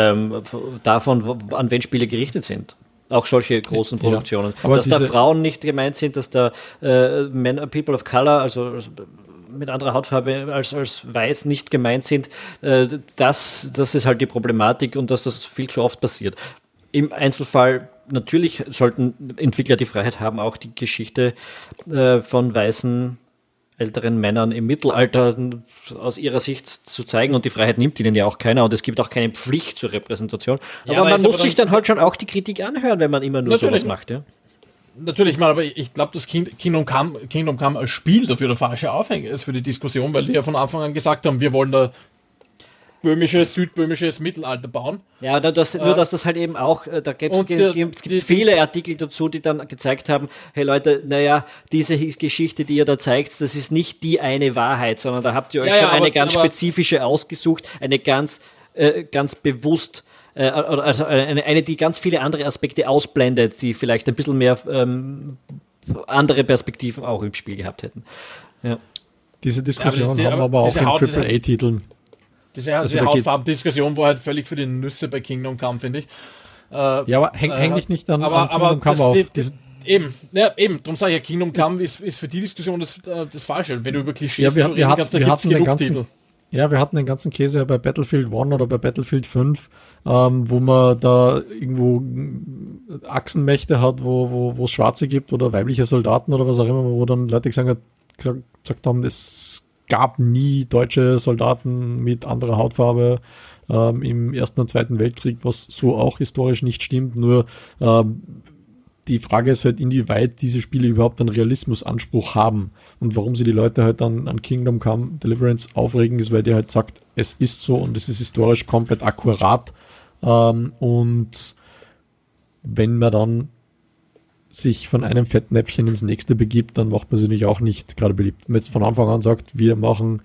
davon, an wen Spiele gerichtet sind. Auch solche großen Produktionen. Aber dass da Frauen nicht gemeint sind, dass da People of Color, also mit anderer Hautfarbe als weiß nicht gemeint sind, das ist halt die Problematik und dass das viel zu oft passiert. Im Einzelfall natürlich sollten Entwickler die Freiheit haben, auch die Geschichte von weißen älteren Männern im Mittelalter aus ihrer Sicht zu zeigen und die Freiheit nimmt ihnen ja auch keiner und es gibt auch keine Pflicht zur Repräsentation. Aber man muss sich dann halt schon auch die Kritik anhören, wenn man immer nur sowas macht. Ja? Natürlich, aber ich glaube, dass Kingdom Come als Spiel dafür der falsche Aufhänger ist für die Diskussion, weil die ja von Anfang an gesagt haben, wir wollen da südböhmisches Mittelalter bauen. Ja, dass das halt eben auch, da es gibt viele Artikel dazu, die dann gezeigt haben, hey Leute, naja, diese Geschichte, die ihr da zeigt, das ist nicht die eine Wahrheit, sondern da habt ihr euch eine ganz spezifische ausgesucht, eine ganz bewusst, also eine, die ganz viele andere Aspekte ausblendet, die vielleicht ein bisschen mehr andere Perspektiven auch im Spiel gehabt hätten. Ja. Diese Diskussion haben wir aber auch in AAA-Titeln. Diese Hautfarbendiskussion war halt völlig für die Nüsse bei Kingdom Come, finde ich. Ja, aber häng dich nicht an Kingdom Come auf. Eben, darum sage ich ja, Kingdom Come ist für die Diskussion das Falsche, wenn du über Klischees wir hatten den ganzen Käse bei Battlefield 1 oder bei Battlefield 5, wo man da irgendwo Achsenmächte hat, wo es Schwarze gibt oder weibliche Soldaten oder was auch immer, wo dann Leute gesagt haben, es gab nie deutsche Soldaten mit anderer Hautfarbe im Ersten und Zweiten Weltkrieg, was so auch historisch nicht stimmt, nur die Frage ist halt, inwieweit diese Spiele überhaupt einen Realismusanspruch haben und warum sie die Leute halt dann an Kingdom Come Deliverance aufregen, ist, weil der halt sagt, es ist so und es ist historisch komplett akkurat, und wenn man dann sich von einem Fettnäpfchen ins nächste begibt, dann macht man sich natürlich auch nicht gerade beliebt. Wenn man jetzt von Anfang an sagt, wir machen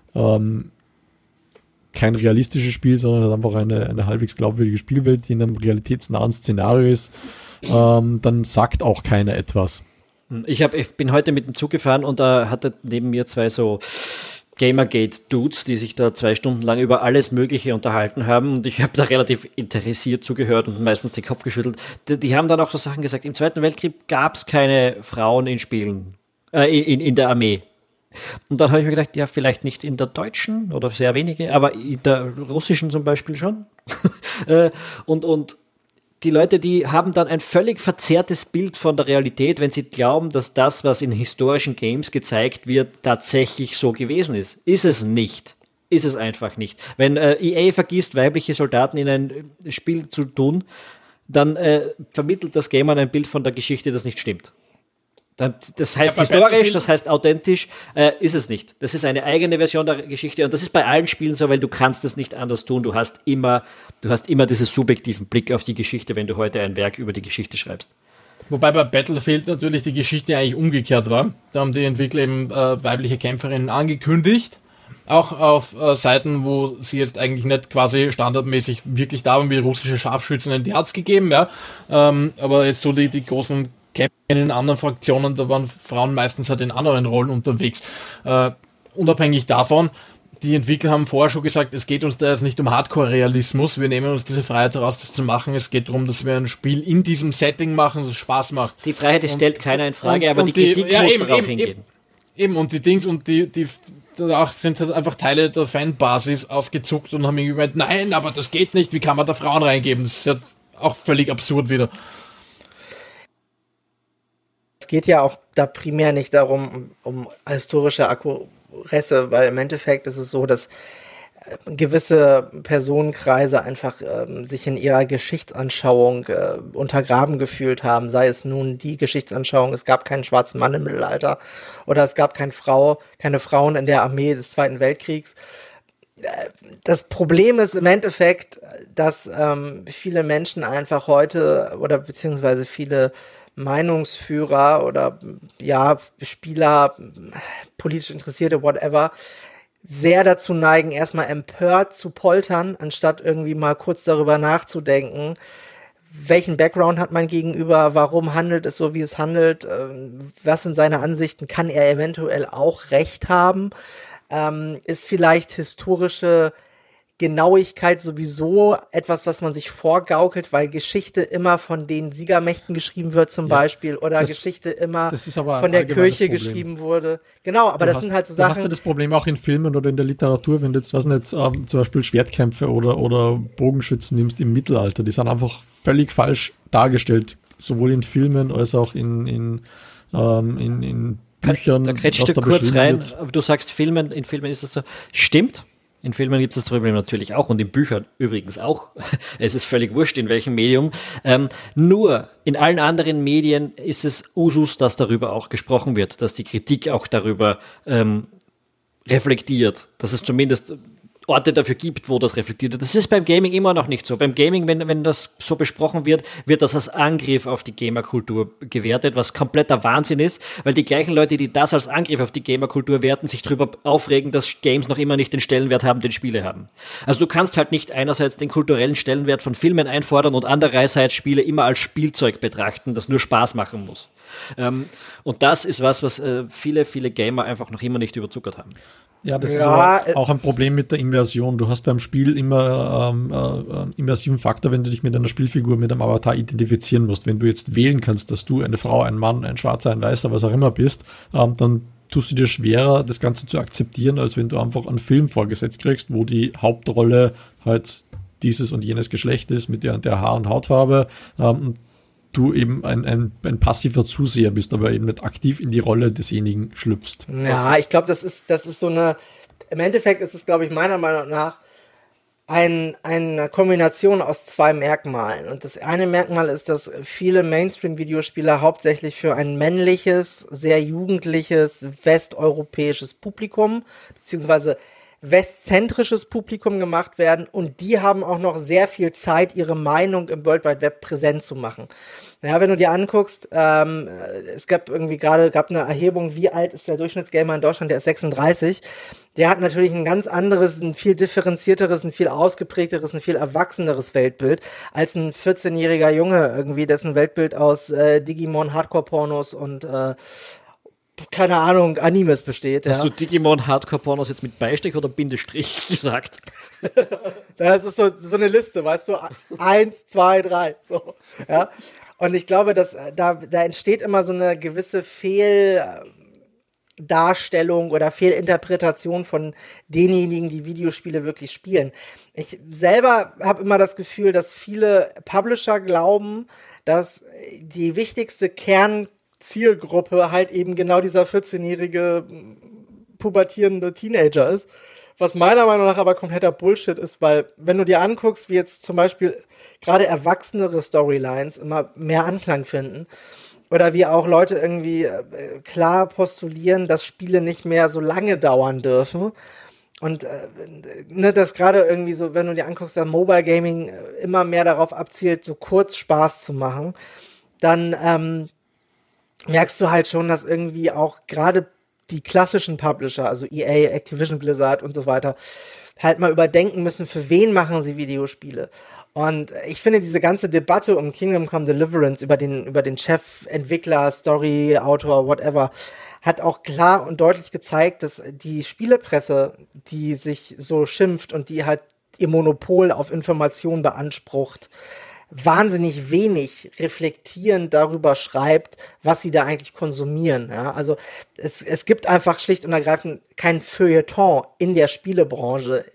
kein realistisches Spiel, sondern einfach eine halbwegs glaubwürdige Spielwelt, die in einem realitätsnahen Szenario ist, dann sagt auch keiner etwas. Ich bin heute mit dem Zug gefahren und da hatte neben mir zwei so Gamergate-Dudes, die sich da 2 Stunden lang über alles Mögliche unterhalten haben, und ich habe da relativ interessiert zugehört und meistens den Kopf geschüttelt. Die haben dann auch so Sachen gesagt, im Zweiten Weltkrieg gab es keine Frauen in Spielen, in der Armee. Und dann habe ich mir gedacht, ja, vielleicht nicht in der deutschen oder sehr wenige, aber in der russischen zum Beispiel schon. Und die Leute, die haben dann ein völlig verzerrtes Bild von der Realität, wenn sie glauben, dass das, was in historischen Games gezeigt wird, tatsächlich so gewesen ist. Ist es nicht. Ist es einfach nicht. Wenn EA vergisst, weibliche Soldaten in ein Spiel zu tun, dann vermittelt das Game ein Bild von der Geschichte, das nicht stimmt. Das heißt historisch, das heißt authentisch, ist es nicht. Das ist eine eigene Version der Geschichte und das ist bei allen Spielen so, weil du kannst es nicht anders tun. Du hast immer diesen subjektiven Blick auf die Geschichte, wenn du heute ein Werk über die Geschichte schreibst. Wobei bei Battlefield natürlich die Geschichte eigentlich umgekehrt war. Da haben die Entwickler eben weibliche Kämpferinnen angekündigt. Auch auf Seiten, wo sie jetzt eigentlich nicht quasi standardmäßig wirklich da waren, wie russische Scharfschützen, die hat's gegeben, ja. Aber jetzt so die großen Kämpfe in den anderen Fraktionen, da waren Frauen meistens halt in anderen Rollen unterwegs. Unabhängig davon, die Entwickler haben vorher schon gesagt, es geht uns da jetzt nicht um Hardcore-Realismus, wir nehmen uns diese Freiheit heraus, das zu machen. Es geht darum, dass wir ein Spiel in diesem Setting machen, das Spaß macht. Die Freiheit stellt keiner in Frage, aber die Kritik muss darauf hingehen. Eben, und die Dings und die da sind halt einfach Teile der Fanbasis ausgezuckt und haben irgendwie gemeint, nein, aber das geht nicht, wie kann man da Frauen reingeben? Das ist ja auch völlig absurd wieder. Es geht ja auch da primär nicht darum, um historische Akkuresse, weil im Endeffekt ist es so, dass gewisse Personenkreise einfach sich in ihrer Geschichtsanschauung untergraben gefühlt haben, sei es nun die Geschichtsanschauung, es gab keinen schwarzen Mann im Mittelalter oder es gab keine Frauen in der Armee des Zweiten Weltkriegs. Das Problem ist im Endeffekt, dass viele Menschen einfach heute oder beziehungsweise viele Meinungsführer oder ja, Spieler, politisch Interessierte, whatever, sehr dazu neigen, erstmal empört zu poltern, anstatt irgendwie mal kurz darüber nachzudenken, welchen Background hat mein Gegenüber, warum handelt es so, wie es handelt, was sind seine Ansichten, kann er eventuell auch Recht haben, ist vielleicht historische Genauigkeit sowieso etwas, was man sich vorgaukelt, weil Geschichte immer von den Siegermächten geschrieben wird zum Beispiel oder Geschichte immer von der Kirche geschrieben wurde. Genau, aber das sind halt so Sachen. Du hast ja das Problem auch in Filmen oder in der Literatur, wenn du jetzt, zum Beispiel Schwertkämpfe oder Bogenschützen nimmst im Mittelalter, die sind einfach völlig falsch dargestellt, sowohl in Filmen als auch in Büchern. Da kretschst du kurz rein, du sagst in Filmen ist das so, stimmt. In Filmen gibt es das Problem natürlich auch und in Büchern übrigens auch. Es ist völlig wurscht, in welchem Medium. Nur in allen anderen Medien ist es Usus, dass darüber auch gesprochen wird, dass die Kritik auch darüber reflektiert, dass es zumindest Orte dafür gibt, wo das reflektiert wird. Das ist beim Gaming immer noch nicht so. Beim Gaming, wenn das so besprochen wird, wird das als Angriff auf die Gamerkultur gewertet, was kompletter Wahnsinn ist, weil die gleichen Leute, die das als Angriff auf die Gamerkultur werten, sich darüber aufregen, dass Games noch immer nicht den Stellenwert haben, den Spiele haben. Also du kannst halt nicht einerseits den kulturellen Stellenwert von Filmen einfordern und andererseits Spiele immer als Spielzeug betrachten, das nur Spaß machen muss. Und das ist was viele Gamer einfach noch immer nicht überzuckert haben. Ja, das ist aber auch ein Problem mit der Immersion. Du hast beim Spiel immer immersiven Faktor, wenn du dich mit einer Spielfigur, mit einem Avatar identifizieren musst. Wenn du jetzt wählen kannst, dass du eine Frau, ein Mann, ein Schwarzer, ein Weißer, was auch immer bist, dann tust du dir schwerer, das Ganze zu akzeptieren, als wenn du einfach einen Film vorgesetzt kriegst, wo die Hauptrolle halt dieses und jenes Geschlecht ist, mit der und der Haar- und Hautfarbe, du eben ein passiver Zuseher bist, aber eben nicht aktiv in die Rolle desjenigen schlüpfst. Ja, ich glaube, das ist so eine, im Endeffekt ist es, glaube ich, meiner Meinung nach eine Kombination aus zwei Merkmalen. Und das eine Merkmal ist, dass viele Mainstream-Videospiele hauptsächlich für ein männliches, sehr jugendliches, westeuropäisches Publikum, beziehungsweise westzentrisches Publikum gemacht werden, und die haben auch noch sehr viel Zeit, ihre Meinung im World Wide Web präsent zu machen. Naja, wenn du dir anguckst, es gab eine Erhebung, wie alt ist der Durchschnittsgamer in Deutschland, der ist 36. Der hat natürlich ein ganz anderes, ein viel differenzierteres, ein viel ausgeprägteres, ein viel erwachseneres Weltbild als ein 14-jähriger Junge irgendwie, dessen Weltbild aus Digimon, Hardcore-Pornos und keine Ahnung, Animes besteht. Hast du Digimon Hardcore-Pornos jetzt mit Beistrich oder Bindestrich gesagt? Das ist so eine Liste, weißt du? 1, 2, 3, so. Ja. Und ich glaube, dass da entsteht immer so eine gewisse Fehldarstellung oder Fehlinterpretation von denjenigen, die Videospiele wirklich spielen. Ich selber habe immer das Gefühl, dass viele Publisher glauben, dass die wichtigste Kernzielgruppe halt eben genau dieser 14-jährige pubertierende Teenager ist, was meiner Meinung nach aber kompletter Bullshit ist, weil wenn du dir anguckst, wie jetzt zum Beispiel gerade erwachsenere Storylines immer mehr Anklang finden oder wie auch Leute irgendwie klar postulieren, dass Spiele nicht mehr so lange dauern dürfen und dass gerade irgendwie so, wenn du dir anguckst, dass Mobile Gaming immer mehr darauf abzielt, so kurz Spaß zu machen, dann merkst du halt schon, dass irgendwie auch gerade die klassischen Publisher, also EA, Activision Blizzard und so weiter, halt mal überdenken müssen, für wen machen sie Videospiele. Und ich finde, diese ganze Debatte um Kingdom Come Deliverance über den Chefentwickler, Story, Autor, whatever, hat auch klar und deutlich gezeigt, dass die Spielepresse, die sich so schimpft und die halt ihr Monopol auf Information beansprucht, wahnsinnig wenig reflektierend darüber schreibt, was sie da eigentlich konsumieren. Ja? Also es gibt einfach schlicht und ergreifend kein Feuilleton in der Spielebranche,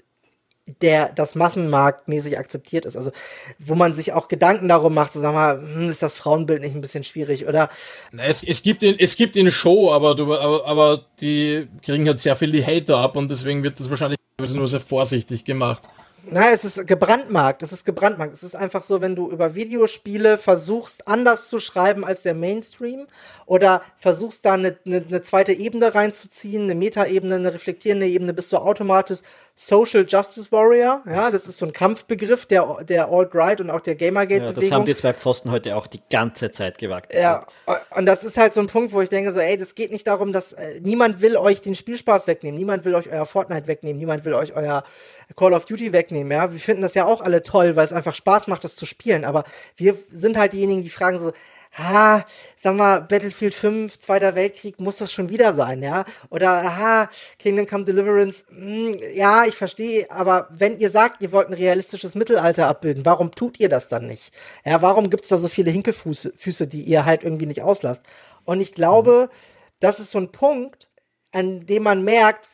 das massenmarktmäßig akzeptiert ist. Also wo man sich auch Gedanken darum macht, so sag mal, ist das Frauenbild nicht ein bisschen schwierig? Oder es gibt eine Show, aber die kriegen halt sehr viel die Hater ab und deswegen wird das wahrscheinlich nur sehr vorsichtig gemacht. Nein, es ist gebrandmarkt. Es ist einfach so, wenn du über Videospiele versuchst, anders zu schreiben als der Mainstream oder versuchst, da eine zweite Ebene reinzuziehen, eine Metaebene, eine reflektierende Ebene, bist du automatisch Social Justice Warrior. Ja, das ist so ein Kampfbegriff der Alt-Right und auch der Gamergate-Bewegung. Ja, das haben die zwei Pfosten heute auch die ganze Zeit gewagt. Ja, und das ist halt so ein Punkt, wo ich denke so, das geht nicht darum, dass niemand will euch den Spielspaß wegnehmen, niemand will euch euer Fortnite wegnehmen, niemand will euch euer Call of Duty wegnehmen, ja. Wir finden das ja auch alle toll, weil es einfach Spaß macht, das zu spielen, aber wir sind halt diejenigen, die fragen so, sag mal, Battlefield 5, Zweiter Weltkrieg, muss das schon wieder sein, ja? Oder, Kingdom Come Deliverance, ja, ich verstehe, aber wenn ihr sagt, ihr wollt ein realistisches Mittelalter abbilden, warum tut ihr das dann nicht? Ja, warum gibt's da so viele Hinkelfüße, die ihr halt irgendwie nicht auslasst? Und ich glaube, das ist so ein Punkt, an dem man merkt,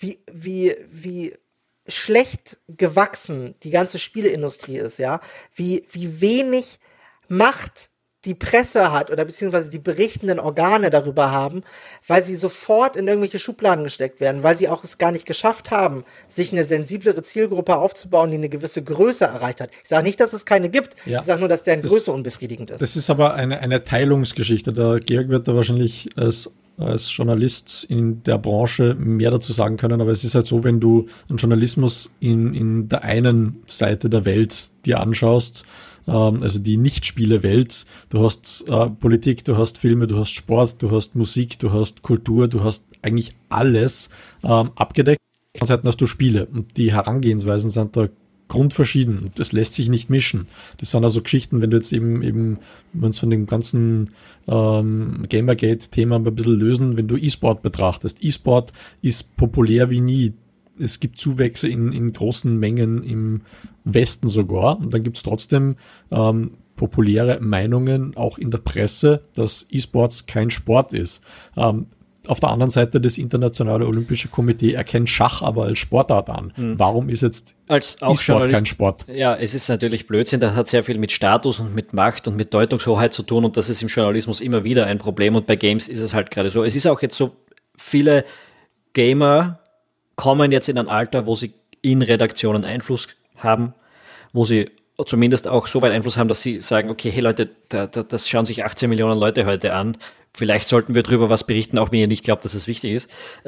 wie schlecht gewachsen die ganze Spieleindustrie ist, ja? Wie wenig Macht die Presse hat oder beziehungsweise die berichtenden Organe darüber haben, weil sie sofort in irgendwelche Schubladen gesteckt werden, weil sie auch es gar nicht geschafft haben, sich eine sensiblere Zielgruppe aufzubauen, die eine gewisse Größe erreicht hat. Ich sage nicht, dass es keine gibt, ich sage nur, dass deren Größe unbefriedigend ist. Das ist aber eine Teilungsgeschichte. Der Georg wird da wahrscheinlich als Journalist in der Branche mehr dazu sagen können, aber es ist halt so, wenn du einen Journalismus in der einen Seite der Welt dir anschaust, also die Nicht-Spiele-Welt, du hast Politik, du hast Filme, du hast Sport, du hast Musik, du hast Kultur, du hast eigentlich alles abgedeckt. Auf der anderen Seite hast du Spiele und die Herangehensweisen sind da grundverschieden. Das lässt sich nicht mischen. Das sind also Geschichten, wenn du jetzt eben wenn wir uns von dem ganzen Gamergate-Thema ein bisschen lösen, wenn du E-Sport betrachtest. E-Sport ist populär wie nie. Es gibt Zuwächse in großen Mengen im Westen sogar. Und dann gibt es trotzdem populäre Meinungen auch in der Presse, dass E-Sports kein Sport ist. Auf der anderen Seite, das Internationale Olympische Komitee erkennt Schach aber als Sportart an. Warum ist jetzt E-Sport kein Sport? Ja, es ist natürlich Blödsinn. Das hat sehr viel mit Status und mit Macht und mit Deutungshoheit zu tun. Und das ist im Journalismus immer wieder ein Problem. Und bei Games ist es halt gerade so. Es ist auch jetzt so, viele Gamer kommen jetzt in ein Alter, wo sie in Redaktionen Einfluss haben, wo sie zumindest auch so weit Einfluss haben, dass sie sagen, okay, hey Leute, das schauen sich 18 Millionen Leute heute an. Vielleicht sollten wir drüber was berichten, auch wenn ihr nicht glaubt, dass es wichtig ist.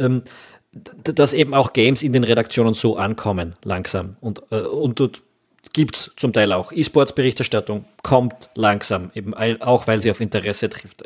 Dass eben auch Games in den Redaktionen so ankommen, langsam. Und dort gibt's zum Teil auch E-Sports-Berichterstattung, kommt langsam, eben auch weil sie auf Interesse trifft.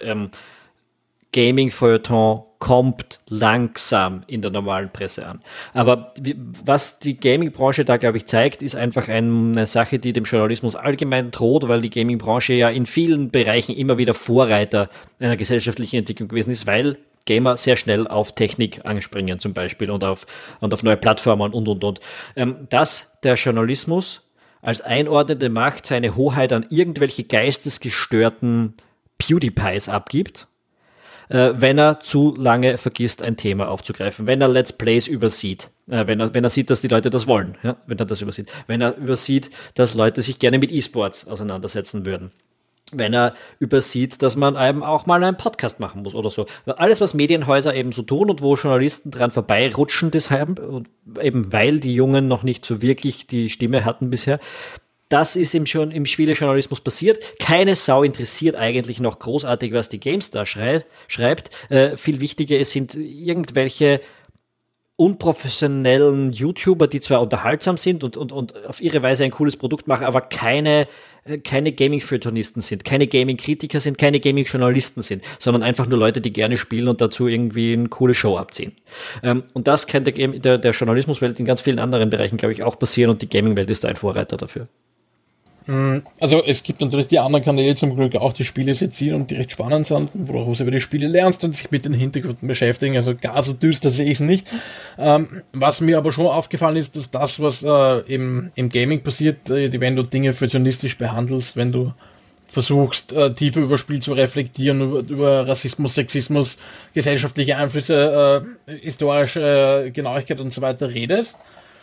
Gaming-Feuilleton kommt langsam in der normalen Presse an. Aber was die Gaming-Branche da, glaube ich, zeigt, ist einfach eine Sache, die dem Journalismus allgemein droht, weil die Gaming-Branche ja in vielen Bereichen immer wieder Vorreiter einer gesellschaftlichen Entwicklung gewesen ist, weil Gamer sehr schnell auf Technik anspringen zum Beispiel und auf neue Plattformen und. Dass der Journalismus als einordnende Macht seine Hoheit an irgendwelche geistesgestörten PewDiePies abgibt, wenn er zu lange vergisst, ein Thema aufzugreifen, wenn er Let's Plays übersieht, wenn er sieht, dass die Leute das wollen, ja, wenn er das übersieht, wenn er übersieht, dass Leute sich gerne mit E-Sports auseinandersetzen würden, wenn er übersieht, dass man eben auch mal einen Podcast machen muss oder so. Alles, was Medienhäuser eben so tun und wo Journalisten dran vorbeirutschen, deshalb, eben weil die Jungen noch nicht so wirklich die Stimme hatten bisher, das ist eben schon im Spielejournalismus passiert. Keine Sau interessiert eigentlich noch großartig, was die GameStar schreibt. Viel wichtiger sind irgendwelche unprofessionellen YouTuber, die zwar unterhaltsam sind und auf ihre Weise ein cooles Produkt machen, aber keine Gaming-Feuilletonisten sind, keine Gaming-Kritiker sind, keine Gaming-Journalisten sind, sondern einfach nur Leute, die gerne spielen und dazu irgendwie eine coole Show abziehen. Und das kann der Journalismuswelt in ganz vielen anderen Bereichen, glaube ich, auch passieren und die Gaming-Welt ist da ein Vorreiter dafür. Also es gibt natürlich die anderen Kanäle zum Glück auch, die Spiele sezieren und die recht spannend sind, wo du auch was über die Spiele lernst und sich mit den Hintergründen beschäftigen, also gar so düster sehe ich es nicht. Was mir aber schon aufgefallen ist, dass das, was im Gaming passiert, wenn du Dinge feuilletonistisch behandelst, wenn du versuchst, tiefer über Spiel zu reflektieren, über Rassismus, Sexismus, gesellschaftliche Einflüsse, historische Genauigkeit und so weiter redest,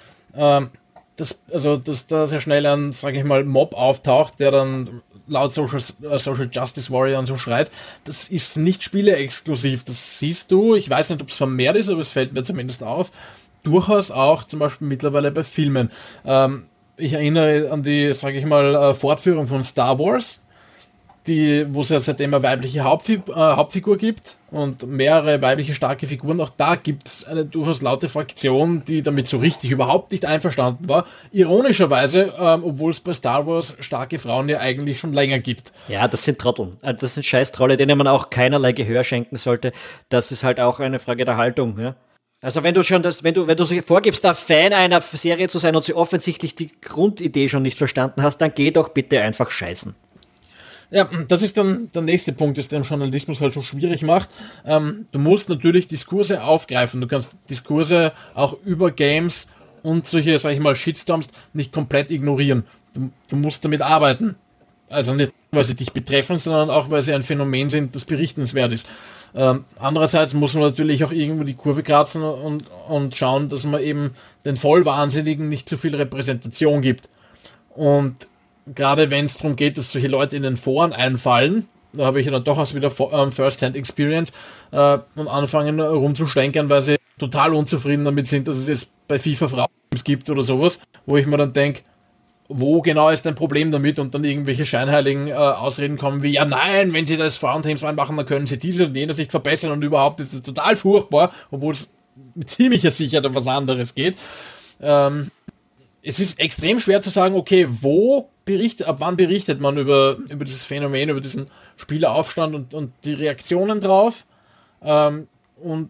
dass da sehr schnell ein, sage ich mal, Mob auftaucht, der dann laut Social Justice Warrior und so schreit. Das ist nicht spieleexklusiv. Das siehst du, ich weiß nicht, ob es vermehrt ist, aber es fällt mir zumindest auf, durchaus auch zum Beispiel mittlerweile bei Filmen. Ich erinnere an die, sage ich mal, Fortführung von Star Wars, wo es ja seitdem eine weibliche Hauptfigur gibt und mehrere weibliche starke Figuren. Auch da gibt es eine durchaus laute Fraktion, die damit so richtig überhaupt nicht einverstanden war. Ironischerweise, obwohl es bei Star Wars starke Frauen ja eigentlich schon länger gibt. Ja, das sind Trotteln. Das sind Scheißtrolle, denen man auch keinerlei Gehör schenken sollte. Das ist halt auch eine Frage der Haltung, ja. Also wenn du vorgibst, da Fan einer Serie zu sein und sie offensichtlich die Grundidee schon nicht verstanden hast, dann geh doch bitte einfach scheißen. Ja, das ist dann der nächste Punkt, das den Journalismus halt schon schwierig macht. Du musst natürlich Diskurse aufgreifen. Du kannst Diskurse auch über Games und solche, sag ich mal, Shitstorms nicht komplett ignorieren. Du musst damit arbeiten. Also nicht, weil sie dich betreffen, sondern auch, weil sie ein Phänomen sind, das berichtenswert ist. Andererseits muss man natürlich auch irgendwo die Kurve kratzen und schauen, dass man eben den Vollwahnsinnigen nicht zu viel Repräsentation gibt. Und gerade wenn es darum geht, dass solche Leute in den Foren einfallen, da habe ich ja dann doch auch wieder First-Hand-Experience und anfangen rumzustenkern, weil sie total unzufrieden damit sind, dass es jetzt bei FIFA Frauen gibt oder sowas, wo ich mir dann denke, wo genau ist dein Problem damit und dann irgendwelche scheinheiligen Ausreden kommen wie, ja nein, wenn sie das Frauenteams reinmachen, dann können sie diese und jene Sicht verbessern und überhaupt ist es total furchtbar, obwohl es mit ziemlicher Sicherheit um was anderes geht. Es ist extrem schwer zu sagen, okay, ab wann berichtet man über dieses Phänomen, über diesen Spieleraufstand und die Reaktionen drauf, und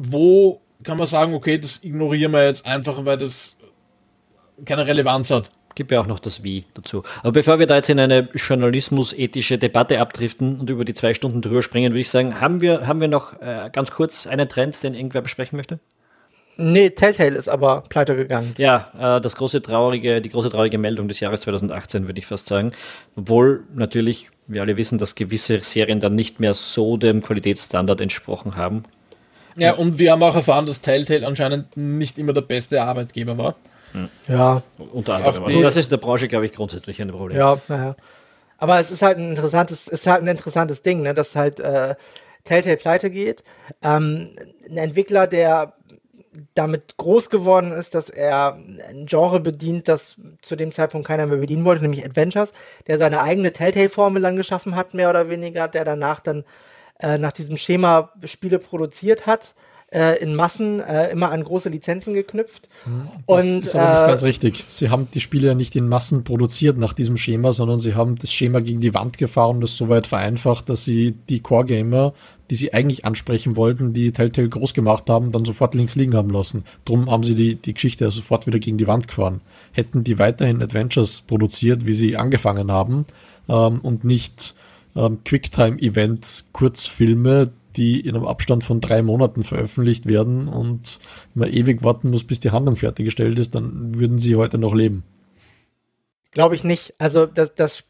wo kann man sagen, okay, das ignorieren wir jetzt einfach, weil das keine Relevanz hat. gibt ja auch noch das Wie dazu. Aber bevor wir da jetzt in eine journalismusethische Debatte abdriften und über die 2 Stunden drüber springen, würde ich sagen, haben wir noch ganz kurz einen Trend, den irgendwer besprechen möchte? Nee, Telltale ist aber pleite gegangen. Ja, die große traurige Meldung des Jahres 2018, würde ich fast sagen. Obwohl natürlich wir alle wissen, dass gewisse Serien dann nicht mehr so dem Qualitätsstandard entsprochen haben. Ja, und wir haben auch erfahren, dass Telltale anscheinend nicht immer der beste Arbeitgeber war. Ja. Unter anderem. Also das ist in der Branche, glaube ich, grundsätzlich ein Problem. Ja. Aber es ist halt ein interessantes Ding, ne, dass halt Telltale pleite geht. Ein Entwickler, der damit groß geworden ist, dass er ein Genre bedient, das zu dem Zeitpunkt keiner mehr bedienen wollte, nämlich Adventures, der seine eigene Telltale-Formel dann geschaffen hat, mehr oder weniger, der danach dann nach diesem Schema Spiele produziert hat, in Massen, immer an große Lizenzen geknüpft. Das ist aber nicht ganz richtig. Sie haben die Spiele ja nicht in Massen produziert nach diesem Schema, sondern sie haben das Schema gegen die Wand gefahren und das so weit vereinfacht, dass sie die Core-Gamer, die sie eigentlich ansprechen wollten, die Telltale groß gemacht haben, dann sofort links liegen haben lassen. Drum haben sie die Geschichte sofort wieder gegen die Wand gefahren. Hätten die weiterhin Adventures produziert, wie sie angefangen haben, und nicht Quicktime-Events, Kurzfilme, die in einem Abstand von 3 Monaten veröffentlicht werden und man ewig warten muss, bis die Handlung fertiggestellt ist, dann würden sie heute noch leben. Glaube ich nicht. Also das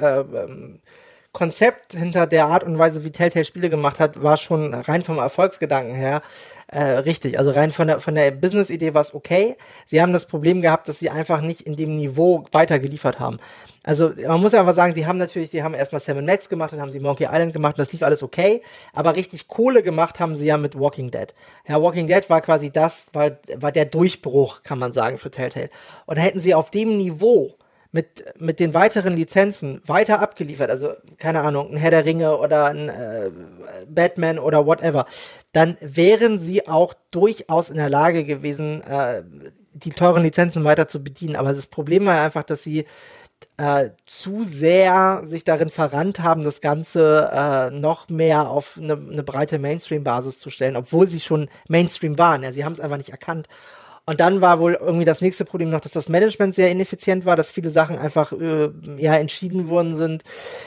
Konzept hinter der Art und Weise, wie Telltale Spiele gemacht hat, war schon rein vom Erfolgsgedanken her richtig. Also rein von der Business-Idee war es okay. Sie haben das Problem gehabt, dass sie einfach nicht in dem Niveau weitergeliefert haben. Also man muss ja einfach sagen, die haben erstmal Sam & Max gemacht, dann haben sie Monkey Island gemacht, das lief alles okay, aber richtig Kohle gemacht haben sie ja mit Walking Dead. Ja, Walking Dead war quasi war der Durchbruch, kann man sagen, für Telltale. Und hätten sie auf dem Niveau mit den weiteren Lizenzen weiter abgeliefert, also keine Ahnung, ein Herr der Ringe oder ein Batman oder whatever, dann wären sie auch durchaus in der Lage gewesen, die teuren Lizenzen weiter zu bedienen. Aber das Problem war einfach, dass sie zu sehr sich darin verrannt haben, das Ganze noch mehr auf eine breite Mainstream-Basis zu stellen, obwohl sie schon Mainstream waren. Ja, sie haben es einfach nicht erkannt. Und dann war wohl irgendwie das nächste Problem noch, dass das Management sehr ineffizient war, dass viele Sachen einfach entschieden worden sind,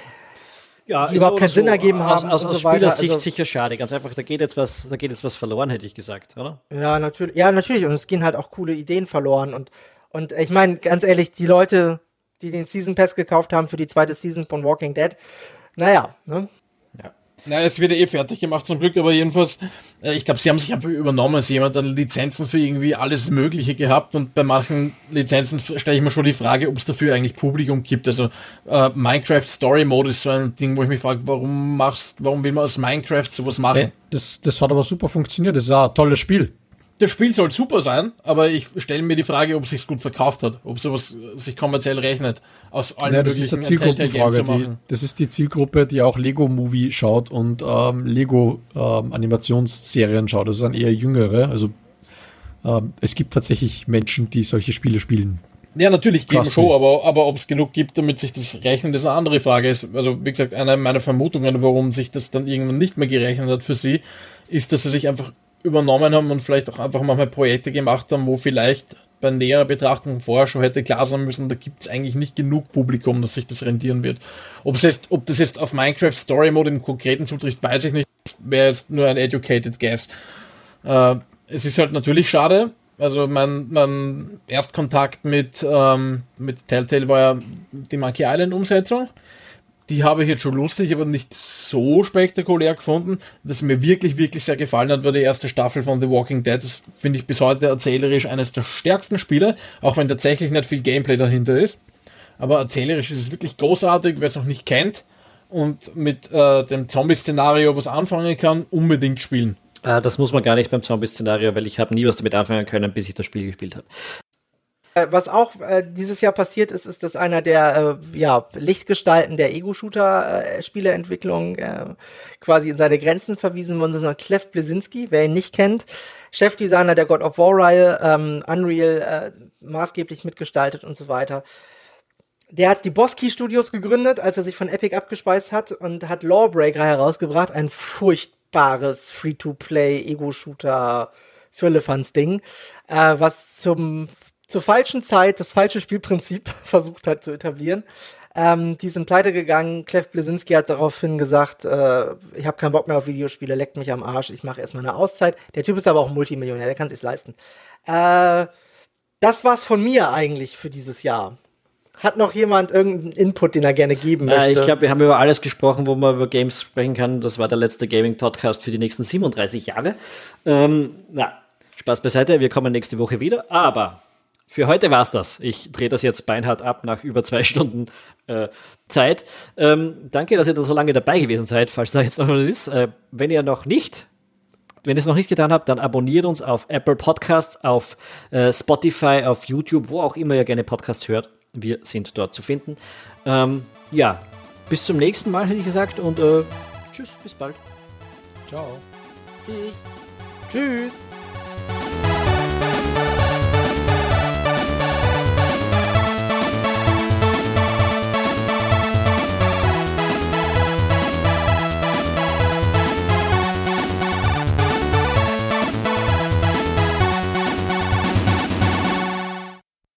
die überhaupt keinen Sinn ergeben haben. Aus Spielersicht sicher schade. Ganz einfach, da geht jetzt was verloren, hätte ich gesagt, oder? Ja, natürlich. Ja, natürlich. Und es gehen halt auch coole Ideen verloren. Und ich meine, ganz ehrlich, die Leute, die den Season Pass gekauft haben für die 2. Season von Walking Dead, naja, ne? Ja. Na, es wird fertig gemacht zum Glück, aber jedenfalls, ich glaube, sie haben sich einfach übernommen. Sie haben dann Lizenzen für irgendwie alles Mögliche gehabt und bei manchen Lizenzen stelle ich mir schon die Frage, ob es dafür eigentlich Publikum gibt. Also Minecraft Story Mode ist so ein Ding, wo ich mich frage, warum will man aus Minecraft sowas machen? Das hat aber super funktioniert, das ist auch ein tolles Spiel. Das Spiel soll super sein, aber ich stelle mir die Frage, ob es sich gut verkauft hat, ob sowas sich kommerziell rechnet, aus allen möglichen Zielgruppenfrage zu machen. Das ist die Zielgruppe, die auch Lego-Movie schaut und Lego-Animationsserien schaut. Das sind eher Jüngere. Also es gibt tatsächlich Menschen, die solche Spiele spielen. Ja, natürlich geben schon, aber ob es genug gibt, damit sich das rechnet, ist eine andere Frage. Also wie gesagt, eine meiner Vermutungen, warum sich das dann irgendwann nicht mehr gerechnet hat für sie, ist, dass sie sich einfach übernommen haben und vielleicht auch einfach manchmal Projekte gemacht haben, wo vielleicht bei näherer Betrachtung vorher schon hätte klar sein müssen, da gibt es eigentlich nicht genug Publikum, dass sich das rentieren wird. Ob das jetzt auf Minecraft Story Mode im Konkreten zutrifft, weiß ich nicht. Das wäre jetzt nur ein educated guess. Es ist halt natürlich schade. Also mein Erstkontakt mit Telltale war ja die Monkey Island Umsetzung. Die habe ich jetzt schon lustig, aber nicht so spektakulär gefunden. Das mir wirklich, wirklich sehr gefallen hat, war die erste Staffel von The Walking Dead. Das finde ich bis heute erzählerisch eines der stärksten Spiele, auch wenn tatsächlich nicht viel Gameplay dahinter ist. Aber erzählerisch ist es wirklich großartig, wer es noch nicht kennt und mit dem Zombie-Szenario was anfangen kann, unbedingt spielen. Das muss man gar nicht beim Zombie-Szenario, weil ich habe nie was damit anfangen können, bis ich das Spiel gespielt habe. Was auch dieses Jahr passiert ist, dass einer der Lichtgestalten der Ego-Shooter-Spieleentwicklung quasi in seine Grenzen verwiesen worden ist, Cliff Bleszinski, wer ihn nicht kennt, Chefdesigner der God of War-Reihe, Unreal maßgeblich mitgestaltet und so weiter. Der hat die Boss-Key Studios gegründet, als er sich von Epic abgespeist hat und hat Lawbreaker herausgebracht, ein furchtbares Free-to-Play Ego-Shooter Firlefanz-Ding, was zum zur falschen Zeit das falsche Spielprinzip versucht hat zu etablieren. Die sind pleite gegangen. Cliff Bleszinski hat daraufhin gesagt, ich habe keinen Bock mehr auf Videospiele, leckt mich am Arsch, ich mache erstmal eine Auszeit. Der Typ ist aber auch Multimillionär, der kann sich's leisten. Das war's von mir eigentlich für dieses Jahr. Hat noch jemand irgendeinen Input, den er gerne geben möchte? Ich glaube, wir haben über alles gesprochen, wo man über Games sprechen kann. Das war der letzte Gaming-Podcast für die nächsten 37 Jahre. Spaß beiseite, wir kommen nächste Woche wieder. Aber für heute war's das. Ich drehe das jetzt beinhart ab nach über 2 Stunden Zeit. Danke, dass ihr da so lange dabei gewesen seid, falls da jetzt noch was ist. Wenn ihr es noch nicht getan habt, dann abonniert uns auf Apple Podcasts, auf Spotify, auf YouTube, wo auch immer ihr gerne Podcasts hört. Wir sind dort zu finden. Bis zum nächsten Mal, hätte ich gesagt. Und tschüss, bis bald. Ciao. Tschüss. Tschüss.